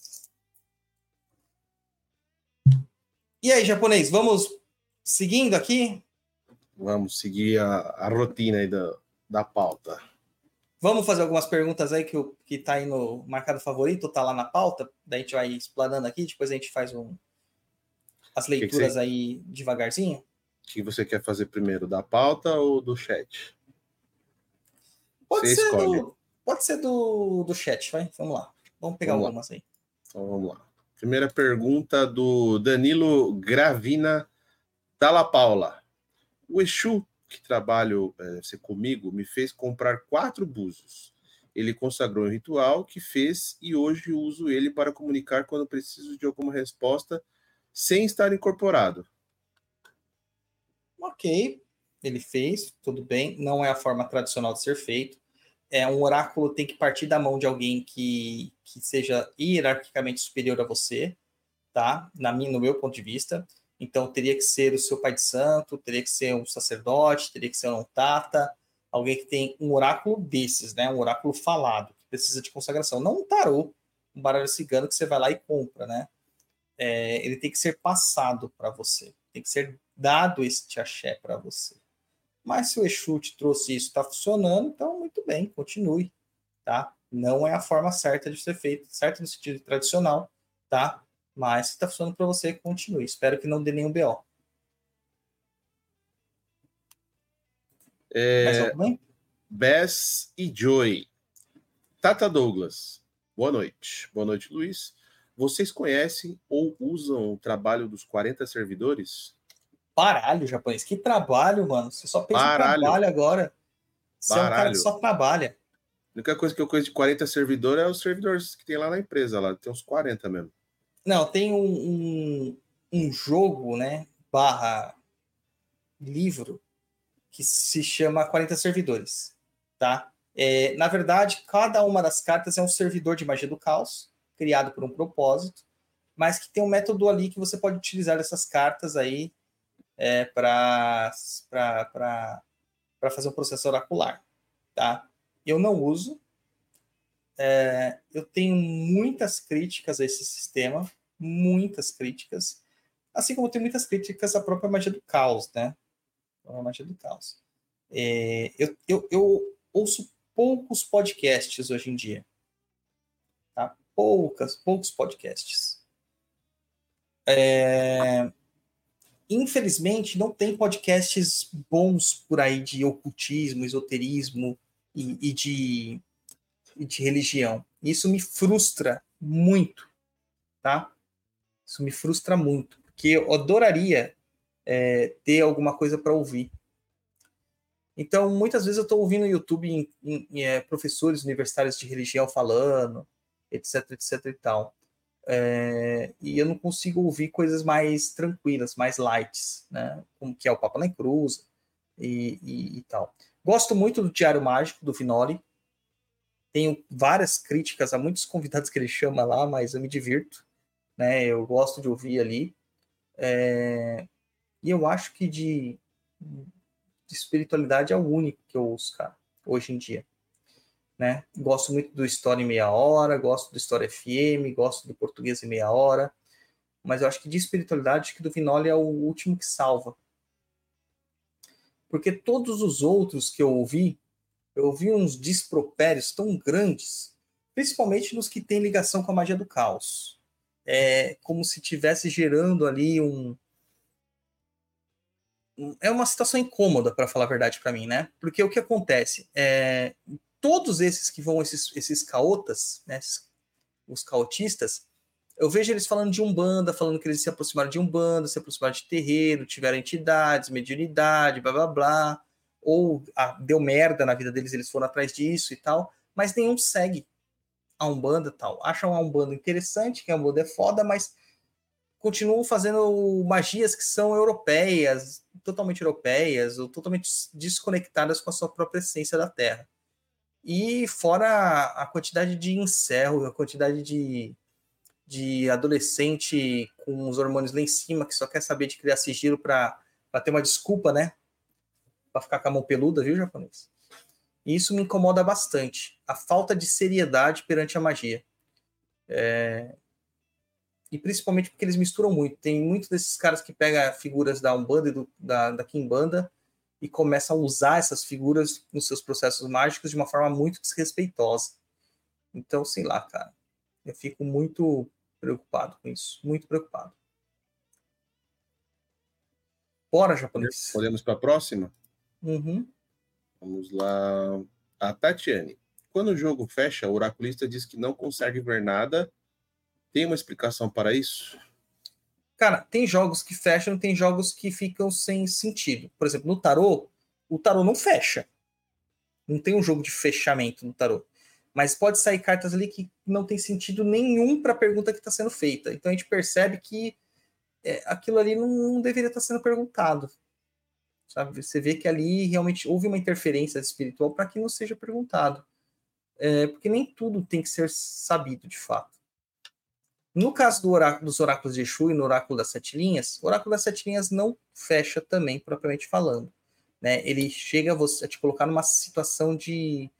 E aí, japonês, vamos seguindo aqui? Vamos seguir a rotina aí da pauta. Vamos fazer algumas perguntas aí que tá aí no marcado favorito, tá lá na pauta, daí a gente vai explanando aqui, depois a gente faz as leituras aí devagarzinho. O que você quer fazer primeiro, da pauta ou do chat? Pode ser do chat, vai? Vamos lá. Vamos pegar algumas aí. Então vamos lá. Primeira pergunta do Danilo Gravina Dalla Paula. O Exu que trabalho comigo me fez comprar 4 búzios. Ele consagrou um ritual que fez e hoje uso ele para comunicar quando preciso de alguma resposta sem estar incorporado. Ok, ele fez, tudo bem. Não é a forma tradicional de ser feito. Um oráculo tem que partir da mão de alguém que seja hierarquicamente superior a você, tá? No meu ponto de vista. Então, teria que ser o seu pai de santo, teria que ser um sacerdote, teria que ser um tata, alguém que tem um oráculo desses, né? Um oráculo falado, que precisa de consagração. Não um tarô, um baralho cigano que você vai lá e compra, né? Ele tem que ser passado para você. Tem que ser dado este axé para você. Mas se o Exu te trouxe isso, está funcionando, então muito bem, continue, tá? Não é a forma certa de ser feito, certo no sentido tradicional, tá? Mas se está funcionando para você, continue. Espero que não dê nenhum BO. Mais alguém? Bess e Joy. Tata Douglas. Boa noite. Boa noite, Luiz. Vocês conhecem ou usam o trabalho dos 40 servidores? Baralho, japonês. Que trabalho, mano. Você só pensa em trabalho agora. Você é um cara que só trabalha. A única coisa que eu conheço de 40 servidores é os servidores que tem lá na empresa. Lá tem uns 40 mesmo. Não, tem um jogo, né? Barra livro que se chama 40 servidores, tá? Na verdade, cada uma das cartas é um servidor de magia do caos, criado por um propósito, mas que tem um método ali que você pode utilizar essas cartas aí para fazer um processo oracular, tá? Eu não uso. Eu tenho muitas críticas a esse sistema, muitas críticas, assim como eu tenho muitas críticas à própria magia do caos, né? A magia do caos. Eu ouço poucos podcasts hoje em dia. Tá? Poucos podcasts. Infelizmente, não tem podcasts bons por aí de ocultismo, esoterismo e de religião. Isso me frustra muito, tá? Isso me frustra muito, porque eu adoraria ter alguma coisa para ouvir. Então, muitas vezes eu estou ouvindo no YouTube professores universitários de religião falando, etc, etc e tal. E eu não consigo ouvir coisas mais tranquilas, mais lights, né? Como que é o Papa na Cruz e tal. Gosto muito do Diário Mágico, do Vinoli. Tenho várias críticas a muitos convidados que ele chama lá, mas eu me divirto, né? Eu gosto de ouvir ali. E eu acho que de espiritualidade é o único que eu ouço, cara, hoje em dia. Né? Gosto muito do História em Meia Hora, gosto do História FM, gosto do Português em Meia Hora, mas eu acho que de espiritualidade, acho que do Vinoli é o último que salva. Porque todos os outros que eu ouvi uns despropérios tão grandes, principalmente nos que têm ligação com a magia do caos. Como se estivesse gerando ali é uma situação incômoda, para falar a verdade para mim, né? Porque o que acontece? Todos esses que vão, esses caotas, né? Os caotistas, eu vejo eles falando de Umbanda, falando que eles se aproximaram de Umbanda, se aproximaram de terreiro, tiveram entidades, mediunidade, blá blá blá, ou deu merda na vida deles, eles foram atrás disso e tal, mas nenhum segue a Umbanda e tal. Acham a Umbanda interessante, que a Umbanda é foda, mas continuam fazendo magias que são europeias, totalmente europeias, ou totalmente desconectadas com a sua própria essência da Terra. E fora a quantidade de incel, a quantidade de adolescente com os hormônios lá em cima, que só quer saber de criar sigilo para ter uma desculpa, né? Para ficar com a mão peluda, viu, japonês? E isso me incomoda bastante. A falta de seriedade perante a magia. E principalmente porque eles misturam muito. Tem muitos desses caras que pegam figuras da Umbanda e da Quimbanda e começam a usar essas figuras nos seus processos mágicos de uma forma muito desrespeitosa. Então, sei lá, cara. Eu fico muito preocupado com isso. Muito preocupado. Bora, japonês. Podemos para a próxima? Uhum. Vamos lá. A Tatiane. Quando o jogo fecha, o oraculista diz que não consegue ver nada. Tem uma explicação para isso? Cara, tem jogos que fecham, tem jogos que ficam sem sentido. Por exemplo, no tarô, o tarô não fecha. Não tem um jogo de fechamento no tarô. Mas pode sair cartas ali que não tem sentido nenhum para a pergunta que está sendo feita. Então a gente percebe que aquilo ali não deveria estar sendo perguntado. Sabe? Você vê que ali realmente houve uma interferência espiritual para que não seja perguntado. Porque nem tudo tem que ser sabido, de fato. No caso dos oráculos de Exu e no oráculo das 7 linhas, o oráculo das 7 linhas não fecha também, propriamente falando. Né? Ele chega a te colocar numa situação de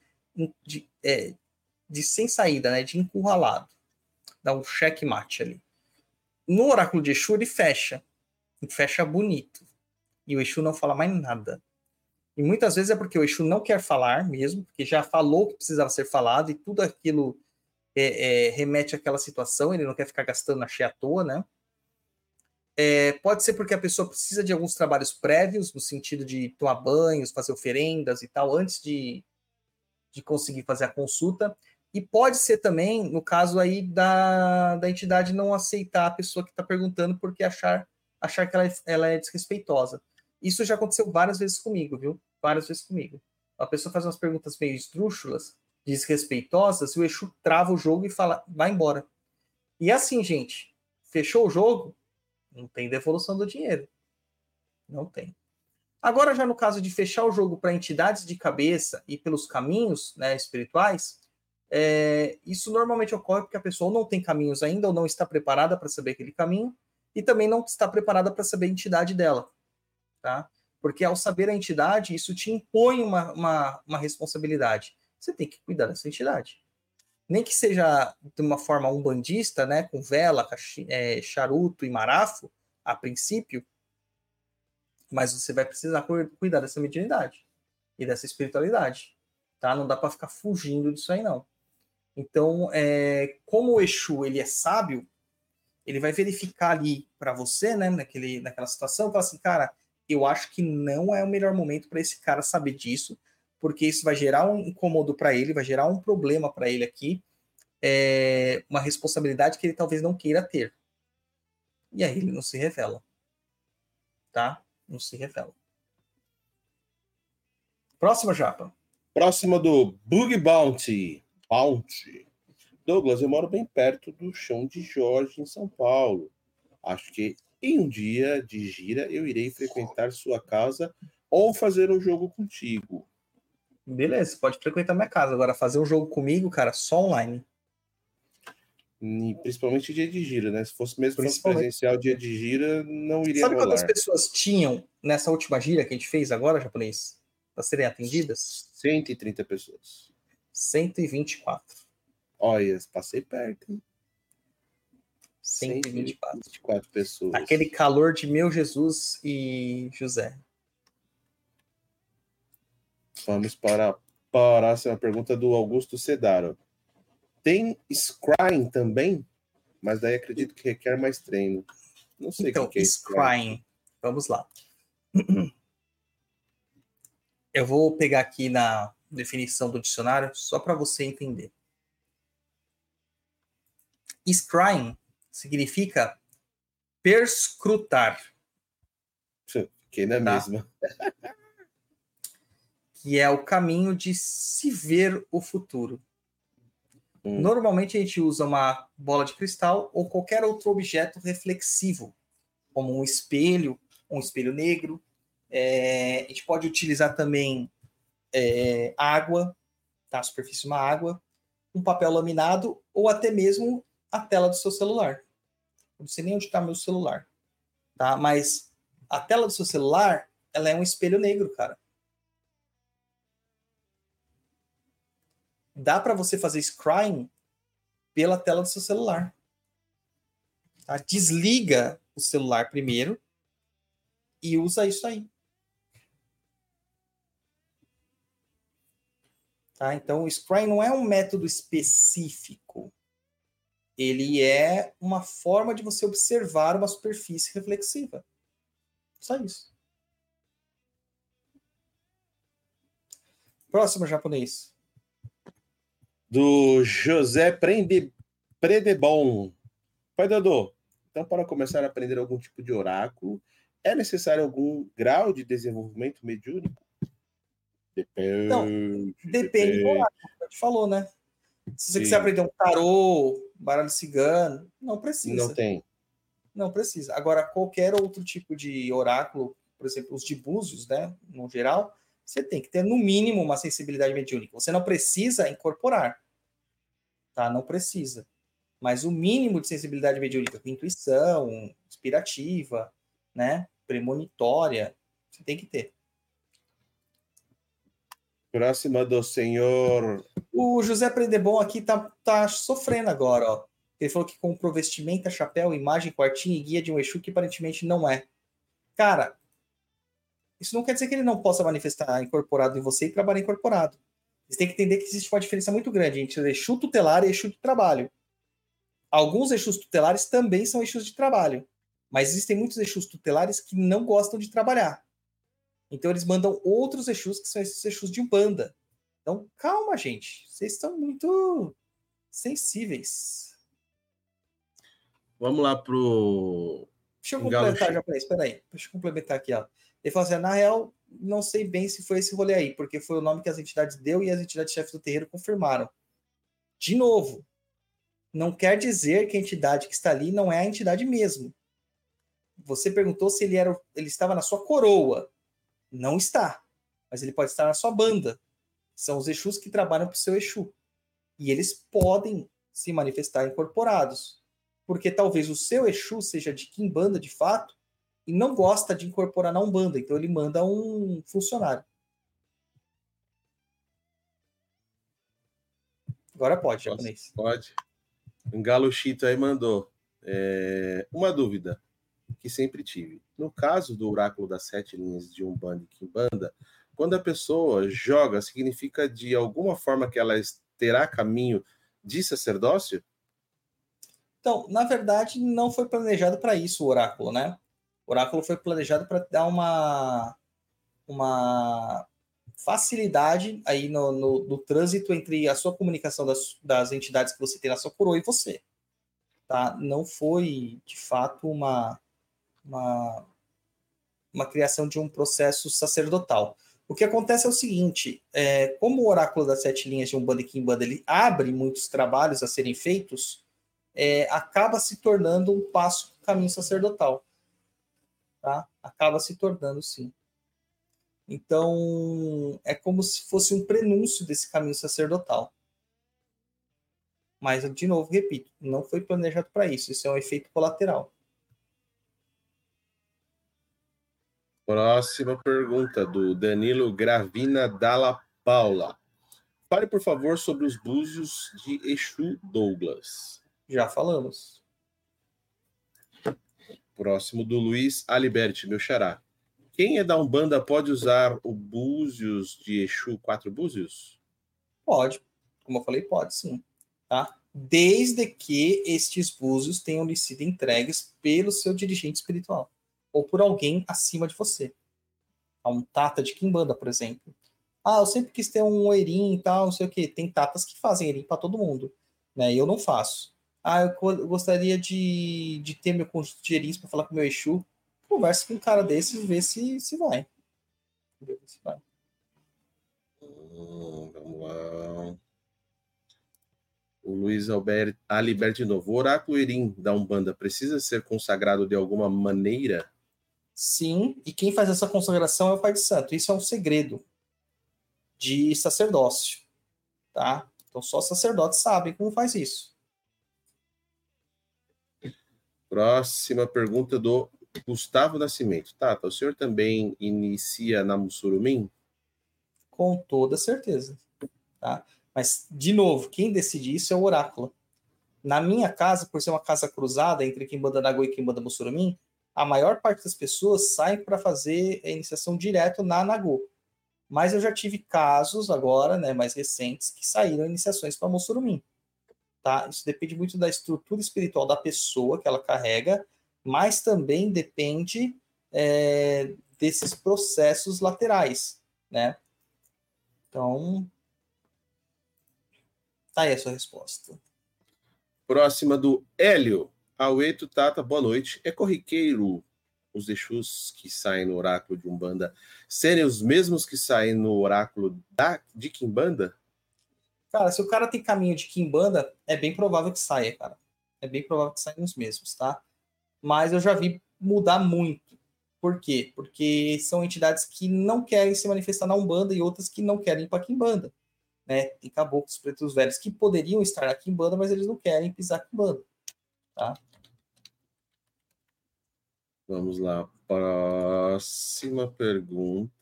sem saída, né? De encurralado. Dá um checkmate ali. No oráculo de Exu, ele fecha bonito. E o Exu não fala mais nada. E muitas vezes é porque o Exu não quer falar mesmo, porque já falou que precisava ser falado, e tudo aquilo remete àquela situação, ele não quer ficar gastando axé à toa, né? Pode ser porque a pessoa precisa de alguns trabalhos prévios, no sentido de tomar banhos, fazer oferendas e tal, antes de conseguir fazer a consulta. E pode ser também, no caso aí da entidade não aceitar a pessoa que está perguntando porque achar que ela é desrespeitosa. Isso já aconteceu várias vezes comigo, viu? Várias vezes comigo. A pessoa faz umas perguntas meio esdrúxulas, desrespeitosas, e o Exu trava o jogo e fala, vai embora. E assim, gente, fechou o jogo, não tem devolução do dinheiro. Não tem. Agora, já no caso de fechar o jogo para entidades de cabeça e pelos caminhos, né, espirituais, isso normalmente ocorre porque a pessoa não tem caminhos ainda ou não está preparada para saber aquele caminho e também não está preparada para saber a entidade dela. Tá? Porque ao saber a entidade, isso te impõe uma responsabilidade. Você tem que cuidar dessa entidade. Nem que seja de uma forma umbandista, né, com vela, charuto e marafo, a princípio, mas você vai precisar cuidar dessa mediunidade e dessa espiritualidade. Tá? Não dá para ficar fugindo disso aí, não. Então, como o Exu ele é sábio, ele vai verificar ali para você, né, naquela situação, e falar assim, cara, eu acho que não é o melhor momento para esse cara saber disso, porque isso vai gerar um incômodo para ele, vai gerar um problema para ele aqui, uma responsabilidade que ele talvez não queira ter. E aí ele não se revela. Tá? Não se revela. Próxima, Japa. Próxima do Bug Bounty. Douglas, eu moro bem perto do Chão de Jorge, em São Paulo. Acho que em um dia de gira eu irei frequentar sua casa ou fazer um jogo contigo. Beleza, pode frequentar minha casa. Agora, fazer um jogo comigo, cara, só online. E principalmente dia de gira, né? Se fosse presencial dia de gira, não iria Sabe rolar. quantas pessoas tinham nessa última gira que a gente fez agora, japonês? Para serem atendidas? 130 pessoas. 124. Olha, passei perto, hein? 124 pessoas. Aquele calor de meu Jesus e José. Vamos para a próxima pergunta do Augusto Cedaro. Tem scrying também? Mas daí acredito que requer mais treino. Não sei o que é scrying. Vamos lá. Eu vou pegar aqui na definição do dicionário só para você entender. Scrying significa perscrutar. Que não é mesmo. Que é o caminho de se ver o futuro. Normalmente a gente usa uma bola de cristal ou qualquer outro objeto reflexivo, como um espelho negro. A gente pode utilizar também água, tá? A superfície de uma água, um papel laminado ou até mesmo a tela do seu celular. Não sei nem onde está meu celular, tá? Mas a tela do seu celular, ela é um espelho negro, cara. Dá para você fazer scrying pela tela do seu celular. Tá? Desliga o celular primeiro e usa isso aí. Tá? Então, o scrying não é um método específico. Ele é uma forma de você observar uma superfície reflexiva. Só isso. Próximo, japonês. Do José Predebon. Pai Dodô, então para começar a aprender algum tipo de oráculo, é necessário algum grau de desenvolvimento mediúnico? Depende do oráculo, a gente falou, né? Se você quiser aprender um tarô, baralho cigano, não precisa. Não tem. Não precisa. Agora, qualquer outro tipo de oráculo, por exemplo, os de búzios, né, no geral, você tem que ter, no mínimo, uma sensibilidade mediúnica. Você não precisa incorporar, tá? Não precisa. Mas o mínimo de sensibilidade mediúnica, intuição, inspirativa, né, premonitória, você tem que ter. Próxima do senhor. O José Prendebon aqui tá sofrendo agora, ó. Ele falou que comprou vestimenta, chapéu, imagem, quartinho e guia de um Exu que aparentemente não é. Cara, isso não quer dizer que ele não possa manifestar incorporado em você e trabalhar incorporado. Você tem que entender que existe uma diferença muito grande entre Exu tutelar e Exu de trabalho. Alguns Exus tutelares também são Exus de trabalho, mas existem muitos Exus tutelares que não gostam de trabalhar. Então eles mandam outros Exus que são esses Exus de Umbanda. Então, calma, gente. Vocês estão muito sensíveis. Vamos lá pro. Deixa eu complementar, japonês. Espera aí. Deixa eu complementar aqui, ó. Ele falou assim: na real, não sei bem se foi esse rolê aí, porque foi o nome que as entidades deu e as entidades chefes do terreiro confirmaram. De novo, não quer dizer que a entidade que está ali não é a entidade mesmo. Você perguntou se ele estava na sua coroa. Não está. Mas ele pode estar na sua banda. São os Exus que trabalham para o seu Exu. E eles podem se manifestar incorporados. Porque talvez o seu Exu seja de Quimbanda de fato e não gosta de incorporar na Umbanda. Então ele manda um funcionário. Agora pode, japonês. Pode. Um Galo Chito aí mandou. Uma dúvida que sempre tive. No caso do oráculo das 7 linhas de Umbanda e Quimbanda, quando a pessoa joga, significa de alguma forma que ela terá caminho de sacerdócio? Então, na verdade, não foi planejado para isso o oráculo, né? O oráculo foi planejado para dar uma facilidade aí no trânsito entre a sua comunicação das entidades que você tem na sua coroa e você. Tá? Não foi, de fato, uma criação de um processo sacerdotal. O que acontece é o seguinte, como o oráculo das 7 linhas de Umbanda e Quimbanda, ele abre muitos trabalhos a serem feitos, acaba se tornando um passo para o caminho sacerdotal. Tá? Acaba se tornando, sim. Então, é como se fosse um prenúncio desse caminho sacerdotal. Mas, de novo, repito, não foi planejado para isso. Isso é um efeito colateral. Próxima pergunta, do Danilo Gravina Dalla Paula. Fale, por favor, sobre os búzios de Exu Douglas. Já falamos. Próximo, do Luiz Aliberti, meu xará. Quem é da Umbanda pode usar o búzios de Exu, 4 búzios? Pode. Como eu falei, pode sim. Tá? Desde que estes búzios tenham lhe sido entregues pelo seu dirigente espiritual. Ou por alguém acima de você. Um tata de Quimbanda, por exemplo. Eu sempre quis ter um Erim e tal, não sei o quê. Tem tatas que fazem Erim para todo mundo. Né? E eu não faço. Eu gostaria de ter meu conjunto de Erims para falar com o meu Exu. Conversa com um cara desses e vê se vai. Vamos lá. O Luiz Aliberti de novo. O oráculo Erim da Umbanda precisa ser consagrado de alguma maneira? Sim, e quem faz essa consagração é o Pai de Santo. Isso é um segredo de sacerdócio, tá? Então só sacerdotes sabem como faz isso. Próxima pergunta, do Gustavo Nascimento. Tata, o senhor também inicia na Mussurumim? Com toda certeza, tá? Mas, de novo, quem decide isso é o oráculo. Na minha casa, por ser uma casa cruzada entre Quimbanda Nagô e Quimbanda Mussurumim, a maior parte das pessoas saem para fazer a iniciação direto na Nagô. Mas eu já tive casos agora, né, mais recentes, que saíram iniciações para Mussurumim. Tá? Isso depende muito da estrutura espiritual da pessoa que ela carrega, mas também depende desses processos laterais, né? Então, tá aí a sua resposta. Próxima, do Hélio. Aueto, Tata, boa noite. É corriqueiro os Exus que saem no oráculo de Umbanda serem os mesmos que saem no oráculo de Quimbanda? Cara, se o cara tem caminho de Quimbanda, é bem provável que saia, cara. É bem provável que saiam os mesmos, tá? mas eu já vi mudar muito. Por quê? Porque são entidades que não querem se manifestar na Umbanda e outras que não querem ir para a Quimbanda. Né? Tem caboclos pretos velhos que poderiam estar na Quimbanda, mas eles não querem pisar Quimbanda. Tá? Vamos lá. Próxima pergunta.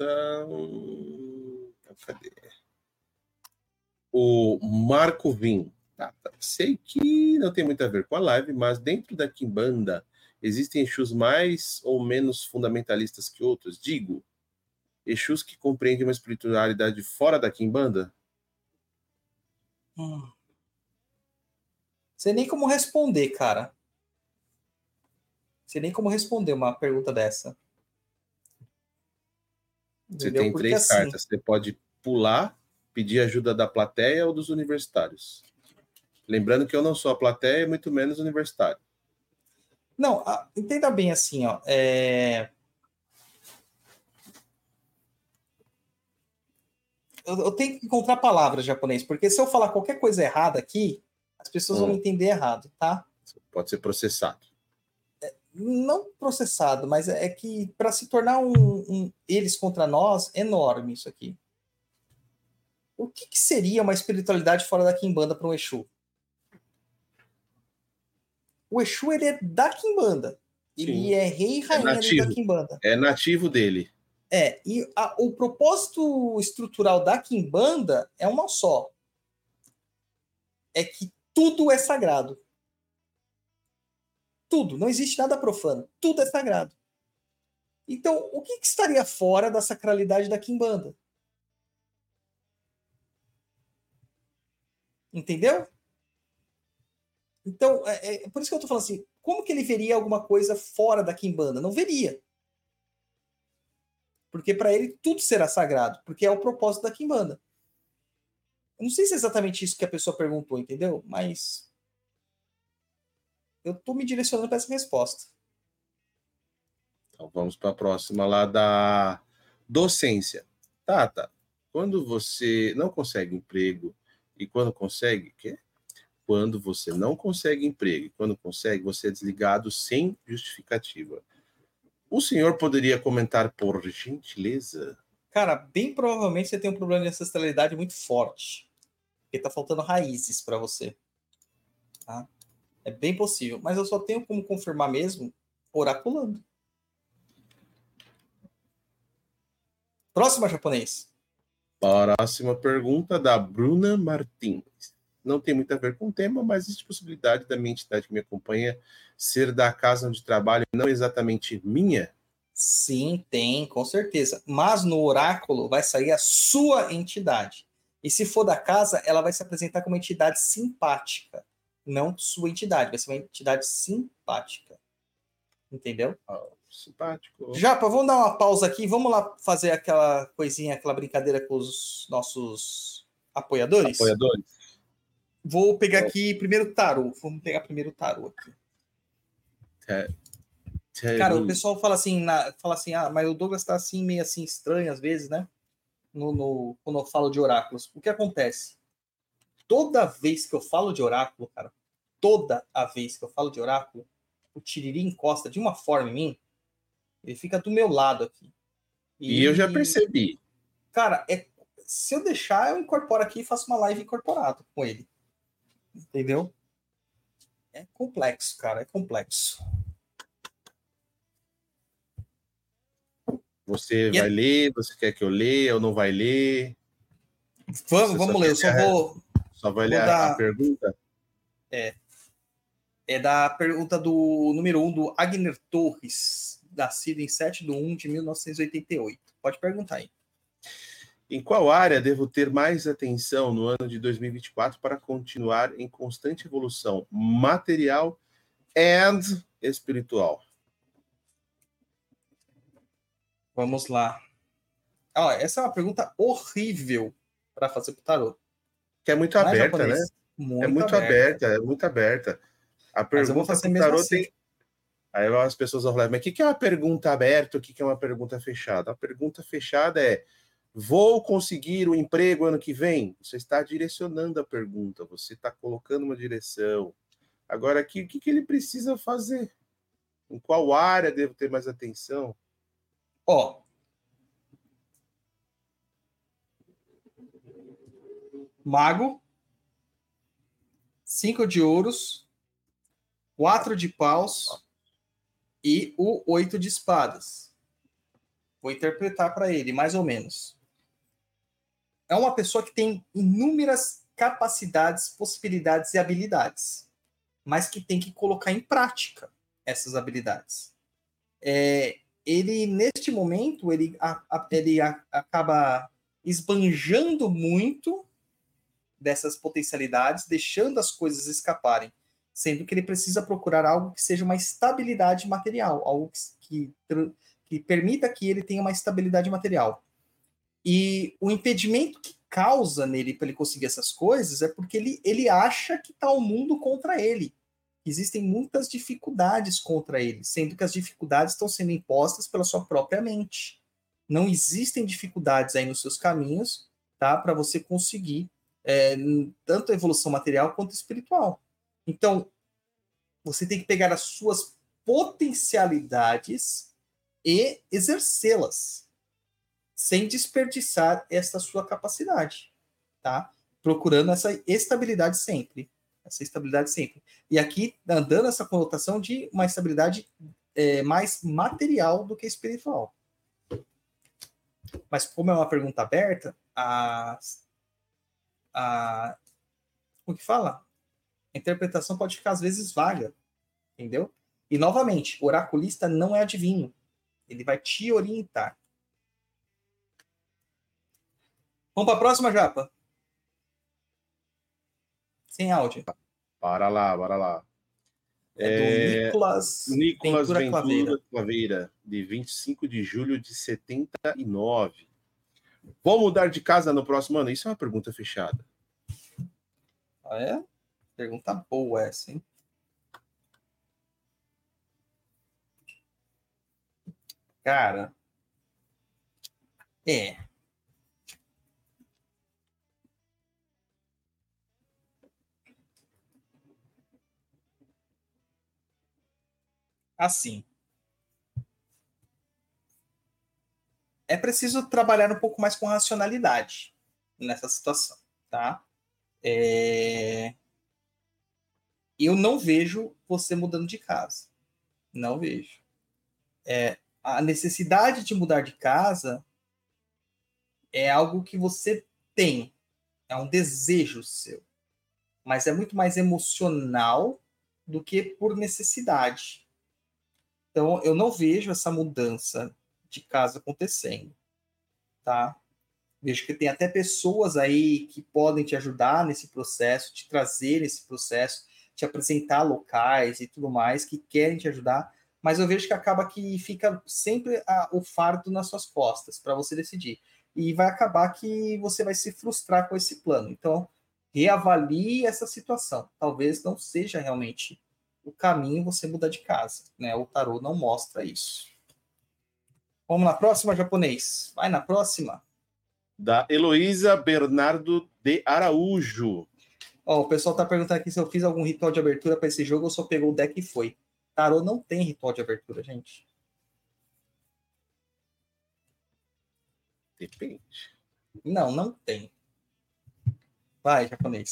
Cadê? O Marco Vim. Sei que não tem muito a ver com a live, mas dentro da Quimbanda existem Exus mais ou menos fundamentalistas que outros? Digo, Exus que compreendem uma espiritualidade fora da Quimbanda? Sei nem como responder, cara. Sei nem como responder uma pergunta dessa. Você Entendeu? tem Porque, 3 assim, cartas. Você pode pular, pedir ajuda da plateia ou dos universitários. Lembrando que eu não sou a plateia, muito menos universitário. Não, entenda bem assim, ó. Eu tenho que encontrar palavras japonês, porque se eu falar qualquer coisa errada aqui, as pessoas vão me entender errado, tá? Pode ser processado. Não processado, mas é que para se tornar eles contra nós, enorme isso aqui. O que seria uma espiritualidade fora da Quimbanda para um Exu? O Exu, ele é da Quimbanda. Ele Sim. é rei e rainha dentro da Quimbanda. É nativo dele. E o propósito estrutural da Quimbanda é uma só. É que tudo é sagrado. Tudo. Não existe nada profano. Tudo é sagrado. Então, o que estaria fora da sacralidade da Quimbanda? Entendeu? Então, por isso que eu tô falando assim, como que ele veria alguma coisa fora da Quimbanda? Não veria. Porque para ele tudo será sagrado, porque é o propósito da Quimbanda. Eu não sei se é exatamente isso que a pessoa perguntou, entendeu? Mas eu tô me direcionando para essa resposta. Então vamos para a próxima lá da docência. Tata, quando você não consegue emprego e quando consegue, quê? Quando você não consegue emprego e quando consegue, você é desligado sem justificativa. O senhor poderia comentar por gentileza? Cara, bem provavelmente você tem um problema de ancestralidade muito forte. Porque tá faltando raízes para você. Tá? É bem possível. Mas eu só tenho como confirmar mesmo oraculando. Próxima, japonês. Próxima pergunta da Bruna Martins. Não tem muito a ver com o tema, mas existe possibilidade da minha entidade que me acompanha ser da casa onde trabalho, não exatamente minha? Sim, tem, com certeza. Mas no oráculo vai sair a sua entidade. E se for da casa, ela vai se apresentar como uma entidade simpática. Não sua entidade, vai ser uma entidade simpática. Entendeu? Simpático. Japa, vamos dar uma pausa aqui. Vamos lá fazer aquela coisinha, aquela brincadeira com os nossos apoiadores? Vou pegar aqui primeiro o tarô. Vamos pegar primeiro o tarô aqui. Cara, o pessoal fala assim, mas o Douglas tá assim, meio assim, estranho às vezes, né? Quando eu falo de oráculos. O que acontece? Toda vez que eu falo de oráculo, cara, toda a vez que eu falo de oráculo, o Tiriri encosta de uma forma em mim, ele fica do meu lado aqui. E eu já percebi. Cara, se eu deixar, eu incorporo aqui e faço uma live incorporado com ele. Entendeu? É complexo, cara, é complexo. Você vai ler? Você quer que eu leia ou não vai ler? Vamos ler, eu só vou... Só vai ler a pergunta? É da pergunta do número 1 do Agner Torres, nascido em 7/1/1988. Pode perguntar aí. Em qual área devo ter mais atenção no ano de 2024 para continuar em constante evolução material e espiritual? Vamos lá. Essa é uma pergunta horrível para fazer para o tarô. Que é muito aberta, né? É muito aberta. A pergunta para o tarô assim. Tem... Aí as pessoas vão falar, mas o que é uma pergunta aberta? O que é uma pergunta fechada? A pergunta fechada é: vou conseguir o emprego ano que vem? Você está direcionando a pergunta, você está colocando uma direção. Agora, aqui, o que ele precisa fazer? Em qual área devo ter mais atenção? Ó, mago, 5 de ouros, 4 de paus e o 8 de espadas. Vou interpretar para ele, mais ou menos. É uma pessoa que tem inúmeras capacidades, possibilidades e habilidades, mas que tem que colocar em prática essas habilidades. Ele, neste momento, ele acaba esbanjando muito dessas potencialidades, deixando as coisas escaparem, sendo que ele precisa procurar algo que seja uma estabilidade material, algo que permita que ele tenha uma estabilidade material. E o impedimento que causa nele para ele conseguir essas coisas é porque ele acha que está o mundo contra ele. Existem muitas dificuldades contra ele, sendo que as dificuldades estão sendo impostas pela sua própria mente. Não existem dificuldades aí nos seus caminhos, tá, para você conseguir tanto a evolução material quanto espiritual. Então, você tem que pegar as suas potencialidades e exercê-las, sem desperdiçar essa sua capacidade, tá? Procurando essa estabilidade sempre. E aqui, dando essa conotação de uma estabilidade mais material do que espiritual. Mas como é uma pergunta aberta, como que fala? A interpretação pode ficar, às vezes, vaga, entendeu? E, novamente, o oraculista não é adivinho. Ele vai te orientar. Vamos para a próxima, Japa? Sem áudio. Bora lá. É do Nicolas Ventura Claveira, de 25 de julho de 79. Vou mudar de casa no próximo ano? Isso é uma pergunta fechada. Ah, é? Pergunta boa essa, hein? Cara, assim, é preciso trabalhar um pouco mais com racionalidade nessa situação, tá? Eu não vejo você mudando de casa. Não vejo. A necessidade de mudar de casa é algo que você tem. É um desejo seu. Mas é muito mais emocional do que por necessidade. Então, eu não vejo essa mudança de casa acontecendo, tá? Vejo que tem até pessoas aí que podem te ajudar nesse processo, te trazer nesse processo, te apresentar locais e tudo mais, que querem te ajudar, mas eu vejo que acaba que fica sempre o fardo nas suas costas para você decidir. E vai acabar que você vai se frustrar com esse plano. Então, reavalie essa situação. Talvez não seja realmente o caminho você mudar de casa, né? O tarô não mostra isso. Vamos na próxima, japonês? Vai na próxima. Da Heloísa Bernardo de Araújo. Ó, o pessoal tá perguntando aqui se eu fiz algum ritual de abertura para esse jogo ou só pegou o deck e foi. Tarô não tem ritual de abertura, gente. Depende. Não tem. Vai, japonês.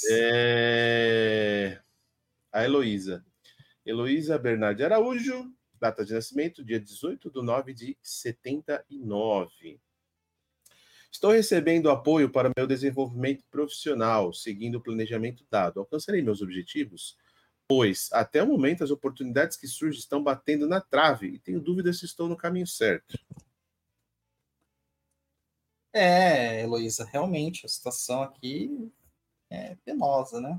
A Heloísa. Heloísa Bernardo de Araújo, data de nascimento, dia 18/9 de 79. Estou recebendo apoio para meu desenvolvimento profissional, seguindo o planejamento dado. Alcançarei meus objetivos? Pois, até o momento, as oportunidades que surgem estão batendo na trave e tenho dúvidas se estou no caminho certo. Heloísa, realmente, a situação aqui é penosa, né?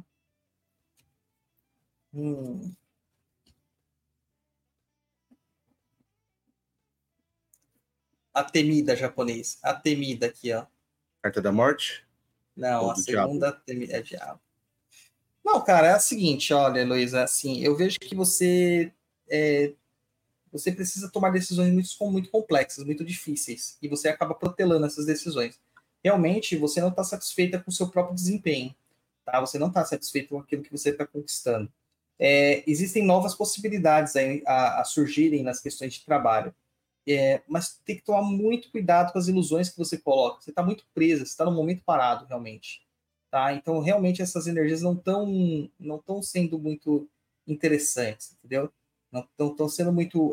A temida, japonês. A temida aqui, ó. Carta da morte? Não, Ou a do segunda temida é diabo. Não, cara, é o seguinte, olha, Heloísa, assim, eu vejo que você precisa tomar decisões muito complexas, muito difíceis, e você acaba protelando essas decisões. Realmente, você não está satisfeita com o seu próprio desempenho, tá? Você não está satisfeito com aquilo que você está conquistando. existem novas possibilidades a surgirem nas questões de trabalho. Mas tem que tomar muito cuidado com as ilusões que você coloca. Você está muito presa, você está num momento parado, realmente. Tá? Então, realmente, essas energias não estão sendo muito interessantes, entendeu? Não estão sendo muito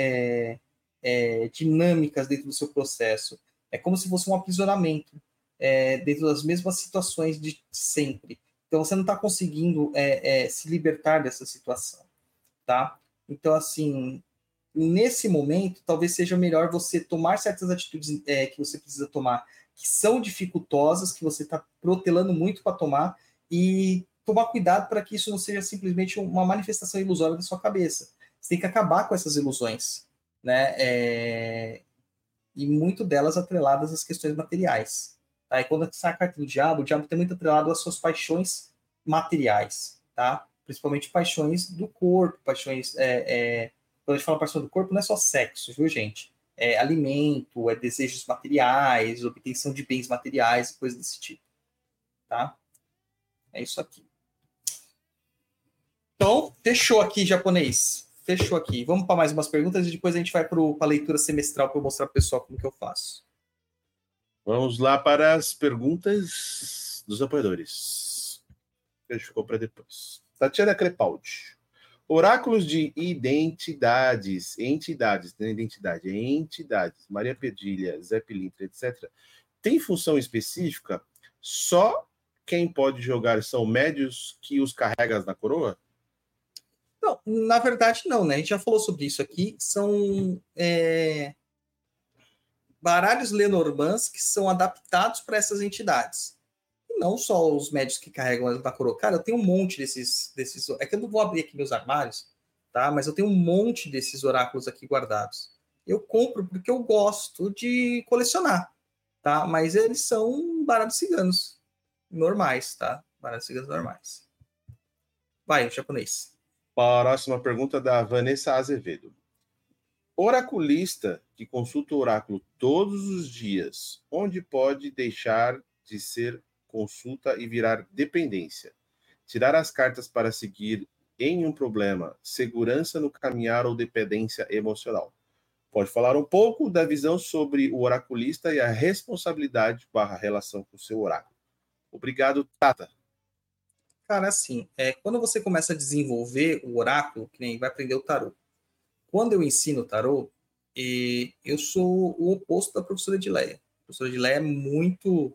dinâmicas dentro do seu processo. É como se fosse um aprisionamento dentro das mesmas situações de sempre. Então, você não está conseguindo se libertar dessa situação, tá? Então, assim, nesse momento, talvez seja melhor você tomar certas atitudes que você precisa tomar, que são dificultosas, que você está protelando muito para tomar, e tomar cuidado para que isso não seja simplesmente uma manifestação ilusória da sua cabeça. Você tem que acabar com essas ilusões, né? E muito delas atreladas às questões materiais. Tá? E quando sai a carta do diabo, o diabo tem muito atrelado às suas paixões materiais, tá? Principalmente paixões do corpo, paixões... quando a gente fala paixão do corpo, não é só sexo, viu, gente? É alimento, é desejos materiais, obtenção de bens materiais, coisas desse tipo, tá? É isso aqui. Então, fechou aqui, japonês. Fechou aqui. Vamos para mais umas perguntas e depois a gente vai para a leitura semestral para eu mostrar para o pessoal como que eu faço. Vamos lá para as perguntas dos apoiadores. Ficou para depois. Tatiana Crepaldi. Oráculos de entidades, Maria Pedilha, Zé Pilintra, etc. Tem função específica? Só quem pode jogar são médios que os carregam na coroa? Não, na verdade não, né? A gente já falou sobre isso aqui. São baralhos Lenormands que são adaptados para essas entidades. E não só os médios que carregam elas na coroa. Cara, eu tenho um monte desses... É que eu não vou abrir aqui meus armários, tá? Mas eu tenho um monte desses oráculos aqui guardados. Eu compro porque eu gosto de colecionar, tá? Mas eles são baralhos ciganos normais, tá? Baralhos ciganos normais. Vai, japonês. Próxima pergunta da Vanessa Azevedo. Oraculista que consulta o oráculo todos os dias, onde pode deixar de ser consulta e virar dependência? Tirar as cartas para seguir em um problema, segurança no caminhar ou dependência emocional. Pode falar um pouco da visão sobre o oraculista e a responsabilidade / relação com o seu oráculo. Obrigado, Tata. Cara, assim, quando você começa a desenvolver o oráculo, que nem vai aprender o tarô. Quando eu ensino o tarô, eu sou o oposto da professora Edileia. A professora Edileia é muito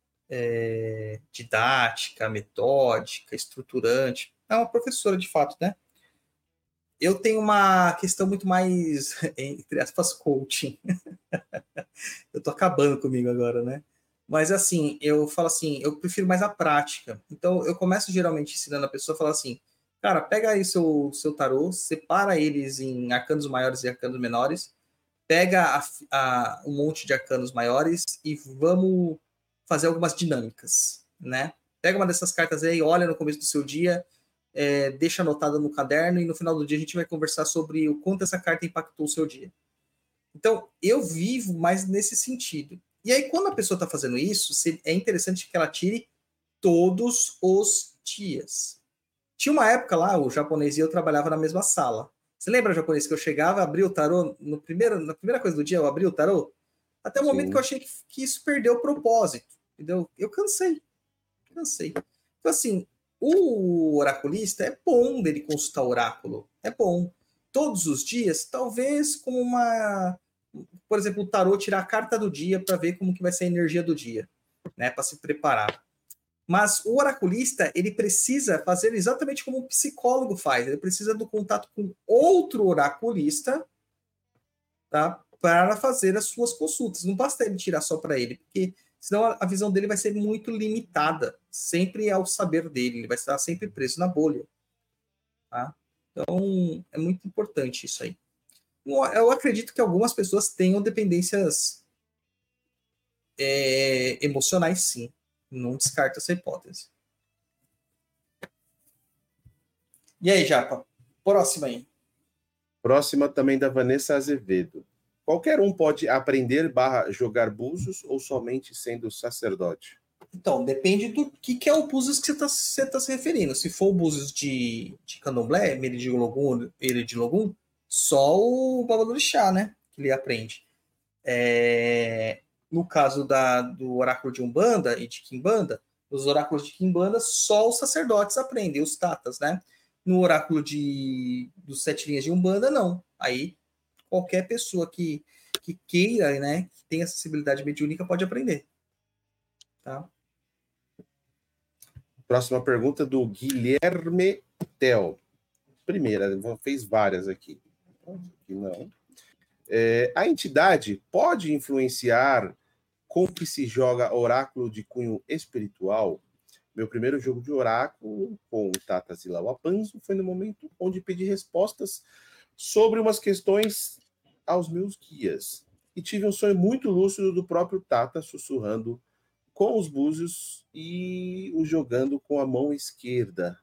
didática, metódica, estruturante. É uma professora, de fato, né? Eu tenho uma questão muito mais, entre aspas, coaching. Eu tô acabando comigo agora, né? Mas, assim, eu falo assim, eu prefiro mais a prática. Então, eu começo geralmente ensinando a pessoa a falar assim, cara, pega aí seu tarô, separa eles em arcanos maiores e arcanos menores, pega um monte de arcanos maiores e vamos fazer algumas dinâmicas, né? Pega uma dessas cartas aí, olha no começo do seu dia, deixa anotada no caderno e no final do dia a gente vai conversar sobre o quanto essa carta impactou o seu dia. Então, eu vivo mais nesse sentido. E aí, quando a pessoa está fazendo isso, é interessante que ela tire todos os dias. Tinha uma época lá, o japonês e eu trabalhava na mesma sala. Você lembra, japonês, que eu chegava, abria o tarô, na primeira coisa do dia, eu abria o tarô? Até o momento que eu achei que isso perdeu o propósito. Entendeu? Eu cansei. Então, assim, o oraculista é bom dele consultar o oráculo. É bom. Todos os dias, talvez como por exemplo, o tarô tirar a carta do dia para ver como que vai ser a energia do dia, né? Para se preparar. Mas o oraculista, ele precisa fazer exatamente como o psicólogo faz. Ele precisa do contato com outro oraculista, tá? Para fazer as suas consultas. Não basta ele tirar só para ele, porque senão a visão dele vai ser muito limitada. Sempre ao saber dele. Ele vai estar sempre preso na bolha. Tá? Então, é muito importante isso aí. Eu acredito que algumas pessoas tenham dependências emocionais, sim. Não descarto essa hipótese. E aí, Japa? Próxima aí. Próxima também da Vanessa Azevedo. Qualquer um pode aprender / jogar búzios ou somente sendo sacerdote? Então, depende do que é o Búzios que você tá se referindo. Se for o Búzios de Candomblé, Meridilogum, só o Babalorixá, né? Que ele aprende. No caso do oráculo de Umbanda e de Quimbanda, os oráculos de Quimbanda, só os sacerdotes aprendem, os tatas, né? No oráculo dos 7 linhas de Umbanda, não. Aí, qualquer pessoa que queira, né, que tenha acessibilidade mediúnica, pode aprender. Tá? Próxima pergunta do Guilherme Tel. Primeira, fez várias aqui. Não. A entidade pode influenciar com que se joga oráculo de cunho espiritual? Meu primeiro jogo de oráculo com o Tata Zilau Apanzo foi no momento onde pedi respostas sobre umas questões aos meus guias. E tive um sonho muito lúcido do próprio Tata sussurrando com os búzios e o jogando com a mão esquerda.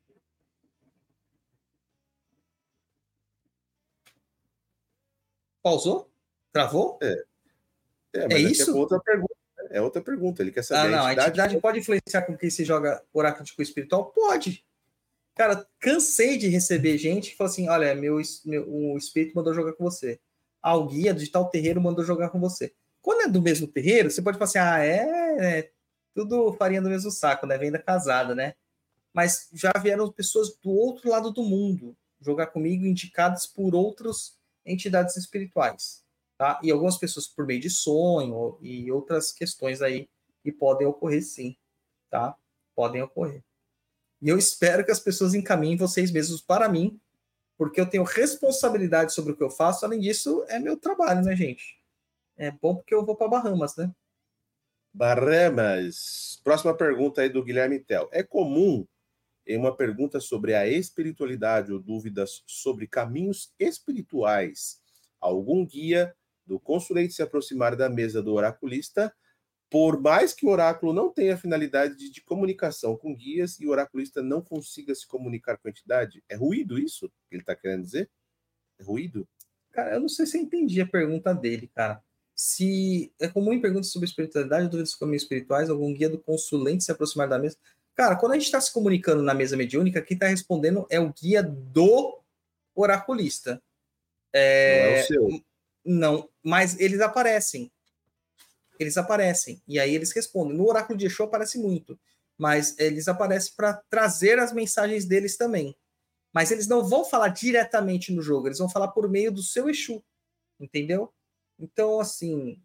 Pausou? Travou? Mas isso? É outra pergunta. É outra pergunta. Ele quer saber. Não, a entidade pode influenciar com quem se joga oráculo de cunho espiritual? Pode. Cara, cansei de receber gente que fala assim: olha, o espírito mandou jogar com você. O guia de tal terreiro mandou jogar com você. Quando é do mesmo terreiro, você pode falar assim: tudo farinha do mesmo saco, né? Venda casada, né? Mas já vieram pessoas do outro lado do mundo jogar comigo, indicadas por outras entidades espirituais. Tá? E algumas pessoas por meio de sonho e outras questões aí que podem ocorrer, sim. Tá? Podem ocorrer. E eu espero que as pessoas encaminhem vocês mesmos para mim, porque eu tenho responsabilidade sobre o que eu faço. Além disso, é meu trabalho, né, gente? É bom porque eu vou para Bahamas, né? Bahamas. Próxima pergunta aí do Guilherme Tel. É comum em uma pergunta sobre a espiritualidade ou dúvidas sobre caminhos espirituais, algum guia do consulente se aproximar da mesa do oraculista, por mais que o oráculo não tenha finalidade de comunicação com guias e o oraculista não consiga se comunicar com a entidade? É ruído isso que ele está querendo dizer? É ruído? Cara, eu não sei se eu entendi a pergunta dele, cara. Se é comum em perguntas sobre espiritualidade, dúvidas sobre caminhos espirituais, algum guia do consulente se aproximar da mesa. Cara, quando a gente está se comunicando na mesa mediúnica, quem está respondendo é o guia do oraculista. Não é o seu. Não, mas eles aparecem. Eles aparecem. E aí eles respondem. No oráculo de Exu aparece muito. Mas eles aparecem para trazer as mensagens deles também. Mas eles não vão falar diretamente no jogo. Eles vão falar por meio do seu Exu. Entendeu? Então, assim...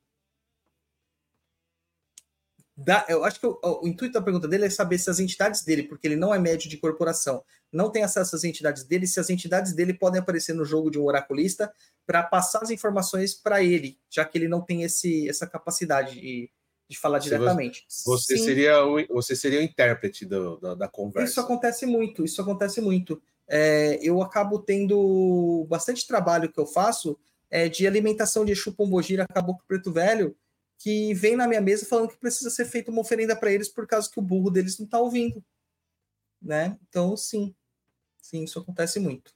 eu acho que o intuito da pergunta dele é saber se as entidades dele, porque ele não é médio de corporação, não tem acesso às entidades dele, se as entidades dele podem aparecer no jogo de um oraculista para passar as informações para ele, já que ele não tem essa capacidade de falar diretamente. Você seria o intérprete da conversa. Isso acontece muito. Eu acabo tendo bastante trabalho que eu faço de alimentação de Exu Pombogira, Caboclo Preto Velho, que vem na minha mesa falando que precisa ser feita uma oferenda para eles por causa que o burro deles não está ouvindo. Né? Então, sim, isso acontece muito.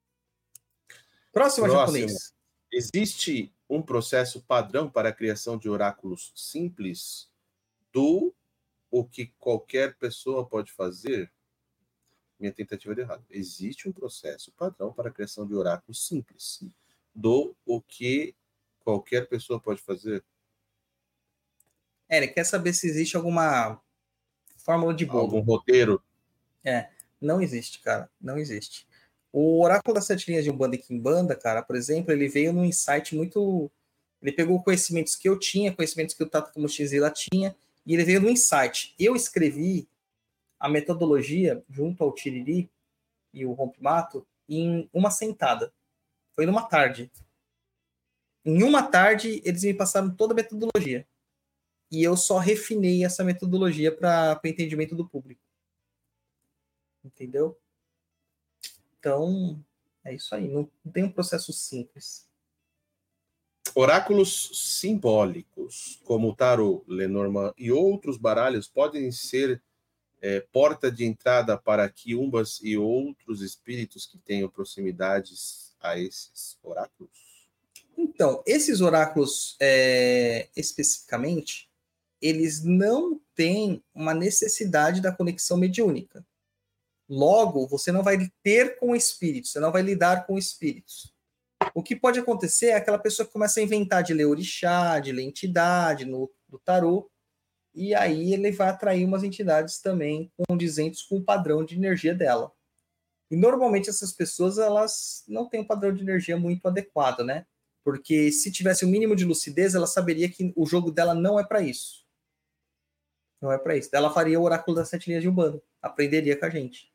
Próximo. Japonês. Existe um processo padrão para a criação de oráculos simples do o que qualquer pessoa pode fazer? Minha tentativa de errado. Existe um processo padrão para a criação de oráculos simples do o que qualquer pessoa pode fazer? Ele quer saber se existe alguma fórmula de bolo. Algum roteiro? Não existe, cara. Não existe. O Oráculo das 7 linhas de Umbanda e Quimbanda, cara, por exemplo, ele veio num insight muito... Ele pegou conhecimentos que eu tinha, conhecimentos que o Tata Kamushizila tinha, e ele veio num insight. Eu escrevi a metodologia junto ao Tiriri e o Rompimato em uma sentada. Foi numa tarde. Em uma tarde, eles me passaram toda a metodologia. E eu só refinei essa metodologia para o entendimento do público. Entendeu? Então, é isso aí. Não tem um processo simples. Oráculos simbólicos, como o Tarot, Lenormand e outros baralhos, podem ser porta de entrada para quiumbas e outros espíritos que tenham proximidades a esses oráculos? Então, esses oráculos, especificamente, eles não têm uma necessidade da conexão mediúnica. Logo, você não vai ter com espíritos, você não vai lidar com espíritos. O que pode acontecer é aquela pessoa que começa a inventar de ler orixá, de ler entidade no tarô, e aí ele vai atrair umas entidades também condizentes com o padrão de energia dela. E normalmente essas pessoas, elas não têm um padrão de energia muito adequado, né? Porque se tivesse o mínimo de lucidez, ela saberia que o jogo dela não é para isso. Não é para isso. Ela faria o oráculo das 7 linhas de Umbanda. Aprenderia com a gente.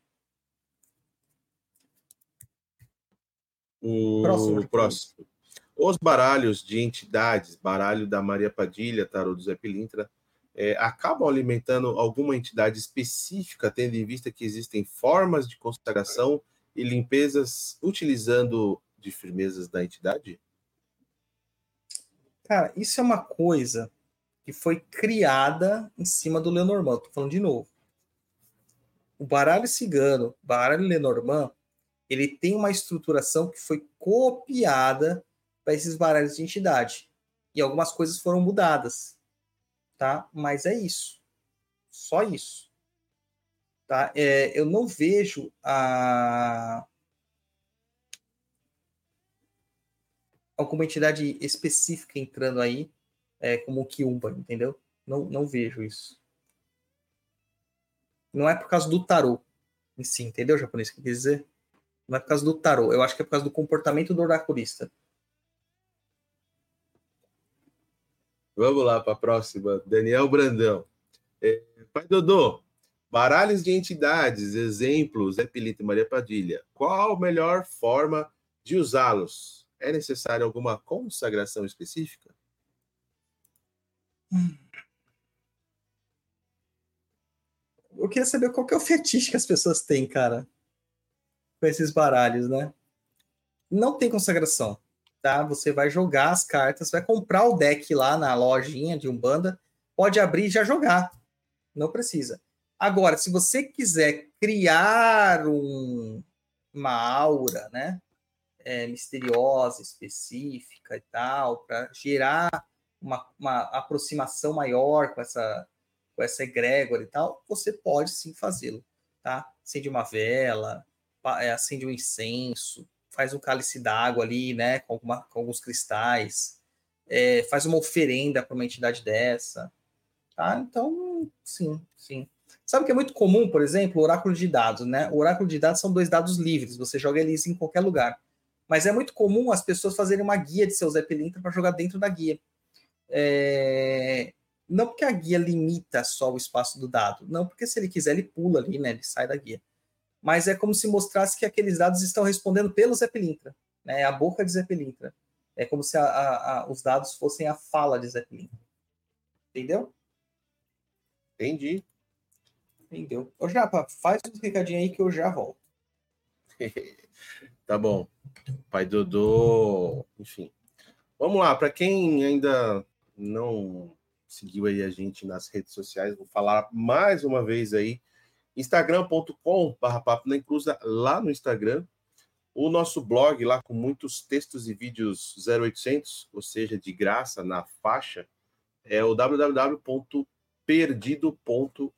Próximo. Os baralhos de entidades, baralho da Maria Padilha, tarô do Zé Pilintra, acabam alimentando alguma entidade específica, tendo em vista que existem formas de consagração e limpezas utilizando de firmezas da entidade? Cara, isso é uma coisa que foi criada em cima do Lenormand. Tô falando de novo. O baralho cigano, baralho Lenormand, ele tem uma estruturação que foi copiada para esses baralhos de entidade. E algumas coisas foram mudadas. Tá? Mas é isso. Só isso. Tá? Eu não vejo alguma entidade específica entrando aí, como o Kiumba, entendeu? Não vejo isso. Não é por causa do tarô em si, entendeu, japonês? O que quer dizer? Não é por causa do tarô. Eu acho que é por causa do comportamento do oraculista. Vamos lá para a próxima. Daniel Brandão. Pai Dodô, baralhos de entidades, exemplos, Zé Pilintra e Maria Padilha. Qual a melhor forma de usá-los? É necessária alguma consagração específica? Eu queria saber qual que é o fetiche que as pessoas têm, cara, com esses baralhos, né? Não tem consagração, tá? Você vai jogar as cartas, vai comprar o deck lá na lojinha de Umbanda, pode abrir e já jogar. Não precisa. Agora, se você quiser criar uma aura, né? Misteriosa, específica e tal, para gerar uma aproximação maior com essa egrégora e tal, você pode sim fazê-lo, tá? Acende uma vela, acende um incenso, faz um cálice d'água ali, né, com alguns cristais, faz uma oferenda para uma entidade dessa, tá? Então, sim. Sabe que é muito comum, por exemplo, o oráculo de dados, né? O oráculo de dados são 2 dados livres, você joga eles em qualquer lugar. Mas é muito comum as pessoas fazerem uma guia de seu Zé Pilintra para jogar dentro da guia. Não porque a guia limita só o espaço do dado, não, porque se ele quiser ele pula ali, né? Ele sai da guia. Mas é como se mostrasse que aqueles dados estão respondendo pelo Zé Pilintra, né? A boca de Zé Pilintra. É como se os dados fossem a fala de Zé Pilintra. Entendeu? Entendi. Entendeu? Ô, Japa, faz um recadinho aí que eu já volto. Tá bom. Pai Dodô, enfim. Vamos lá, para quem ainda não seguiu aí a gente nas redes sociais, vou falar mais uma vez aí, instagram.com/papo na encruza, lá no Instagram, o nosso blog lá com muitos textos e vídeos 0800, ou seja, de graça na faixa, é o www.perdido.co.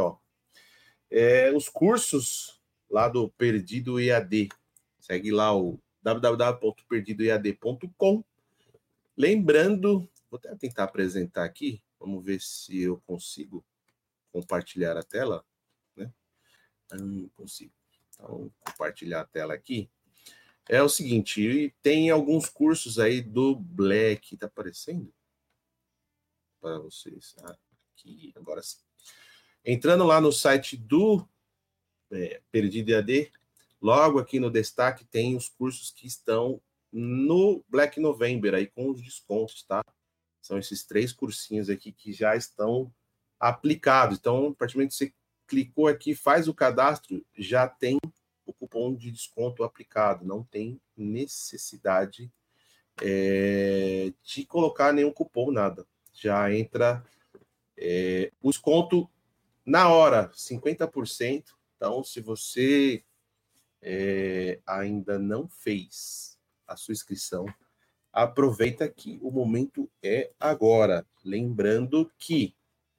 Os cursos lá do Perdido EAD, segue lá o www.perdidoead.com. Lembrando, vou até tentar apresentar aqui, vamos ver se eu consigo compartilhar a tela, né? Não consigo. Então, compartilhar a tela aqui. É o seguinte, tem alguns cursos aí do Black, tá aparecendo? Para vocês. Aqui, agora sim. Entrando lá no site do Perdido EAD, logo aqui no destaque tem os cursos que estão no Black November, aí com os descontos, tá? São esses 3 cursinhos aqui que já estão aplicados. Então, a partir do momento que você clicou aqui, faz o cadastro, já tem o cupom de desconto aplicado. Não tem necessidade de colocar nenhum cupom, nada. Já entra o desconto na hora, 50%. Então, se você ainda não fez a sua inscrição, aproveita que o momento é agora. Lembrando que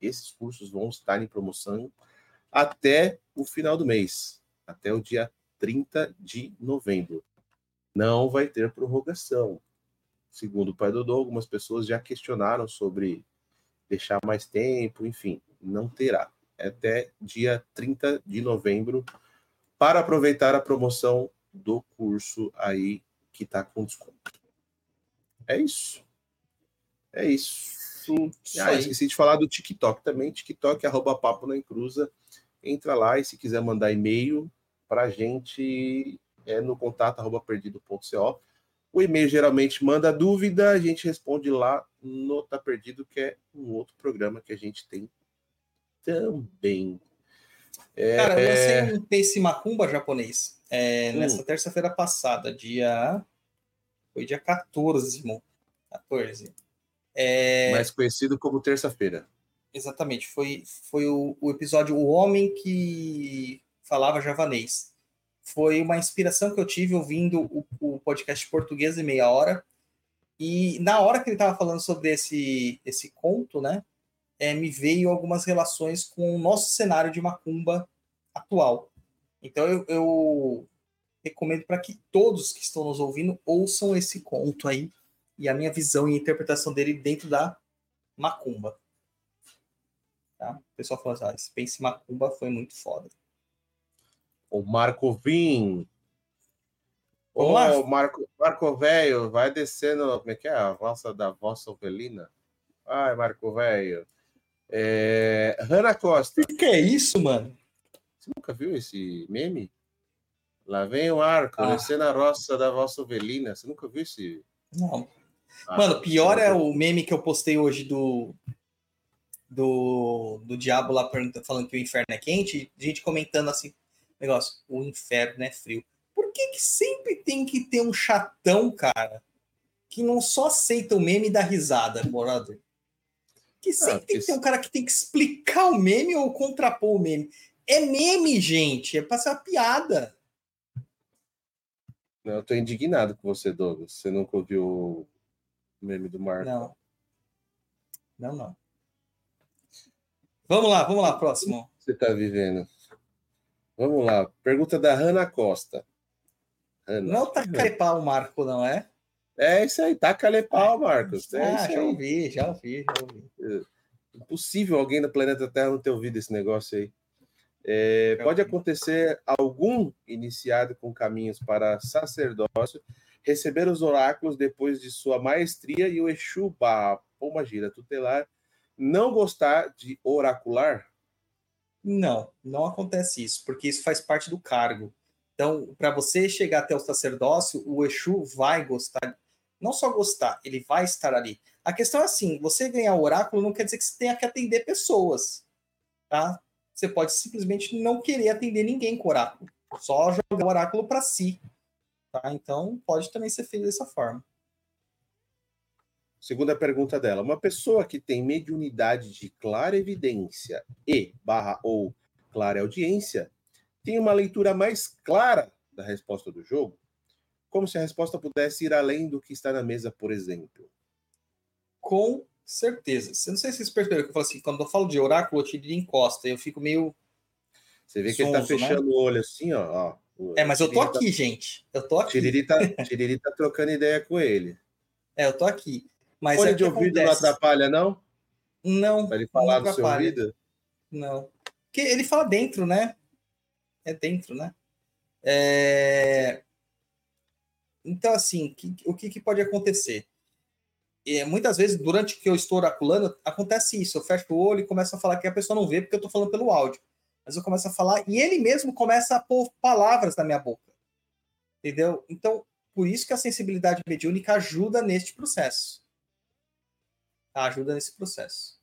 esses cursos vão estar em promoção até o final do mês, até o dia 30 de novembro. Não vai ter prorrogação. Segundo o Pai Dodô, algumas pessoas já questionaram sobre deixar mais tempo, enfim, não terá. Até dia 30 de novembro, para aproveitar a promoção do curso aí que está com desconto. É isso. É isso. Esqueci de falar do TikTok também. TikTok, @papo na encruza. Entra lá e se quiser mandar e-mail para a gente, no contato @perdido.co. O e-mail geralmente manda dúvida, a gente responde lá no Tá Perdido, que é um outro programa que a gente tem também. Cara, eu lancei um Pense Macumba japonês nessa terça-feira passada, foi dia 14, irmão. 14. Mais conhecido como terça-feira. Exatamente, foi o episódio O Homem que Falava Javanês. Foi uma inspiração que eu tive ouvindo o podcast Português em Meia Hora. E na hora que ele estava falando sobre esse conto, né, me veio algumas relações com o nosso cenário de macumba atual. Então eu recomendo para que todos que estão nos ouvindo ouçam esse conto aí e a minha visão e interpretação dele dentro da macumba. Tá? O pessoal falou assim, esse Pense Macumba foi muito foda. O Marco Vim. Vamos lá? Marco Velho, vai descendo. Como é que é? A valsa da vossa ovelina. Ai, Marco Velho. Hanna Costa. O que é isso, mano? Você nunca viu esse meme? Lá vem o Marco, descendo a roça da vossa ovelina. Você nunca viu esse? Não. Mano, pior é o meme que eu postei hoje do diabo lá falando que o inferno é quente, gente comentando assim, negócio, o inferno é frio. Por que sempre tem que ter um chatão, cara, que não só aceita o meme e dá risada, brother? Que sempre tem que ter um cara que tem que explicar o meme ou contrapor o meme. É meme, gente, é pra ser uma piada. Não, eu tô indignado com você, Douglas. Você nunca ouviu o meme do Marco? Não. Vamos lá, próximo. Você tá vivendo. Vamos lá. Pergunta da Hanna Costa. Hanna. Não taca pau, Marco, não é? É isso aí, taca-lhe pau, Marcos. Já ouvi. Impossível alguém no planeta Terra não ter ouvido esse negócio aí. Pode acontecer algum iniciado com caminhos para sacerdócio receber os oráculos depois de sua maestria e o Exu Pomba Gira tutelar não gostar de oracular? Não acontece isso, porque isso faz parte do cargo. Então, para você chegar até o sacerdócio, o Exu vai gostar. Não só gostar, ele vai estar ali. A questão é assim, você ganhar o oráculo não quer dizer que você tenha que atender pessoas, tá? Você pode simplesmente não querer atender ninguém com oráculo. Só jogar o oráculo para si. Tá? Então, pode também ser feito dessa forma. Segunda pergunta dela. Uma pessoa que tem mediunidade de clarevidência ou clareaudiência tem uma leitura mais clara da resposta do jogo? Como se a resposta pudesse ir além do que está na mesa, por exemplo? Com certeza. Eu não sei se vocês perceberam que eu falo assim, quando eu falo de oráculo, eu tiro de encosta. Eu fico meio... Você vê que ele tá fechando o olho assim, ó. Mas eu tô aqui, gente. Eu tô aqui. Tiriri tá trocando ideia com ele. Eu tô aqui. Mas fone de ouvido não atrapalha, não? Não. Pra ele falar no seu ouvido? Não. Porque ele fala dentro, né? É dentro, né? Então, assim, o que pode acontecer? Muitas vezes, durante que eu estou oraculando, acontece isso. Eu fecho o olho e começo a falar que a pessoa não vê porque eu estou falando pelo áudio. Mas eu começo a falar e ele mesmo começa a pôr palavras na minha boca. Entendeu? Então, por isso que a sensibilidade mediúnica ajuda neste processo. Ajuda nesse processo.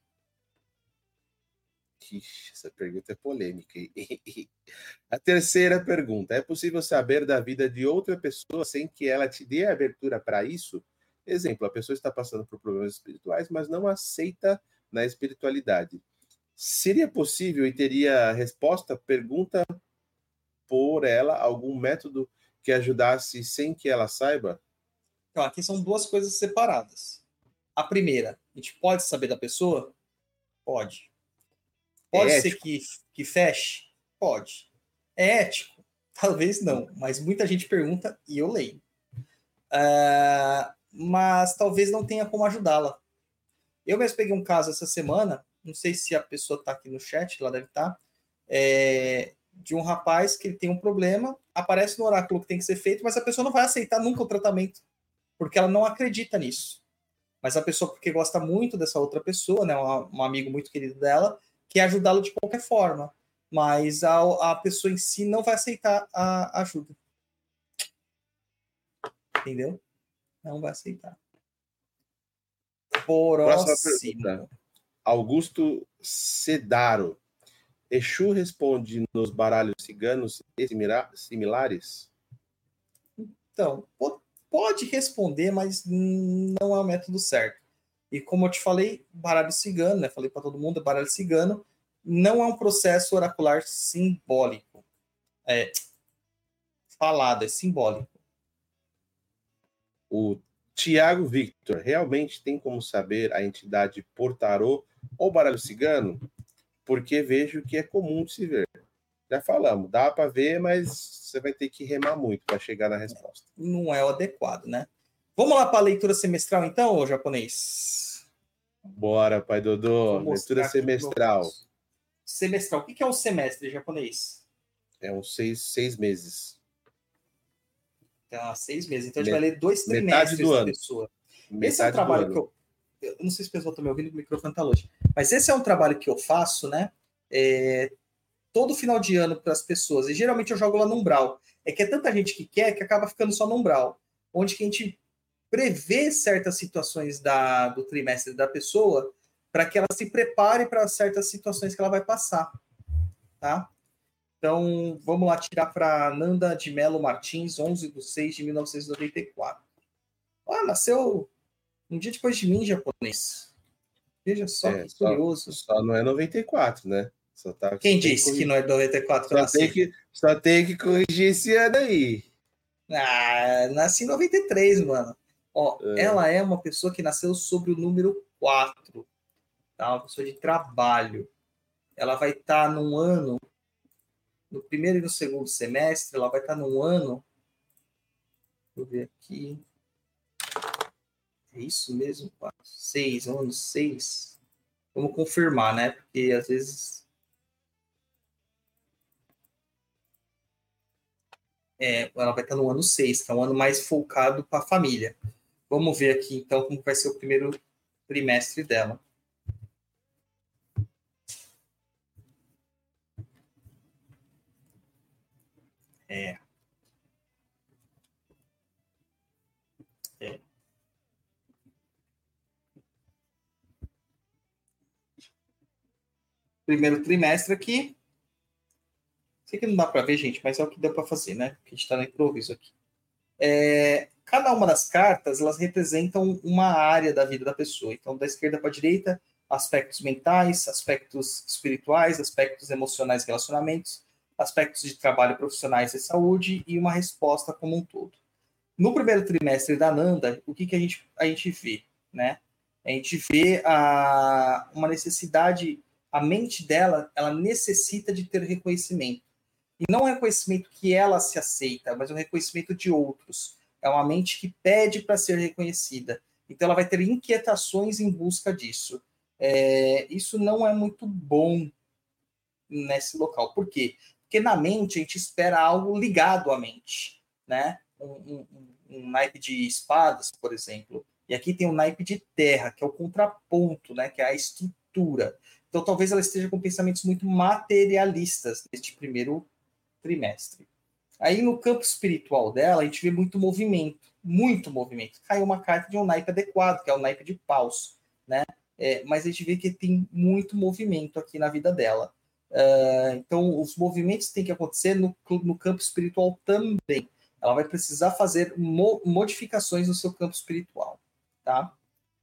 Ixi, essa pergunta é polêmica. A terceira pergunta. É possível saber da vida de outra pessoa sem que ela te dê abertura para isso? Exemplo, a pessoa está passando por problemas espirituais, mas não aceita na espiritualidade. Seria possível e teria resposta? Pergunta por ela algum método que ajudasse sem que ela saiba? Então, aqui são duas coisas separadas. A primeira, a gente pode saber da pessoa? Pode. Pode É ser que feche? Pode. É ético? Talvez não, mas muita gente pergunta e eu leio. Mas talvez não tenha como ajudá-la. Eu mesmo peguei um caso essa semana, não sei se a pessoa está aqui no chat, ela deve estar, de um rapaz que ele tem um problema, aparece no oráculo que tem que ser feito, mas a pessoa não vai aceitar nunca o tratamento, porque ela não acredita nisso. Mas a pessoa, porque gosta muito dessa outra pessoa, né, um amigo muito querido dela, quer ajudá-lo de qualquer forma. Mas a pessoa em si não vai aceitar a ajuda. Entendeu? Não vai aceitar. Próxima Próximo. pergunta. Augusto Cedaro. Exu responde nos baralhos ciganos e similares? Então, pode responder, mas não é o método certo. E como eu te falei, baralho cigano, né? Falei para todo mundo, baralho cigano não é um processo oracular simbólico. Falado, é simbólico. O Tiago Victor, realmente tem como saber a entidade por tarô ou baralho cigano? Porque vejo que é comum de se ver. Já falamos, dá para ver, mas você vai ter que remar muito para chegar na resposta. Não é o adequado, né? Vamos lá para a leitura semestral, então, ô japonês? Bora, pai Dodô. Leitura semestral. Semestral. O que é um semestre japonês? É uns 6 meses. Tá, 6 meses. Então a gente vai ler 2 trimestres do da ano. pessoa. Metade esse é um trabalho do que eu não sei se o pessoal está me ouvindo, o microfone está longe. Mas esse é um trabalho que eu faço, né? Todo final de ano para as pessoas. E geralmente eu jogo lá no umbral. É que é tanta gente que quer que acaba ficando só no umbral. Onde que a gente prevê certas situações do trimestre da pessoa para que ela se prepare para certas situações que ela vai passar. Tá? Então, vamos lá tirar para Nanda de Melo Martins, 11/6/1994. Nasceu um dia depois de mim, japonês. Veja só que curioso. Só não é 94, né? Quem disse que não é 94 que eu nasci? Só tem que corrigir esse ano aí. Nasci em 93, mano. Ela é uma pessoa que nasceu sobre o número 4. Tá? Uma pessoa de trabalho. Ela vai estar num ano, no primeiro e no segundo semestre, ela vai estar num ano. Deixa eu ver aqui. É isso mesmo? 6 anos, 6. Vamos confirmar, né? Porque às vezes. Ela vai estar no ano 6, que é um ano mais focado para a família. Vamos ver aqui, então, como vai ser o primeiro trimestre dela. Primeiro trimestre aqui. Sei que não dá para ver, gente, mas é o que deu para fazer, né? Porque a gente está no improviso aqui. Cada uma das cartas, elas representam uma área da vida da pessoa. Então, da esquerda para a direita, aspectos mentais, aspectos espirituais, aspectos emocionais e relacionamentos, aspectos de trabalho profissionais e saúde e uma resposta como um todo. No primeiro trimestre da Nanda, o que a gente vê, né? A gente vê uma necessidade, a mente dela, ela necessita de ter reconhecimento. E não é um reconhecimento que ela se aceita, mas um reconhecimento de outros. É uma mente que pede para ser reconhecida. Então, ela vai ter inquietações em busca disso. Isso não é muito bom nesse local. Por quê? Porque na mente a gente espera algo ligado à mente, né? Um naipe de espadas, por exemplo. E aqui tem um naipe de terra, que é o contraponto, né? Que é a estrutura. Então, talvez ela esteja com pensamentos muito materialistas neste primeiro trimestre. Aí, no campo espiritual dela, a gente vê muito movimento. Muito movimento. Caiu uma carta de um naipe adequado, que é o naipe de paus, né? Mas a gente vê que tem muito movimento aqui na vida dela. Então, os movimentos têm que acontecer no campo espiritual também. Ela vai precisar fazer modificações no seu campo espiritual. Tá?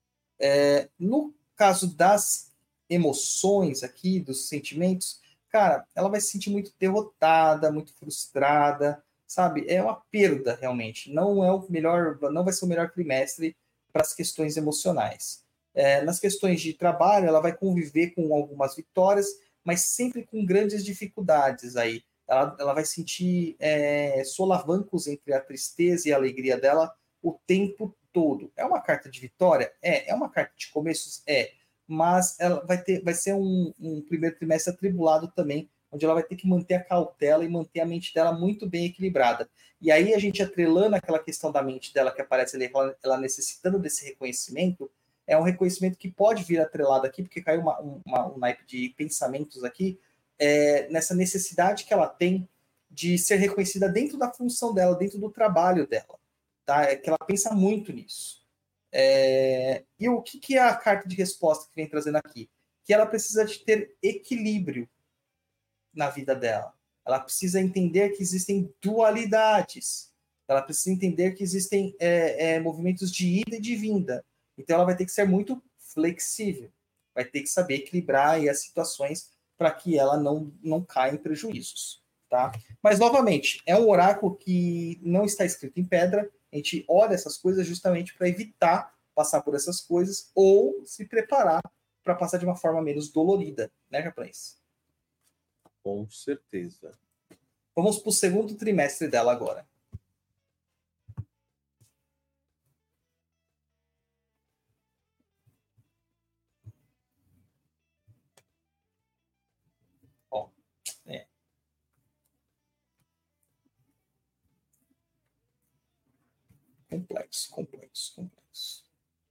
No caso das emoções aqui, dos sentimentos, cara, ela vai se sentir muito derrotada, muito frustrada, sabe? É uma perda, realmente. Não vai ser o melhor trimestre para as questões emocionais. Nas questões de trabalho, ela vai conviver com algumas vitórias, mas sempre com grandes dificuldades aí. Ela vai sentir solavancos entre a tristeza e a alegria dela o tempo todo. É uma carta de vitória? É uma carta de começos? Mas ela vai ser um primeiro trimestre atribulado também, onde ela vai ter que manter a cautela e manter a mente dela muito bem equilibrada. E aí a gente atrelando aquela questão da mente dela que aparece ali, ela necessitando desse reconhecimento, é um reconhecimento que pode vir atrelado aqui, porque caiu um naipe de pensamentos aqui, nessa necessidade que ela tem de ser reconhecida dentro da função dela, dentro do trabalho dela. Tá? É que ela pensa muito nisso. E o que é a carta de resposta que vem trazendo aqui? Que ela precisa de ter equilíbrio na vida dela. Ela precisa entender que existem dualidades. Ela precisa entender que existem movimentos de ida e de vinda. Então ela vai ter que ser muito flexível. Vai ter que saber equilibrar aí as situações para que ela não caia em prejuízos. Tá? Mas, novamente, é um oráculo que não está escrito em pedra. A gente olha essas coisas justamente para evitar passar por essas coisas ou se preparar para passar de uma forma menos dolorida, né, japonês? Com certeza. Vamos para o segundo trimestre dela agora. Ó, complexo.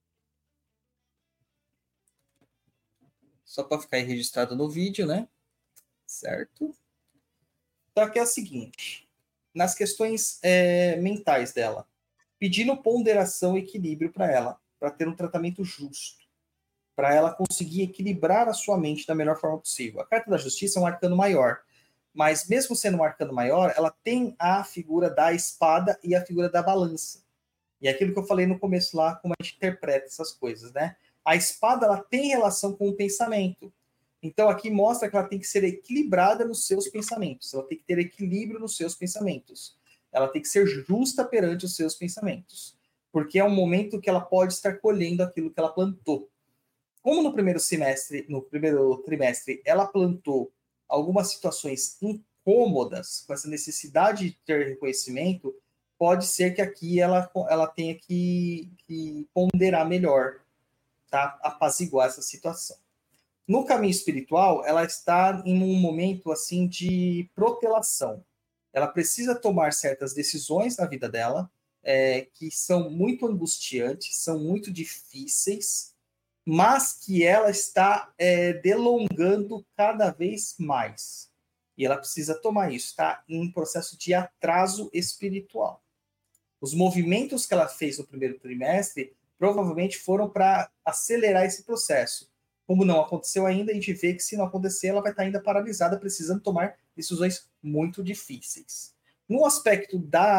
Só para ficar aí registrado no vídeo, né? Certo? Então aqui é o seguinte, nas questões mentais dela, pedindo ponderação e equilíbrio para ela, para ter um tratamento justo, para ela conseguir equilibrar a sua mente da melhor forma possível. A carta da justiça é um arcano maior, mas mesmo sendo um arcano maior, ela tem a figura da espada e a figura da balança. E é aquilo que eu falei no começo lá, como a gente interpreta essas coisas, né? A espada, ela tem relação com o pensamento. Então, aqui mostra que ela tem que ser equilibrada nos seus pensamentos. Ela tem que ter equilíbrio nos seus pensamentos. Ela tem que ser justa perante os seus pensamentos. Porque é um momento que ela pode estar colhendo aquilo que ela plantou. Como no primeiro trimestre, ela plantou algumas situações incômodas, com essa necessidade de ter reconhecimento, pode ser que aqui ela tenha que ponderar melhor, tá? Apaziguar essa situação. No caminho espiritual, ela está em um momento assim de protelação. Ela precisa tomar certas decisões na vida dela, que são muito angustiantes, são muito difíceis, mas que ela está delongando cada vez mais. E ela precisa tomar isso, está em um processo de atraso espiritual. Os movimentos que ela fez no primeiro trimestre provavelmente foram para acelerar esse processo. Como não aconteceu ainda, a gente vê que se não acontecer, ela vai estar ainda paralisada, precisando tomar decisões muito difíceis. No aspecto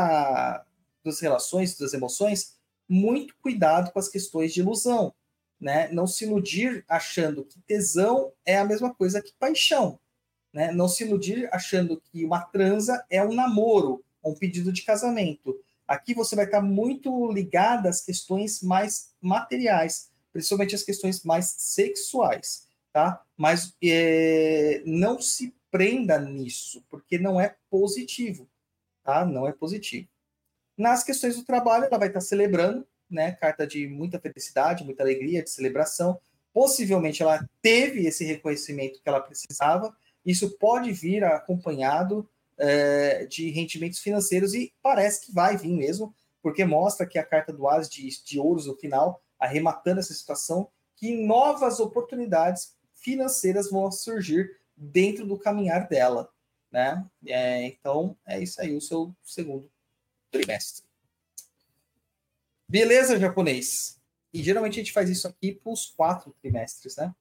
das relações, das emoções, muito cuidado com as questões de ilusão. Né? Não se iludir achando que tesão é a mesma coisa que paixão. Né? Não se iludir achando que uma transa é um namoro, um pedido de casamento. Aqui você vai estar muito ligada às questões mais materiais, principalmente as questões mais sexuais, tá? Mas não se prenda nisso, porque não é positivo, tá? Não é positivo. Nas questões do trabalho, ela vai estar celebrando, né? Carta de muita felicidade, muita alegria, de celebração. Possivelmente ela teve esse reconhecimento que ela precisava. Isso pode vir acompanhado de rendimentos financeiros e parece que vai vir mesmo, porque mostra que a carta do As de Ouros no final, arrematando essa situação, que novas oportunidades financeiras vão surgir dentro do caminhar dela, né? Então, é isso aí, o seu segundo trimestre. Beleza, japonês? E geralmente a gente faz isso aqui para os 4 trimestres, né?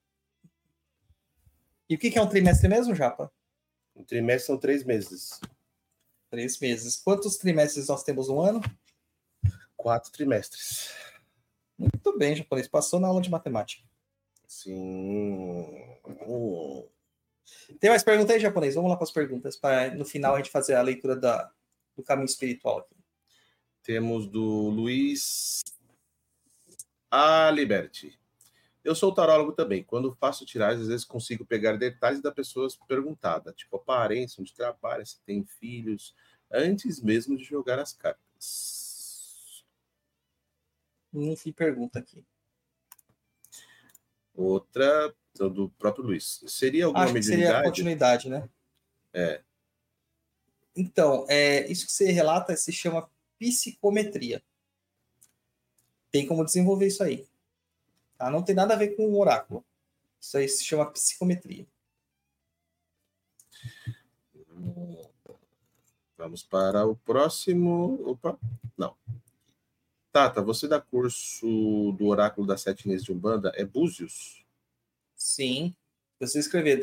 E o que é um trimestre mesmo, Japa? Um trimestre são 3 meses. 3 meses. Quantos trimestres nós temos no ano? 4 trimestres. Muito bem, japonês. Passou na aula de matemática. Sim. Tem mais perguntas aí, japonês? Vamos lá para as perguntas, para no final a gente fazer a leitura do caminho espiritual aqui. Temos do Luiz Aliberti. Eu sou tarólogo também. Quando faço tiragens, às vezes consigo pegar detalhes da pessoa perguntada, tipo aparência, onde trabalha, se tem filhos, antes mesmo de jogar as cartas. Não fiz pergunta aqui. Outra do próprio Luiz. Seria alguma Acho que seria a mediunidade? continuidade, né? É. Então, isso que você relata se chama psicometria. Tem como desenvolver isso aí. Tá? Não tem nada a ver com o oráculo. Isso aí se chama psicometria. Vamos para o próximo. Opa, não. Tata, você dá curso do Oráculo das Sete Linhas de Umbanda? É Búzios? Sim. Se você escrever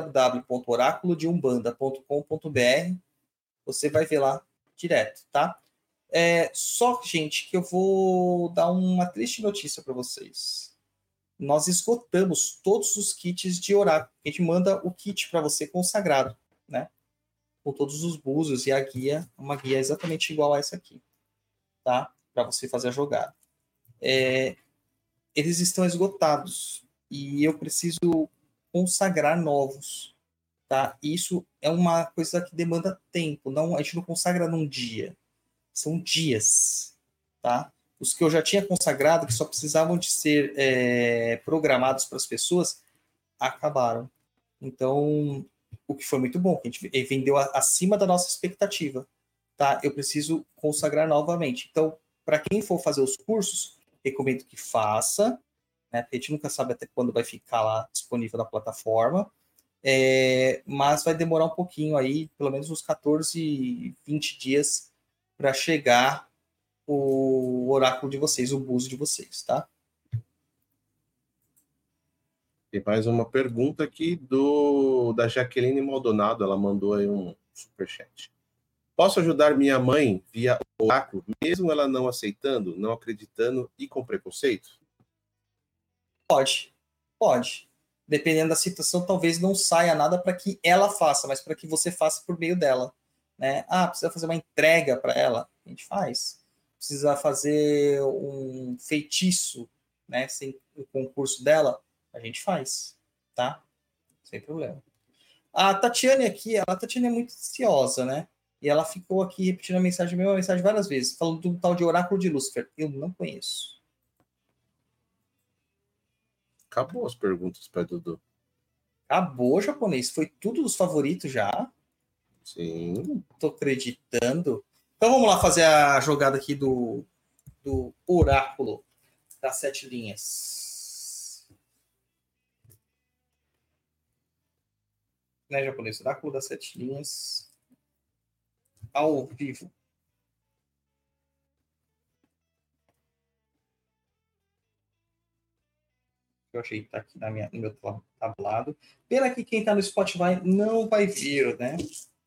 www.oraculodeumbanda.com.br, você vai ver lá direto, tá? Só, gente, que eu vou dar uma triste notícia para vocês. Nós esgotamos todos os kits de oráculo. A gente manda o kit para você consagrado, né? Com todos os búzios e a guia, uma guia exatamente igual a essa aqui, tá? Para você fazer a jogada. Eles estão esgotados e eu preciso consagrar novos, tá? Isso é uma coisa que demanda tempo. Não, a gente não consagra num dia. São dias, tá? Os que eu já tinha consagrado, que só precisavam de ser programados para as pessoas, acabaram. Então, o que foi muito bom, que a gente vendeu acima da nossa expectativa, tá? Eu preciso consagrar novamente. Então, para quem for fazer os cursos, recomendo que faça, né? Porque a gente nunca sabe até quando vai ficar lá disponível na plataforma, mas vai demorar um pouquinho aí, pelo menos uns 14, 20 dias para chegar o oráculo de vocês, o búzio de vocês, tá? Tem mais uma pergunta aqui da Jaqueline Maldonado. Ela mandou aí um superchat. Posso ajudar minha mãe via oráculo, mesmo ela não aceitando, não acreditando e com preconceito? Pode. Dependendo da situação, talvez não saia nada para que ela faça, mas para que você faça por meio dela, né? Precisa fazer uma entrega para ela, a gente faz. Precisa fazer um feitiço, né? Sem o concurso dela, a gente faz, tá? Sem problema. A Tatiane aqui, a Tatiane é muito ansiosa, né? E ela ficou aqui repetindo a mesma mensagem várias vezes, falando do tal de oráculo de Lúcifer. Eu não conheço. Acabou as perguntas para Dudu. Acabou, japonês. Foi tudo dos favoritos já. Sim. Tô acreditando. Então vamos lá fazer a jogada aqui do oráculo das 7 linhas. Né, japonês? Oráculo das 7 linhas. Ao vivo. Eu achei que tá aqui no meu tablado. Pena que quem tá no Spotify não vai ver, né?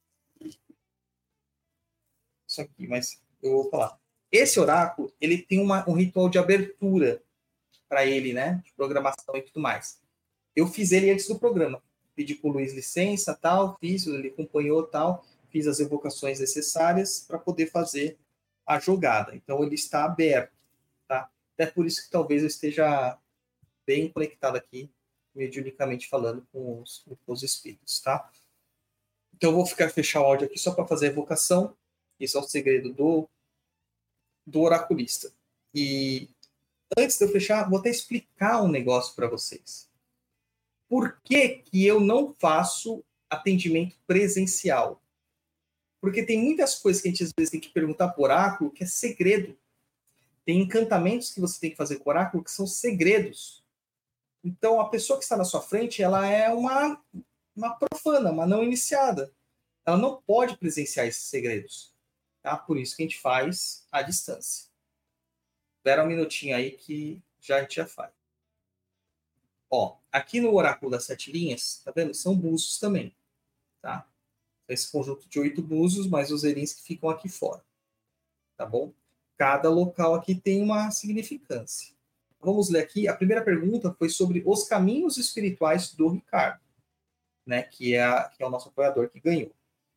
Isso aqui, mas eu vou falar. Esse oráculo, ele tem um ritual de abertura para ele, né? De programação e tudo mais. Eu fiz ele antes do programa. Pedi pro Luiz licença, tal, fiz, ele acompanhou, tal, fiz as evocações necessárias para poder fazer a jogada. Então ele está aberto, tá? Até por isso que talvez eu esteja bem conectado aqui, mediunicamente falando com os espíritos, tá? Então eu vou fechar o áudio aqui só para fazer a evocação. Isso é o segredo do oraculista. E antes de eu fechar, vou até explicar um negócio para vocês. Por que eu não faço atendimento presencial? Porque tem muitas coisas que a gente às vezes tem que perguntar para o oráculo que é segredo. Tem encantamentos que você tem que fazer com o oráculo que são segredos. Então, a pessoa que está na sua frente, ela é uma profana, uma não iniciada. Ela não pode presenciar esses segredos. Tá? Por isso que a gente faz à distância. Espera um minutinho aí que a gente já faz. Ó, aqui no oráculo das 7 linhas, tá vendo? São búzios também, tá? Esse conjunto de 8 búzios, mais os erins que ficam aqui fora, tá bom? Cada local aqui tem uma significância. Vamos ler aqui. A primeira pergunta foi sobre os caminhos espirituais do Ricardo, né? Que é o nosso apoiador que ganhou.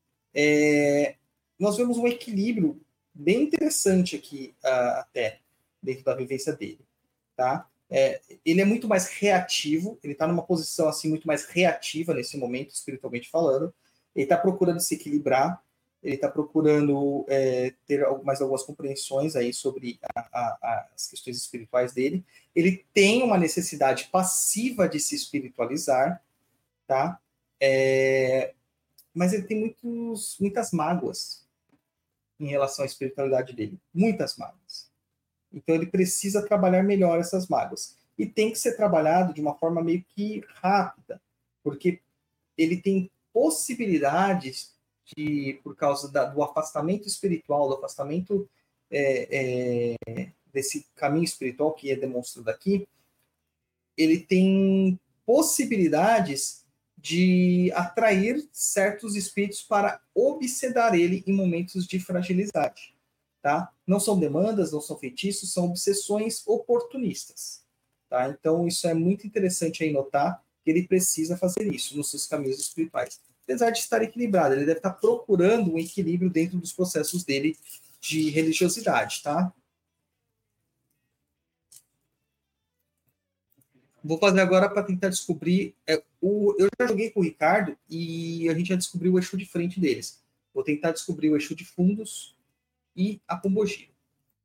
Nós vemos um equilíbrio bem interessante aqui, até, dentro da vivência dele, tá? ele é muito mais reativo, ele está numa posição assim muito mais reativa nesse momento, espiritualmente falando. Ele está procurando se equilibrar, ele está procurando ter mais algumas compreensões aí sobre as questões espirituais dele. Ele tem uma necessidade passiva de se espiritualizar, tá? Mas ele tem muitas mágoas em relação à espiritualidade dele. Muitas mágoas. Então ele precisa trabalhar melhor essas mágoas. E tem que ser trabalhado de uma forma meio que rápida, porque ele tem possibilidades por causa do afastamento espiritual, do afastamento desse caminho espiritual que é demonstrado aqui, ele tem possibilidades de atrair certos espíritos para obsedar ele em momentos de fragilidade, tá? Não são demandas, não são feitiços, são obsessões oportunistas, tá? Então isso é muito interessante aí notar que ele precisa fazer isso nos seus caminhos espirituais. Apesar de estar equilibrado, ele deve estar procurando um equilíbrio dentro dos processos dele de religiosidade, tá? Vou fazer agora para tentar descobrir. Eu já joguei com o Ricardo e a gente já descobriu o Exu de frente deles. Vou tentar descobrir o Exu de fundos e a Pombogira.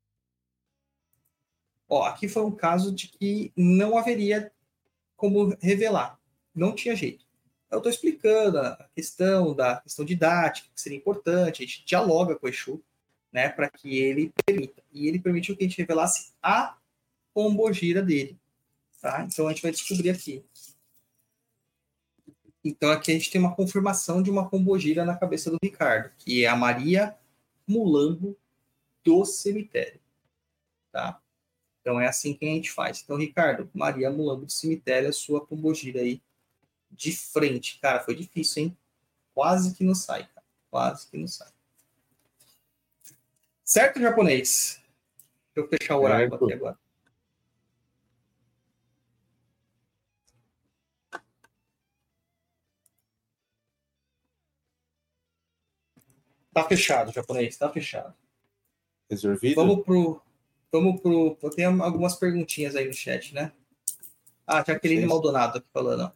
Ó, aqui foi um caso de que não haveria como revelar. Não tinha jeito. Eu estou explicando a questão didática, que seria importante. A gente dialoga com o Exu, né, para que ele permita. E ele permitiu que a gente revelasse a Pombogira dele. Tá? Então a gente vai descobrir aqui. Então aqui a gente tem uma confirmação de uma Pombogira na cabeça do Ricardo, que é a Maria Mulambo do cemitério. Tá? Então é assim que a gente faz. Então, Ricardo, Maria Mulambo do cemitério, a sua Pombogira aí de frente. Cara, foi difícil, hein? Quase que não sai, cara. Quase que não sai. Certo, japonês? Deixa eu fechar o oráculo aqui agora. Tá fechado, japonês, tá fechado. Resolvido? Vamos pro. Tem algumas perguntinhas aí no chat, né? Ah, Jaqueline Maldonado aqui falando.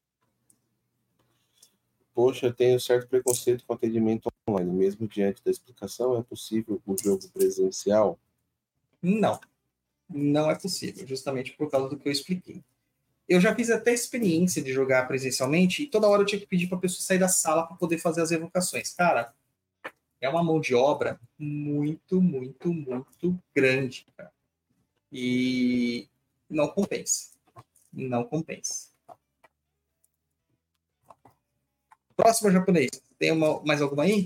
Poxa, eu tenho certo preconceito com atendimento online. Mesmo diante da explicação, é possível o jogo presencial? Não. Não é possível, justamente por causa do que eu expliquei. Eu já fiz até experiência de jogar presencialmente e toda hora eu tinha que pedir para a pessoa sair da sala para poder fazer as evocações. Cara, é uma mão de obra muito, muito, muito grande, cara. E não compensa. Não compensa. Próximo, japonês. Tem mais alguma aí?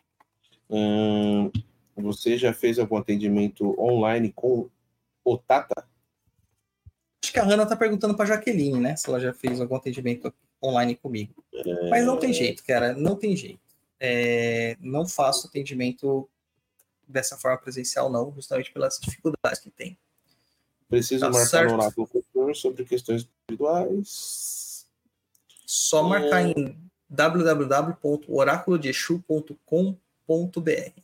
Você já fez algum atendimento online com o Tata? Acho que a Hanna está perguntando para a Jaqueline, né? Se ela já fez algum atendimento online comigo. Mas não tem jeito, cara. Não tem jeito. Não faço atendimento dessa forma presencial, não, justamente pelas dificuldades que tem. Preciso marcar no oráculo sobre questões individuais. Só marcar em www.oraculodeexu.com.br.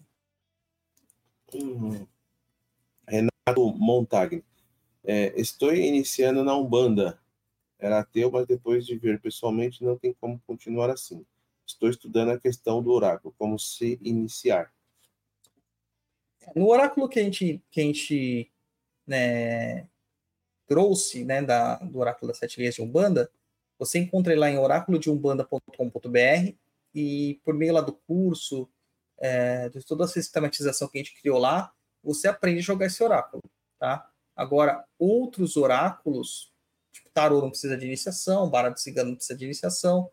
Renato Montagni. Estou iniciando na Umbanda. Era ateu, mas depois de ver pessoalmente não tem como continuar assim. Estou estudando a questão do oráculo, como se iniciar. No oráculo que a gente trouxe, né, do oráculo das 7 linhas de Umbanda, você encontra ele lá em oraculodeumbanda.com.br e por meio lá do curso, de toda a sistematização que a gente criou lá, você aprende a jogar esse oráculo, tá? Agora, outros oráculos, tipo tarô não precisa de iniciação, baralho cigano não precisa de iniciação,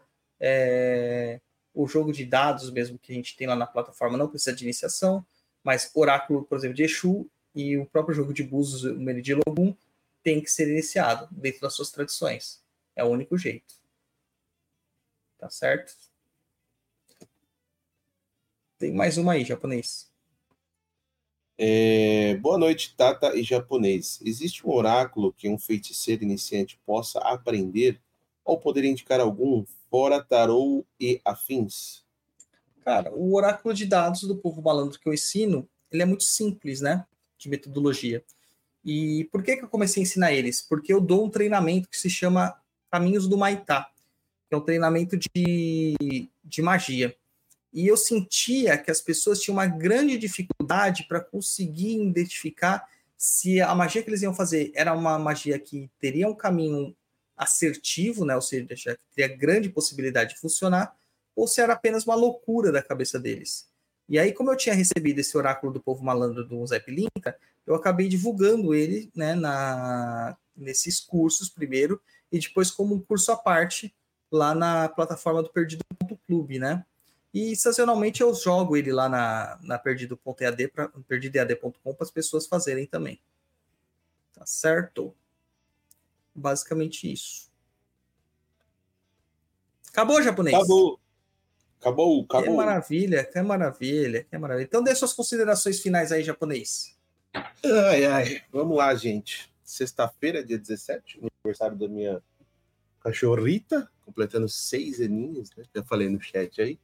o jogo de dados mesmo que a gente tem lá na plataforma não precisa de iniciação, mas oráculo, por exemplo, de Exu e o próprio jogo de búzios, o Meridi Logum, tem que ser iniciado dentro das suas tradições. É o único jeito. Tá certo? Tem mais uma aí, japonês. Boa noite, Tata e japonês. Existe um oráculo que um feiticeiro iniciante possa aprender ou poder indicar algum fora tarô e afins? Cara, o oráculo de dados do povo malandro que eu ensino, ele é muito simples, né? De metodologia. E por que eu comecei a ensinar eles? Porque eu dou um treinamento que se chama Caminhos do Maitá, que é um treinamento de magia. E eu sentia que as pessoas tinham uma grande dificuldade para conseguir identificar se a magia que eles iam fazer era uma magia que teria um caminho assertivo, né? Ou seja, que teria grande possibilidade de funcionar, ou se era apenas uma loucura da cabeça deles. E aí, como eu tinha recebido esse oráculo do povo malandro do Zé Pilinca, eu acabei divulgando ele, né, nesses cursos primeiro, e depois como um curso à parte, lá na plataforma do Perdido.clube, né? E, estacionalmente, eu jogo ele lá na Perdido.ead, perdidoead.com, para as pessoas fazerem também. Tá certo? Basicamente isso. Acabou, japonês? Acabou. Que maravilha. Então, dê suas considerações finais aí, japonês. Ai. Vamos lá, gente. Sexta-feira, dia 17, aniversário da minha cachorrita, completando 6 aninhos, né? Já falei no chat aí.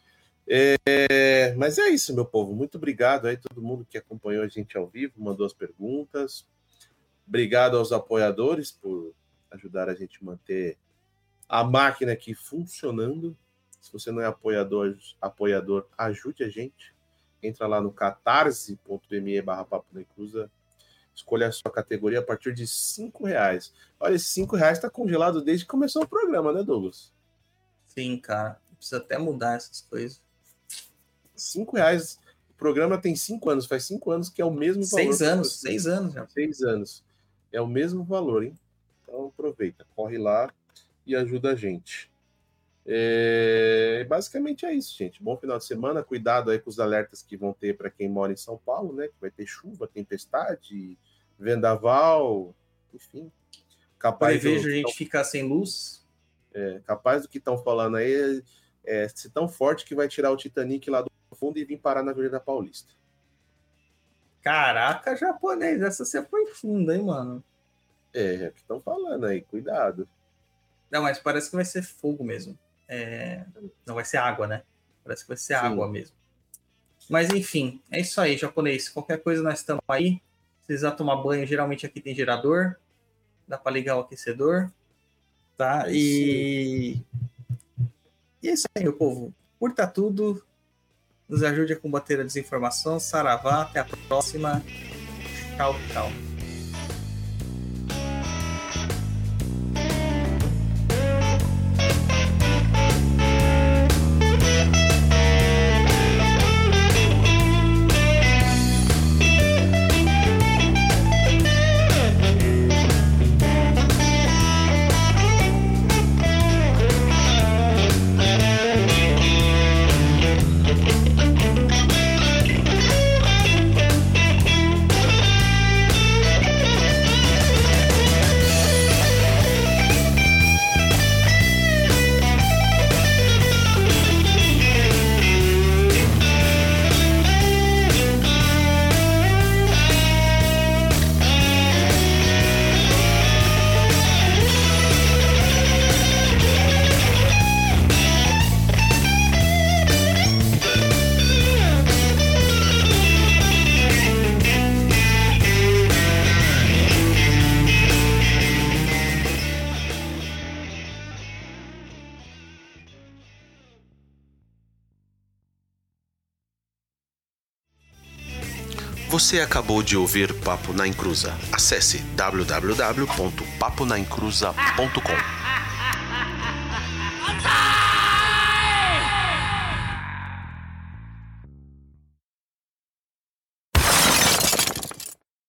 Mas é isso, meu povo. Muito obrigado aí todo mundo que acompanhou a gente ao vivo, mandou as perguntas. Obrigado aos apoiadores por ajudar a gente a manter a máquina aqui funcionando. Se você não é apoiador, ajude a gente. Entra lá no catarse.me/Papo na Encruza. Escolha a sua categoria a partir de R$5. Olha, esses R$5 está congelado desde que começou o programa, né, Douglas? Sim, cara. Precisa até mudar essas coisas. R$5. O programa tem 5 anos. Faz 5 anos que é o mesmo valor. 6 anos já. 6 anos. É o mesmo valor, hein? Então aproveita. Corre lá e ajuda a gente. Basicamente é isso, gente. Bom final de semana. Cuidado aí com os alertas que vão ter para quem mora em São Paulo, né? Que vai ter chuva, tempestade, vendaval, enfim. Prevejo a gente ficar sem luz. Capaz do que estão falando aí ser tão forte que vai tirar o Titanic lá do fundo e vir parar na Avenida Paulista. Caraca, japonês, essa você foi funda, hein, mano? É o que estão falando aí, cuidado. Não, mas parece que vai ser fogo mesmo. Não vai ser água, né? Parece que vai ser água mesmo. Mas enfim, é isso aí, japonês. Qualquer coisa nós estamos aí. Se precisar tomar banho, geralmente aqui tem gerador. Dá para ligar o aquecedor. Tá? E é isso aí, meu povo. Curta tudo. Nos ajude a combater a desinformação. Saravá, até a próxima. Tchau, tchau. Você acabou de ouvir Papo na Encruza. Acesse www.paponaencruza.com.